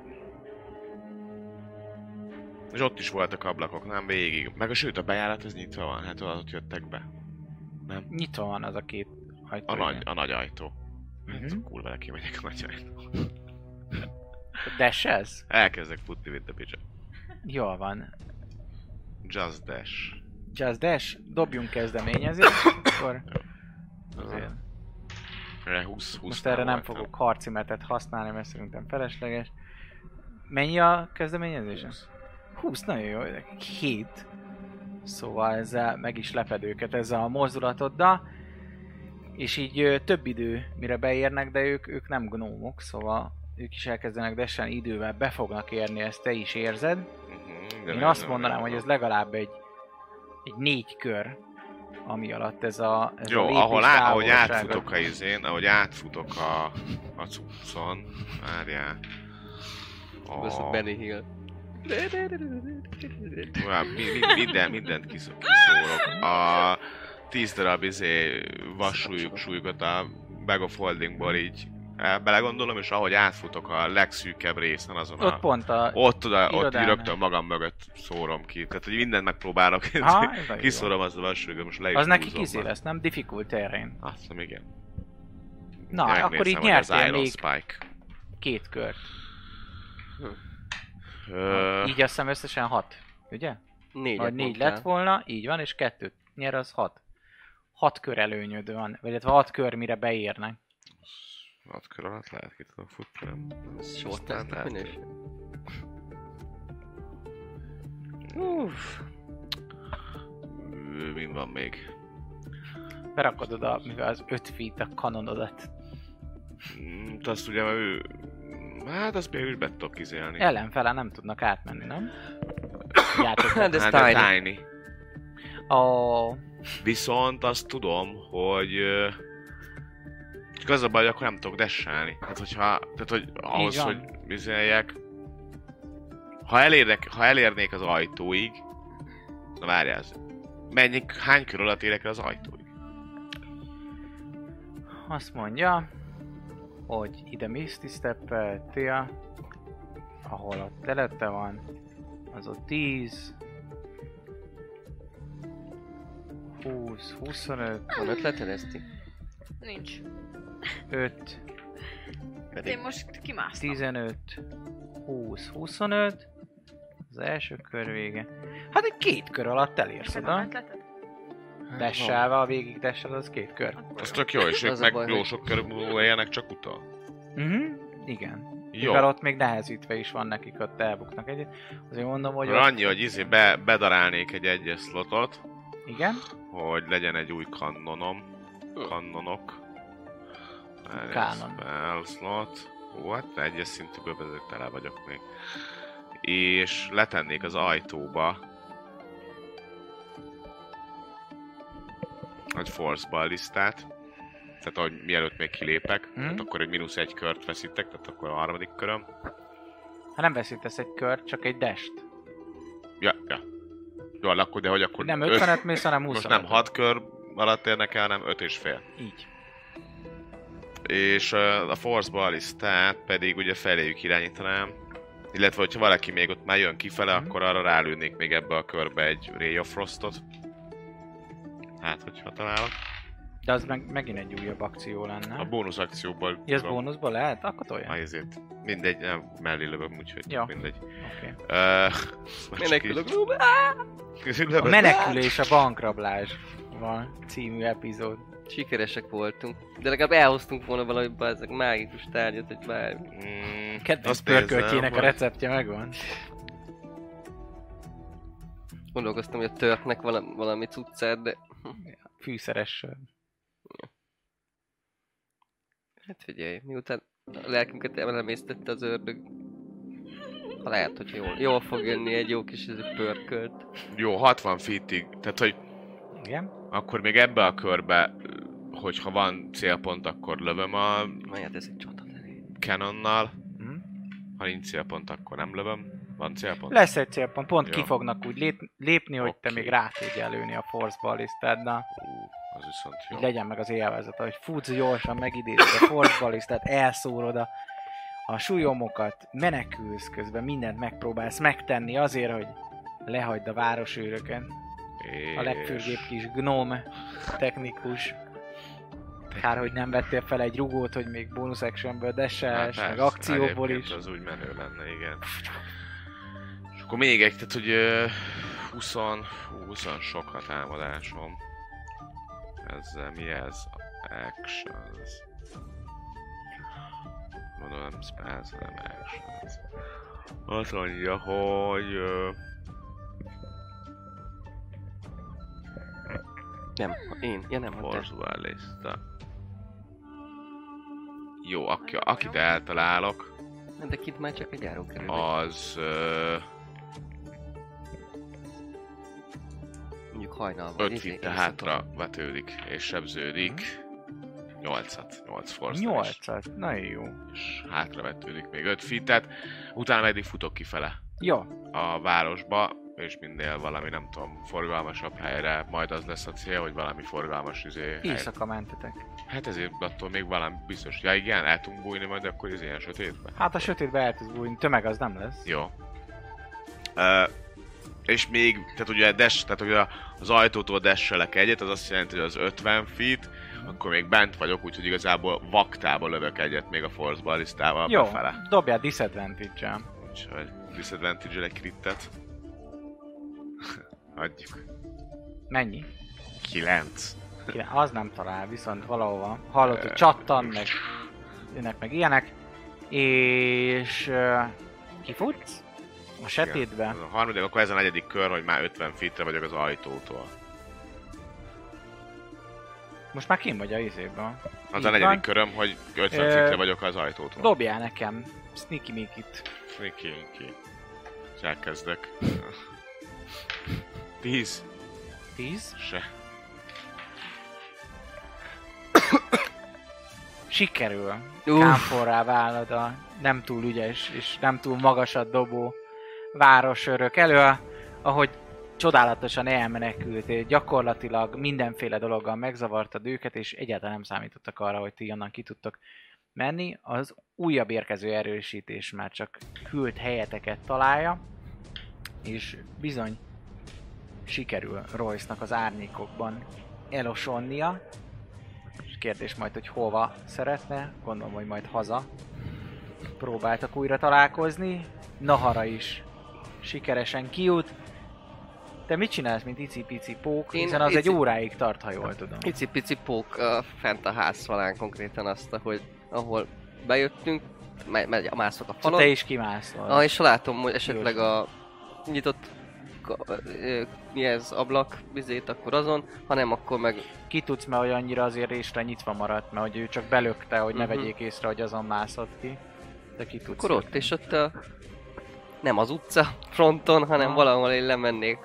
És ott is voltak ablakok, nem végig. Meg a sőt, a bejárat az nyitva van, hát ott jöttek be. Nem? Nyitva van az a 2 ajtó. A nagy ajtó. Hát kurva neki megyek a nagy ajtó. Dash-ez? Elkezdek futni, mint a picsa. Jól van. Just dash. Just dash, dobjunk kezdeményezést, akkor azért. 20 most erre nem fogok harcimetet használni, mert szerintem felesleges. Mennyi a kezdeményezés? 20, nagyon jó, 7. Szóval ezzel meg is leped őket ezzel a mozdulatoddal. És így több idő, mire beérnek, de ők nem gnómok, szóval ők is elkezdenek dashelni, idővel be fognak érni, ezt te is érzed. Én azt mondanám, hogy ez legalább egy 4 kör, ami alatt ez a jó, lépés ahogy átfutok a izén, ahogy átfutok a cuccon, várjál. Veszünk Benny Hill. Mindent kiszórok. A 10 darab vassúlyukat a Bag of Holdingból így belegondolom, és ahogy átfutok a legszűkebb részen azon ott pont ott rögtön magam mögött szórom ki. Tehát, hogy mindent megpróbálok, kiszórom azt a vassúlyukat, most le is az neki húzom lesz, nem? Difficult terrain. Azt hiszem, igen. Na, akkor így nyertél még Spike. 2 kört. Így azt hiszem összesen 6, ugye? 4 lett volna, így van, és 2 nyer, az 6. 6 kör előnyöd van, vagy 6 kör mire beérnek. 6 kör alatt lehet ki tudok futni, nem? Ez short testnek minőség. Mind van még? Berakod oda, mivel az 5 feet a kanonodat. Azt ugye ő... Hát azt még is be tudok izélni. Ellenfele nem tudnak átmenni, nem? Hát ez tiny. Oh. Viszont azt tudom, hogy Csak az a baj, hogy akkor nem tudok dashelni. Tehát, hogy ahhoz, hogy vizeljek... Ha elérnék az ajtóig... Na várjál, hány kör alatt érek el az ajtóig? Azt mondja, hogy ide Misty Step-eltél, ahol a telete van, az ott 10, 20, 25, Van ötleted, Eszti? Nincs. 5, Én most kimásztam. 15, 20, 25, az első kör vége. Hát egy 2 kör alatt elérsz Neked van oda. ötleted? Desselve, a végig dessel, az 2 kör. Az tök jó, és ők Az a meg baj, jó hogy- sok kör múlva élnek csak utal. Igen. Jó. Mivel ott még nehezítve is van nekik, ott elbuknak egyet. Azért mondom, hogy ott... Annyi, hogy bedarálnék egy egyes slotot, Igen? hogy legyen egy új kannonok. Kánon. Spell slot. Ó, hát egyes szintűből tele vagyok még. És letennék az ajtóba egy force ballistát. Tehát, hogy mielőtt még kilépek, tehát akkor egy -1 kört veszítek, tehát akkor a harmadik köröm. Hát nem veszítesz egy kört, csak egy dest. Ja. Jó, akkor, de hogy akkor... Nem 50-et mész, hanem 20. Most nem 6 kör alatt érnek el, hanem 5,5. Így. És a Force Ballistát pedig ugye feléjük irányítanám. Illetve, hogyha valaki még ott már jön kifele, akkor arra rálőnék még ebbe a körbe egy Ray of Frostot. Hát, hogyha találok. De az megint egy újabb akció lenne. A bónusz akcióból... Ja, ez bónuszból lehet? Akkor tolja. Ezért. Mindegy, nem mellé lövöm, úgyhogy Ja. mindegy. Oké. Menekülök. A menekülés a bankrablás van című epizód. Sikeresek voltunk. De legalább elhoztunk volna valami ezek mágikus tárgyat, hogy bármi. Kedvenc Azt nézem, pörköltjének a hogy- receptje megvan. Gondolkoztam, hogy a törpnek valami cuccát, de... Fűszeres sör. Hát figyelj, miután a lelkünket elemésztette az ördög. Ha lehet, hogy jól fog jönni egy jó kis pörkölt. Jó, 60 feetig. Tehát, hogy Igen? akkor még ebbe a körbe, hogyha van célpont, akkor lövöm a Majd ez egy csata lenni. Cannonnal. Mhm. Ha nincs célpont, akkor nem lövöm. Van célpont? Lesz egy célpont, pont Jó. ki fognak úgy lépni, hogy te Oké. még rá tudjál lőni a Force Ballistáddal. Az viszont jó. Így legyen meg az élvezet, hogy futsz gyorsan, megidézed a Force Ballistát, elszórod a súlyomokat, menekülsz közben, mindent megpróbálsz megtenni azért, hogy lehagyd a városőröket. A legfőbb kis gnome technikus. Kár, hogy nem vettél fel egy rugót, hogy még bonus actionből dashes, meg akcióból is. Az úgy menő lenne, igen. És akkor még egy, tehát hogy 20 sok a támadásom. Ezzel mi ez? Actions. Mondom, nem spells, hanem actions. Azt mondja, hogy... Nem, én. Ja nem, Force Ballista. Jó, akit eltalálok, de kint már csak egy járókerül. az... Mondjuk hajnalban. 5 fitte hátra vetődik és sebződik. 8 force 8-at, nagyon jó. és hátra vetődik még 5 fittet. Utána pedig futok kifele Jó, a városba, és minél valami, nem tudom, forgalmasabb helyre, majd az lesz a cél, hogy valami forgalmas hely. éjszaka mentetek. Hát ezért attól még valami biztos. Ja igen, el tudunk bújni majd akkor az ilyen sötétbe. Hát a sötétbe el tudsz bújni, tömeg az nem lesz. Jó. És még, tehát ugye tehát ugye az ajtótól dasselek egyet, az azt jelenti, hogy az 50 feet, akkor még bent vagyok, úgyhogy igazából vaktába lövök egyet még a Force Ballistával Jó, befele. dobjál disadvantage-el. Úgyhogy disadvantage-el egy crittet. Adjuk. Mennyi? 9. Az nem talál, viszont valahova. Hallod, hogy csattan, meg jönnek meg ilyenek. És kifutsz? A sötétbe? A harmadik, akkor ez a negyedik kör, hogy már 50 feetre vagyok az ajtótól. Most már kim vagy a izéből. Az Így a negyedik van. köröm, hogy 50 feetre vagyok az ajtótól. Dobjál nekem Sneaky Mickey-t. Ki. És elkezdek. 10. 10. Se. sikerül kámforrá válnod a nem túl ügyes és nem túl magasat dobó városőrök elől, ahogy csodálatosan elmenekültél, gyakorlatilag mindenféle dologgal megzavartad őket, és egyáltalán nem számítottak arra, hogy ti onnan ki tudtok menni. Az újabb érkező erősítés már csak hűlt helyeteket találja, és bizony sikerül Royce-nak az árnyékokban elosonnia. És kérdés majd, hogy hova szeretne, gondolom, hogy majd haza próbáltak újra találkozni. Nahara is sikeresen kijut. Te mit csinálsz, mint icipici pók? Hiszen az egy óráig tart, ha jól tudom. Icipici pók fent a ház falán konkrétan ahol bejöttünk, mászok a falon. Te is kimászol. És látom, hogy esetleg a nyitott mi ez, ablak vizét, akkor azon, hanem akkor meg... Ki tudsz, mert hogy annyira azért részre nyitva maradt, mert hogy ő csak belökte, hogy ne vegyék észre, hogy azon mászott ki. De ki tudsz. Akkor ott, és ott nem az utca fronton, hanem valahol én lemennék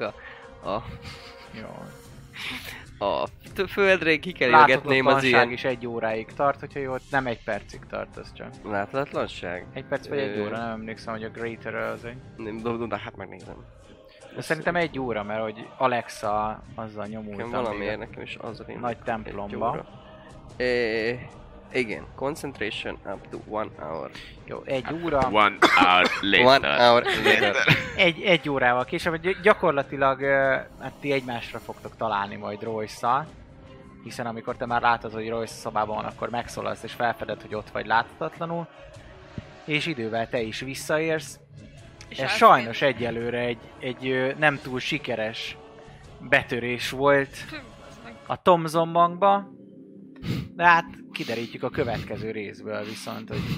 a földre, kikerülgetném az ilyen... is 1 óráig tart, hogyha jó, nem 1 percig tart, az csak. Láthatatlanság? 1 perc vagy 1 óra, nem emlékszem, hogy a Greater az egy... De hát megnézem. De szerintem 1 óra, mert hogy Alexa azzal nyomultam. Valamiért nekem is az a nagy templomba. Igen, concentration up to 1 hour. Jó, 1 óra. 1 hour later. 1 hour later. 1 órával később, gyakorlatilag hát ti egymásra fogtok találni majd Royce-szal. Hiszen amikor te már látod, hogy Royce szobában van, akkor megszólalsz és felfeded, hogy ott vagy láthatatlanul. És idővel te is visszaérsz. Ez sajnos egyelőre egy nem túl sikeres betörés volt a Thomson Bankba. De hát kiderítjük a következő részből viszont, hogy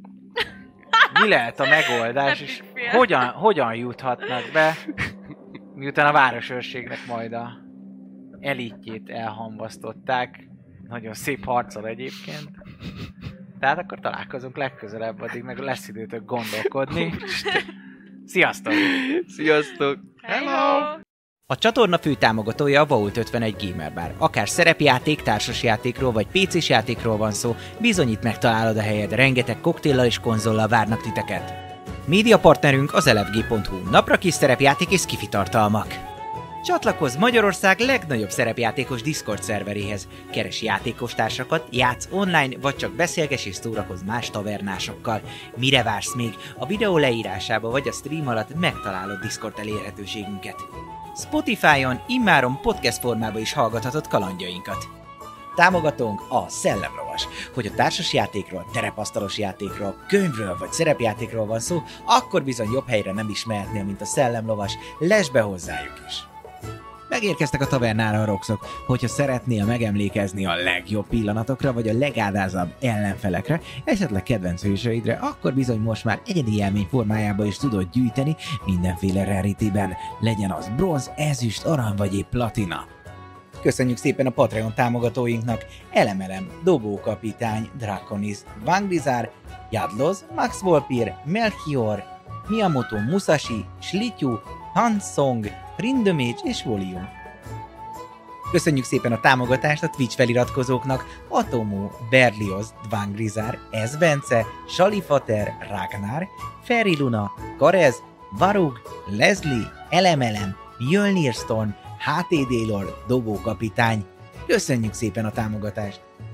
mi lehet a megoldás, és hogyan juthatnak be, miután a városőrségnek majd a elitjét elhamvasztották. Nagyon szép harcol egyébként. Tehát akkor találkozunk legközelebb, addig meg lesz időtök gondolkodni. Sziasztok! Sziasztok! Hello! A csatorna fő támogatója a Vault 51 Gamer Bar. Akár szerepjáték, társasjátékról vagy PC-s játékról van szó, bizonyít megtalálod a helyed, rengeteg koktéllal és konzollal várnak titeket. Média partnerünk az elefg.hu, napra kis szerepjáték és skifi tartalmak. Csatlakozz Magyarország legnagyobb szerepjátékos Discord szerveréhez. Keres játékostársakat, játsz online, vagy csak beszélges és szórakozz más tavernásokkal. Mire vársz még? A videó leírásába vagy a stream alatt megtalálod Discord elérhetőségünket. Spotify-on immáron podcast formában is hallgathatod kalandjainkat. Támogatónk a Szellemlovas. Hogy a társasjátékról, terepasztalos játékról, könyvről vagy szerepjátékról van szó, akkor bizony jobb helyre nem is mehetnél, mint a Szellemlovas. Lesz be hozzájuk is! Megérkeztek a tavernára a roxok, hogyha szeretnél megemlékezni a legjobb pillanatokra, vagy a legádázabb ellenfelekre, esetleg kedvenc hősöidre, akkor bizony most már egyedi élmény formájába is tudod gyűjteni mindenféle rarityben, legyen az bronz, ezüst, arany vagy épp platina. Köszönjük szépen a Patreon támogatóinknak: Elemelem, Dobókapitány, Draconis, Vangrizár, Jadloz, Max Volpir, Melchior, Miyamoto Musashi, Slityu, Hans Song, Rindömage és Volium. Köszönjük szépen a támogatást a Twitch feliratkozóknak: Atomo, Berlioz, Dvangrizár, S. Bence, Salifater, Ragnar, Ferry Luna, Karez, Varug, Leslie, Elemelem, Mjölnir Storm, HTD Lord, Dobókapitány. Köszönjük szépen a támogatást!